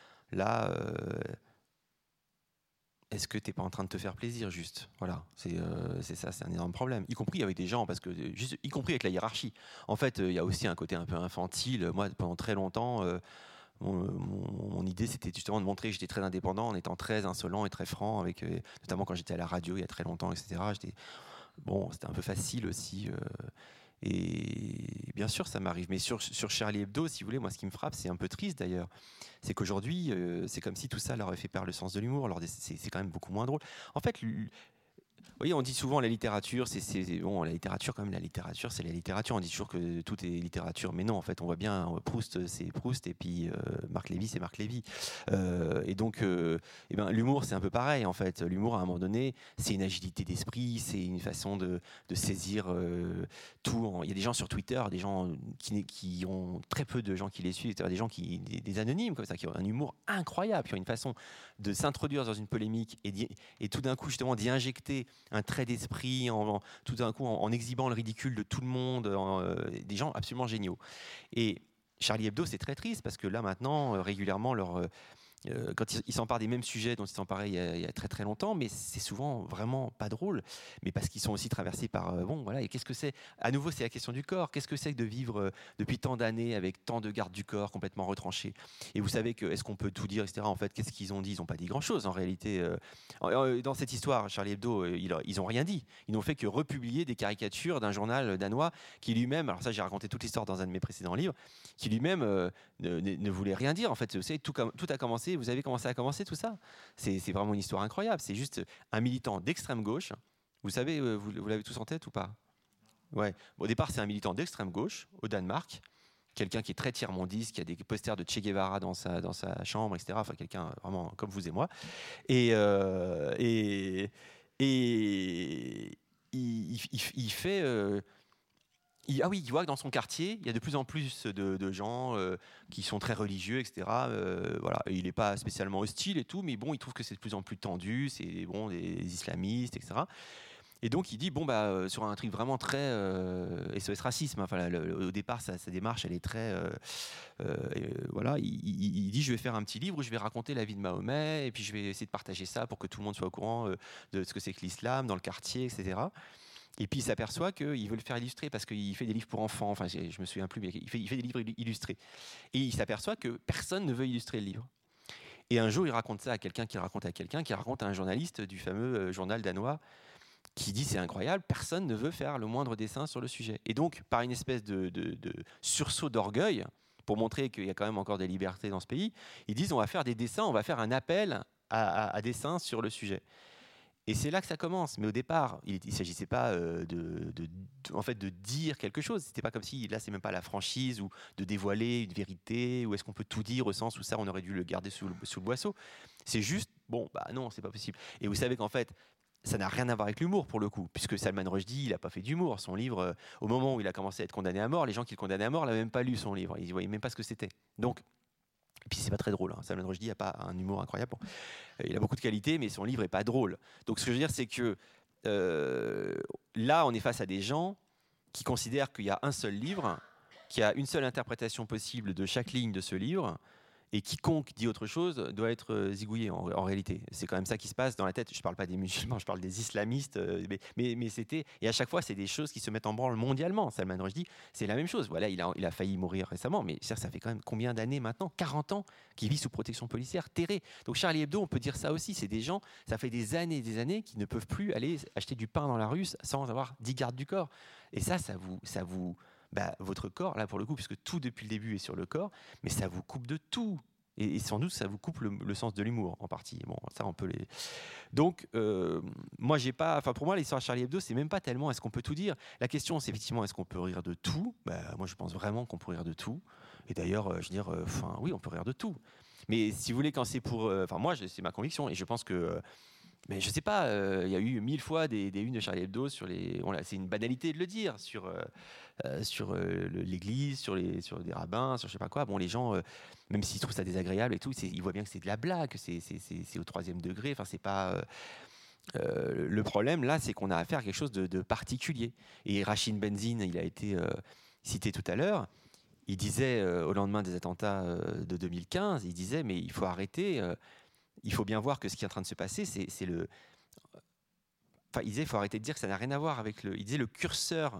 est-ce que tu n'es pas en train de te faire plaisir juste? Voilà, c'est ça, c'est un énorme problème. Y compris avec des gens, y compris avec la hiérarchie. En fait, il y a aussi un côté un peu infantile. Moi, pendant très longtemps, mon idée, c'était justement de montrer que j'étais très indépendant en étant très insolent et très franc, notamment quand j'étais à la radio il y a très longtemps, etc. C'était un peu facile aussi. Et bien sûr, ça m'arrive. Mais sur Charlie Hebdo, si vous voulez, moi, ce qui me frappe, c'est un peu triste d'ailleurs. C'est qu'aujourd'hui, c'est comme si tout ça leur avait fait perdre le sens de l'humour. Alors, c'est quand même beaucoup moins drôle. En fait, vous voyez, on dit souvent la littérature, la littérature, quand même, la littérature, c'est la littérature. On dit toujours que tout est littérature, mais non, en fait, on voit bien, Proust, c'est Proust, et puis Marc Lévy, c'est Marc Lévy. Et donc, l'humour, c'est un peu pareil, en fait. L'humour, à un moment donné, c'est une agilité d'esprit, c'est une façon de saisir tout. Il y a des gens sur Twitter, des gens qui ont très peu de gens qui les suivent, des gens des anonymes, comme ça, qui ont un humour incroyable, qui ont une façon de s'introduire dans une polémique et tout d'un coup, justement, d'y injecter un trait d'esprit, tout d'un coup en exhibant le ridicule de tout le monde, des gens absolument géniaux. Et Charlie Hebdo, c'est très triste parce que là maintenant, régulièrement, quand ils s'emparent des mêmes sujets dont ils s'emparaient il y a très très longtemps, mais c'est souvent vraiment pas drôle, mais parce qu'ils sont aussi traversés par et qu'est-ce que c'est, à nouveau c'est la question du corps, qu'est-ce que c'est que de vivre depuis tant d'années avec tant de gardes du corps complètement retranchés, et vous savez que est-ce qu'on peut tout dire, etc. En fait, qu'est-ce qu'ils ont dit? Ils n'ont pas dit grand chose en réalité. Dans cette histoire, Charlie Hebdo, ils n'ont rien dit, ils n'ont fait que republier des caricatures d'un journal danois qui lui-même, alors ça j'ai raconté toute l'histoire dans un de mes précédents livres, qui lui-même ne voulait rien dire. En fait, vous savez, tout a commencé. Vous avez commencé à commencer tout ça. C'est vraiment une histoire incroyable. C'est juste un militant d'extrême gauche. Vous savez, vous l'avez tous en tête ou pas? Ouais. Bon, au départ, c'est un militant d'extrême gauche au Danemark. Quelqu'un qui est très tiers-mondiste, qui a des posters de Che Guevara dans sa chambre, etc. Enfin, quelqu'un vraiment comme vous et moi. Et il fait... il voit que dans son quartier, il y a de plus en plus de gens qui sont très religieux, etc. Et il n'est pas spécialement hostile et tout, mais bon, il trouve que c'est de plus en plus tendu, c'est des islamistes, etc. Et donc il dit sur un truc vraiment très SOS racisme. Enfin, au départ, sa démarche, elle est très il dit je vais faire un petit livre où je vais raconter la vie de Mahomet et puis je vais essayer de partager ça pour que tout le monde soit au courant de ce que c'est que l'islam dans le quartier, etc. Et puis il s'aperçoit qu'il veut le faire illustrer parce qu'il fait des livres pour enfants. Enfin, je me souviens plus, mais il fait des livres illustrés. Et il s'aperçoit que personne ne veut illustrer le livre. Et un jour, il raconte ça à quelqu'un qui raconte à un journaliste du fameux journal danois qui dit c'est incroyable, personne ne veut faire le moindre dessin sur le sujet. Et donc, par une espèce de sursaut d'orgueil, pour montrer qu'il y a quand même encore des libertés dans ce pays, ils disent on va faire des dessins, on va faire un appel à dessins sur le sujet. Et c'est là que ça commence. Mais au départ, il ne s'agissait pas de dire quelque chose. C'était pas comme si, là, c'est même pas la franchise ou de dévoiler une vérité, ou est-ce qu'on peut tout dire au sens où ça, on aurait dû le garder sous le boisseau. C'est juste, non, c'est pas possible. Et vous savez qu'en fait, ça n'a rien à voir avec l'humour pour le coup, puisque Salman Rushdie, il n'a pas fait d'humour. Son livre, au moment où il a commencé à être condamné à mort, les gens qui le condamnaient à mort n'avaient même pas lu son livre. Ils ne voyaient même pas ce que c'était. Donc, et puis c'est pas très drôle. Hein. Salman Rushdie n'a pas un humour incroyable. Bon. Il a beaucoup de qualités, mais son livre est pas drôle. Donc ce que je veux dire, c'est que là, on est face à des gens qui considèrent qu'il y a un seul livre, qu'il y a une seule interprétation possible de chaque ligne de ce livre, et quiconque dit autre chose doit être zigouillé en réalité. C'est quand même ça qui se passe dans la tête. Je ne parle pas des musulmans, je parle des islamistes. Mais c'était... Et à chaque fois, c'est des choses qui se mettent en branle mondialement. Salman Rushdie, c'est la même chose. Voilà, il a failli mourir récemment, mais ça fait quand même combien d'années maintenant? 40 ans qu'il vit sous protection policière, terré. Donc Charlie Hebdo, on peut dire ça aussi. C'est des gens, ça fait des années qui ne peuvent plus aller acheter du pain dans la rue sans avoir 10 gardes du corps. Et ça vous votre corps, là pour le coup, puisque tout depuis le début est sur le corps, mais ça vous coupe de tout. Et sans doute, ça vous coupe le sens de l'humour en partie. Bon, ça, on peut les. Donc, moi, j'ai pas. Enfin, pour moi, l'histoire de Charlie Hebdo, c'est même pas tellement est-ce qu'on peut tout dire. La question, c'est effectivement est-ce qu'on peut rire de tout. Moi, je pense vraiment qu'on peut rire de tout. Et d'ailleurs, oui, on peut rire de tout. Mais si vous voulez, quand c'est pour. Moi, c'est ma conviction, et je pense que. Mais je sais pas, il y a eu 1000 fois des unes de Charlie Hebdo sur les. C'est une banalité de le dire sur l'Église, sur des rabbins, sur je sais pas quoi. Bon, les gens, même s'ils trouvent ça désagréable et tout, ils voient bien que c'est de la blague, que c'est au 3e degré. Enfin, c'est pas. Le problème là, c'est qu'on a affaire à quelque chose de particulier. Et Rachid Benzine, il a été cité tout à l'heure. Il disait au lendemain des attentats de 2015, il disait mais il faut arrêter. Il faut bien voir que ce qui est en train de se passer, c'est le. Enfin, il disait, il faut arrêter de dire que ça n'a rien à voir avec le. Il disait le curseur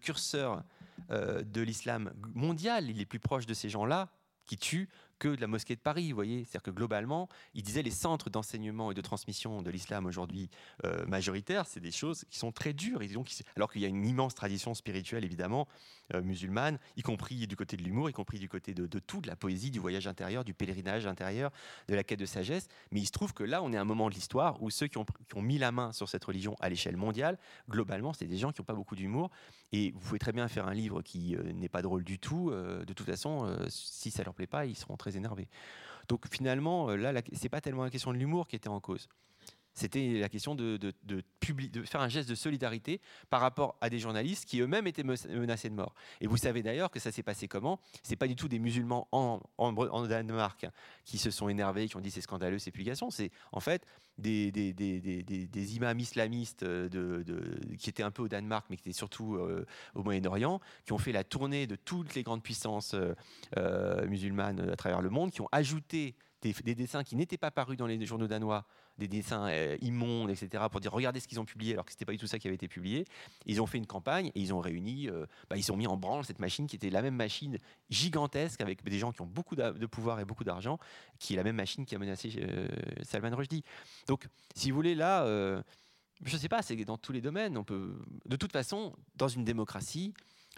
de l'islam mondial, il est plus proche de ces gens-là qui tuent que de la mosquée de Paris, vous voyez. C'est-à-dire que globalement, il disait les centres d'enseignement et de transmission de l'islam aujourd'hui majoritaires, c'est des choses qui sont très dures. Et donc, alors qu'il y a une immense tradition spirituelle, évidemment, musulmane, y compris du côté de l'humour, y compris du côté de tout, de la poésie, du voyage intérieur, du pèlerinage intérieur, de la quête de sagesse. Mais il se trouve que là, on est à un moment de l'histoire où ceux qui ont mis la main sur cette religion à l'échelle mondiale, globalement, c'est des gens qui n'ont pas beaucoup d'humour. Et vous pouvez très bien faire un livre qui n'est pas drôle du tout. De toute façon, si ça leur plaît pas, ils seront très énervés. Donc finalement, là, c'est pas tellement la question de l'humour qui était en cause. C'était la question de faire un geste de solidarité par rapport à des journalistes qui eux-mêmes étaient menacés de mort. Et vous savez d'ailleurs que ça s'est passé comment? C'est pas du tout des musulmans en Danemark qui se sont énervés, qui ont dit c'est scandaleux ces publications. C'est en fait des imams islamistes qui étaient un peu au Danemark, mais qui étaient surtout au Moyen-Orient, qui ont fait la tournée de toutes les grandes puissances musulmanes à travers le monde, qui ont ajouté des dessins qui n'étaient pas parus dans les journaux danois, des dessins immondes, etc., pour dire regardez ce qu'ils ont publié, alors que c'était pas du tout ça qui avait été publié. Ils ont fait une campagne et ils ont réuni, ils ont mis en branle cette machine qui était la même machine gigantesque avec des gens qui ont beaucoup de pouvoir et beaucoup d'argent, qui est la même machine qui a menacé Salman Rushdie. Donc, si vous voulez, là, je sais pas, c'est dans tous les domaines. On peut, de toute façon, dans une démocratie,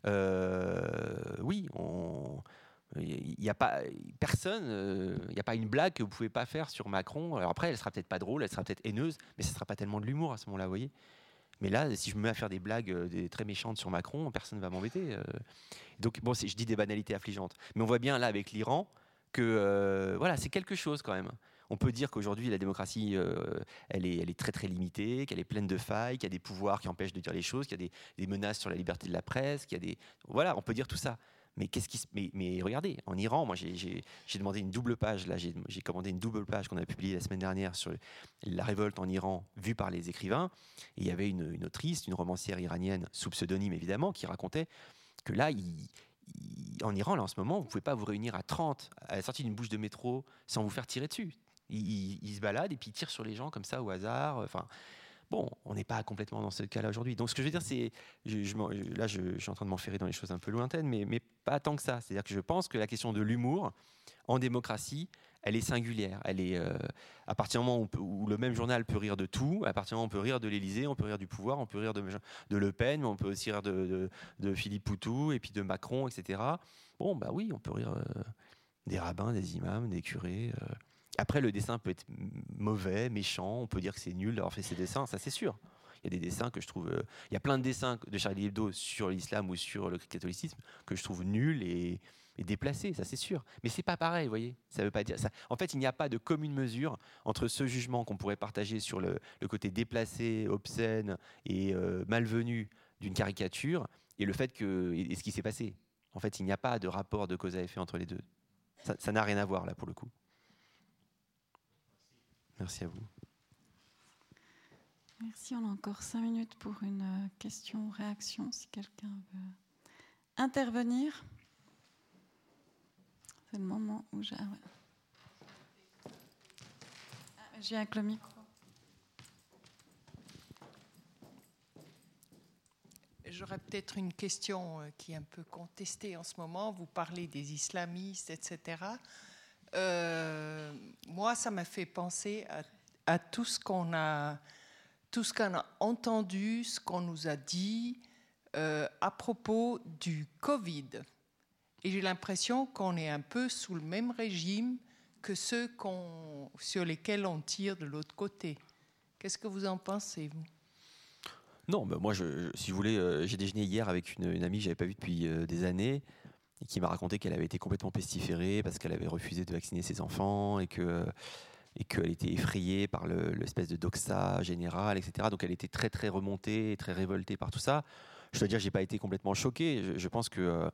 oui, il n'y a pas personne, il n'y a pas une blague que vous pouvez pas faire sur Macron. Alors après, elle sera peut-être pas drôle, elle sera peut-être haineuse, mais ce sera pas tellement de l'humour à ce moment-là, vous voyez. Mais là, si je me mets à faire des blagues très méchantes sur Macron, personne ne va m'embêter. Donc bon, je dis des banalités affligeantes, mais on voit bien là avec l'Iran que voilà, c'est quelque chose quand même. On peut dire qu'aujourd'hui, la démocratie, elle est très très limitée, qu'elle est pleine de failles, qu'il y a des pouvoirs qui empêchent de dire les choses, qu'il y a des menaces sur la liberté de la presse, qu'il y a des... Voilà, on peut dire tout ça. Mais mais regardez, en Iran, moi j'ai demandé une double page, là j'ai commandé une double page qu'on a publiée la semaine dernière sur la révolte en Iran vue par les écrivains. Et il y avait une autrice, une romancière iranienne, sous pseudonyme évidemment, qui racontait que là, en Iran, là, en ce moment, vous ne pouvez pas vous réunir à 30 à la sortie d'une bouche de métro sans vous faire tirer dessus. Ils se baladent et puis ils tirent sur les gens comme ça au hasard. Enfin, bon, on n'est pas complètement dans ce cas-là aujourd'hui. Donc ce que je veux dire, c'est, là je suis en train de m'enferrer dans les choses un peu lointaines, mais pas tant que ça. C'est-à-dire que je pense que la question de l'humour en démocratie, elle est singulière. Elle est à partir du moment où le même journal peut rire de tout, à partir du moment où on peut rire de l'Élysée, on peut rire du pouvoir, on peut rire de Le Pen, mais on peut aussi rire de Philippe Poutou et puis de Macron, etc. Bon, bah oui, on peut rire des rabbins, des imams, des curés. Après, le dessin peut être mauvais, méchant, on peut dire que c'est nul d'avoir fait ces dessins, ça c'est sûr. Il y a des dessins que je trouve... il y a plein de dessins de Charlie Hebdo sur l'islam ou sur le catholicisme que je trouve nuls et déplacés, ça c'est sûr. Mais c'est pas pareil, vous voyez. Ça veut pas dire ça. En fait, il n'y a pas de commune mesure entre ce jugement qu'on pourrait partager sur le côté déplacé, obscène et malvenu d'une caricature et le fait et ce qui s'est passé. En fait, il n'y a pas de rapport de cause à effet entre les deux. Ça n'a rien à voir là pour le coup. Merci à vous. Merci, on a encore 5 minutes pour une question ou réaction, si quelqu'un veut intervenir. C'est le moment où j'ai... j'ai avec le micro. J'aurais peut-être une question qui est un peu contestée en ce moment. Vous parlez des islamistes, etc. Moi, ça m'a fait penser à tout ce qu'on a entendu, ce qu'on nous a dit à propos du Covid. Et j'ai l'impression qu'on est un peu sous le même régime que ceux sur lesquels on tire de l'autre côté. Qu'est-ce que vous en pensez, vous ? Non, moi, si vous voulez, j'ai déjeuné hier avec une amie que je n'avais pas vue depuis des années, et qui m'a raconté qu'elle avait été complètement pestiférée parce qu'elle avait refusé de vacciner ses enfants et qu'elle était effrayée par l'espèce de doxa générale, etc. Donc elle était très très remontée, très révoltée par tout ça. Je dois dire, j'ai pas été complètement choqué. Je pense que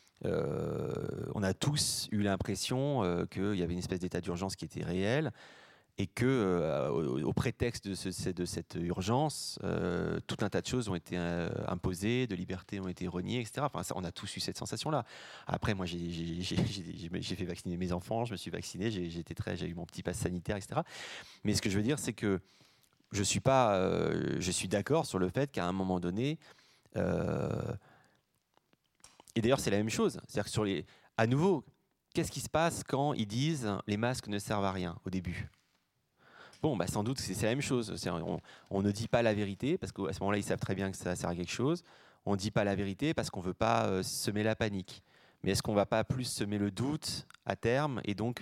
on a tous eu l'impression qu'il y avait une espèce d'état d'urgence qui était réel. Et qu'au prétexte de cette urgence, tout un tas de choses ont été imposées, de libertés ont été reniées, etc. Enfin, on a tous eu cette sensation-là. Après, moi, j'ai fait vacciner mes enfants, je me suis vacciné, j'ai eu mon petit pass sanitaire, etc. Mais ce que je veux dire, c'est que je suis d'accord sur le fait qu'à un moment donné, et d'ailleurs, c'est la même chose. C'est-à-dire que à nouveau, qu'est-ce qui se passe quand ils disent les masques ne servent à rien au début ? Bon, sans doute c'est la même chose. On ne dit pas la vérité, parce qu'à ce moment-là, ils savent très bien que ça sert à quelque chose. On ne dit pas la vérité parce qu'on ne veut pas semer la panique. Mais est-ce qu'on ne va pas plus semer le doute à terme, et donc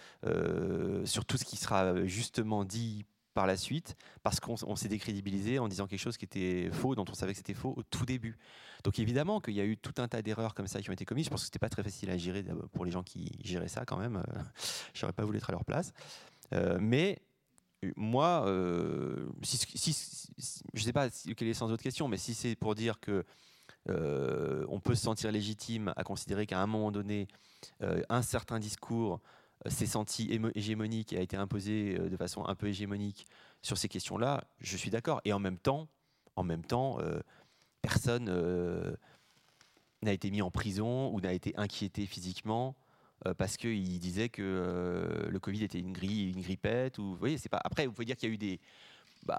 sur tout ce qui sera justement dit par la suite, parce qu'on s'est décrédibilisé en disant quelque chose qui était faux, dont on savait que c'était faux au tout début. Donc évidemment qu'il y a eu tout un tas d'erreurs comme ça qui ont été commises. Je pense que ce n'était pas très facile à gérer pour les gens qui géraient ça quand même. Je n'aurais pas voulu être à leur place. Mais moi, je ne sais pas quel est le sens de votre question, mais si c'est pour dire que on peut se sentir légitime à considérer qu'à un moment donné, un certain discours s'est senti hégémonique et a été imposé de façon un peu hégémonique sur ces questions-là, je suis d'accord. Et en même temps, personne n'a été mis en prison ou n'a été inquiété physiquement parce qu'il disait que le Covid était une grippette. Ou, vous voyez, c'est pas... Après, vous pouvez dire qu'il y a eu des... Bah,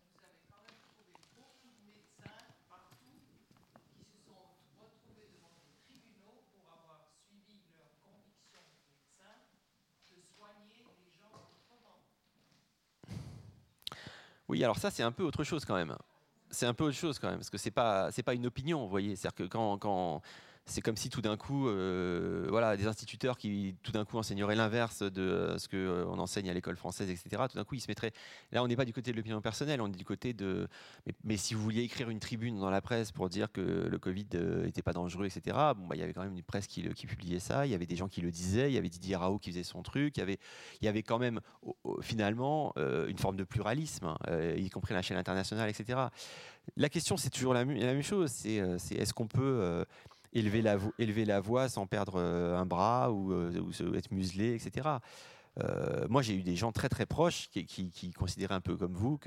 oui, alors ça, c'est un peu autre chose quand même. C'est un peu autre chose quand même, parce que c'est pas une opinion, vous voyez. C'est-à-dire que quand c'est comme si tout d'un coup, voilà, des instituteurs qui tout d'un coup enseigneraient l'inverse de ce qu'on enseigne à l'école française, etc. Tout d'un coup, ils se mettraient. Là, on n'est pas du côté de l'opinion personnelle, on est du côté de. Mais si vous vouliez écrire une tribune dans la presse pour dire que le Covid n'était pas dangereux, etc. Bon, bah, il y avait quand même une presse qui publiait ça. Il y avait des gens qui le disaient. Il y avait Didier Raoult qui faisait son truc. Il y avait quand même finalement une forme de pluralisme, y compris la chaîne internationale, etc. La question, c'est toujours la même chose. C'est est-ce qu'on peut élever la voix sans perdre un bras ou être muselé, etc. Moi, j'ai eu des gens très très proches qui considéraient un peu comme vous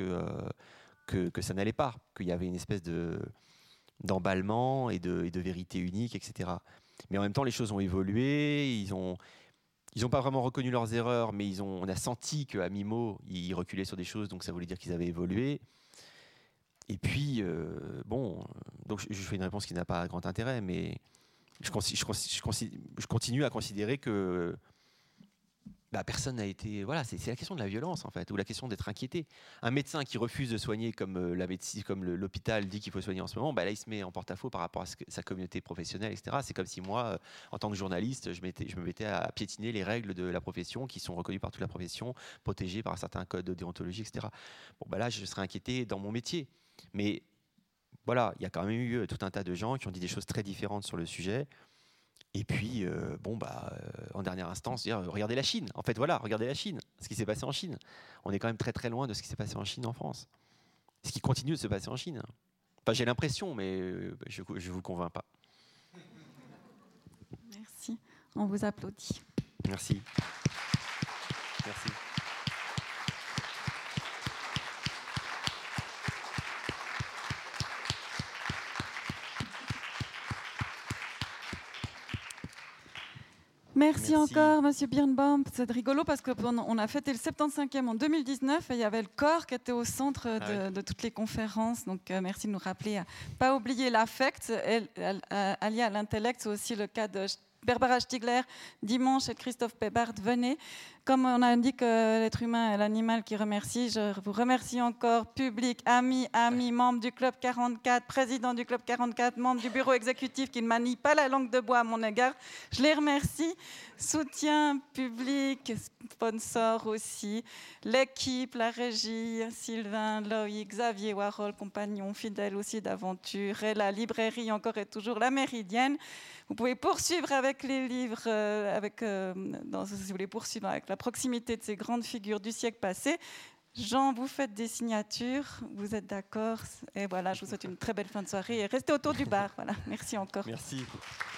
que ça n'allait pas, qu'il y avait une espèce d'emballement et de vérité unique, etc. Mais en même temps, les choses ont évolué. Ils n'ont pas vraiment reconnu leurs erreurs, mais on a senti qu'à mi-mot, ils reculaient sur des choses, donc ça voulait dire qu'ils avaient évolué. Et puis, donc je fais une réponse qui n'a pas grand intérêt, mais je continue à considérer que personne n'a été... Voilà, c'est la question de la violence, en fait, ou la question d'être inquiété. Un médecin qui refuse de soigner comme la médecine, comme l'hôpital dit qu'il faut soigner en ce moment, là, il se met en porte-à-faux par rapport à sa communauté professionnelle, etc. C'est comme si moi, en tant que journaliste, je me mettais à piétiner les règles de la profession, qui sont reconnues par toute la profession, protégées par un certain code de déontologie, etc. Là, je serais inquiété dans mon métier. Mais voilà, il y a quand même eu tout un tas de gens qui ont dit des choses très différentes sur le sujet. Et puis, en dernière instance, dire, regardez la Chine. En fait, voilà, regardez la Chine, ce qui s'est passé en Chine. On est quand même très très loin de ce qui s'est passé en Chine en France. Ce qui continue de se passer en Chine. Enfin, j'ai l'impression, mais je ne vous convainc pas. Merci. On vous applaudit. Merci. Merci. Merci encore, Monsieur Birnbaum. C'est rigolo parce qu'on a fêté le 75e en 2019 et il y avait le corps qui était au centre de toutes les conférences. Donc, merci de nous rappeler à ne pas oublier l'affect allié à l'intellect. C'est aussi le cas de Barbara Stiegler, dimanche, et Christophe Pebart, venez. Comme on a dit que l'être humain est l'animal qui remercie, je vous remercie encore, public, amis, membres du Club 44, président du Club 44, membres du bureau exécutif qui ne manie pas la langue de bois à mon égard. Je les remercie. Soutien public, sponsor aussi, l'équipe, la régie, Sylvain, Loïc, Xavier, Warhol, compagnon fidèle aussi d'aventure, et la librairie encore et toujours La Méridienne. Vous pouvez poursuivre avec les livres, si vous voulez poursuivre avec la proximité de ces grandes figures du siècle passé. Jean, vous faites des signatures, vous êtes d'accord? Et voilà, je vous souhaite une très belle fin de soirée et restez autour du bar. Voilà, merci encore. Merci.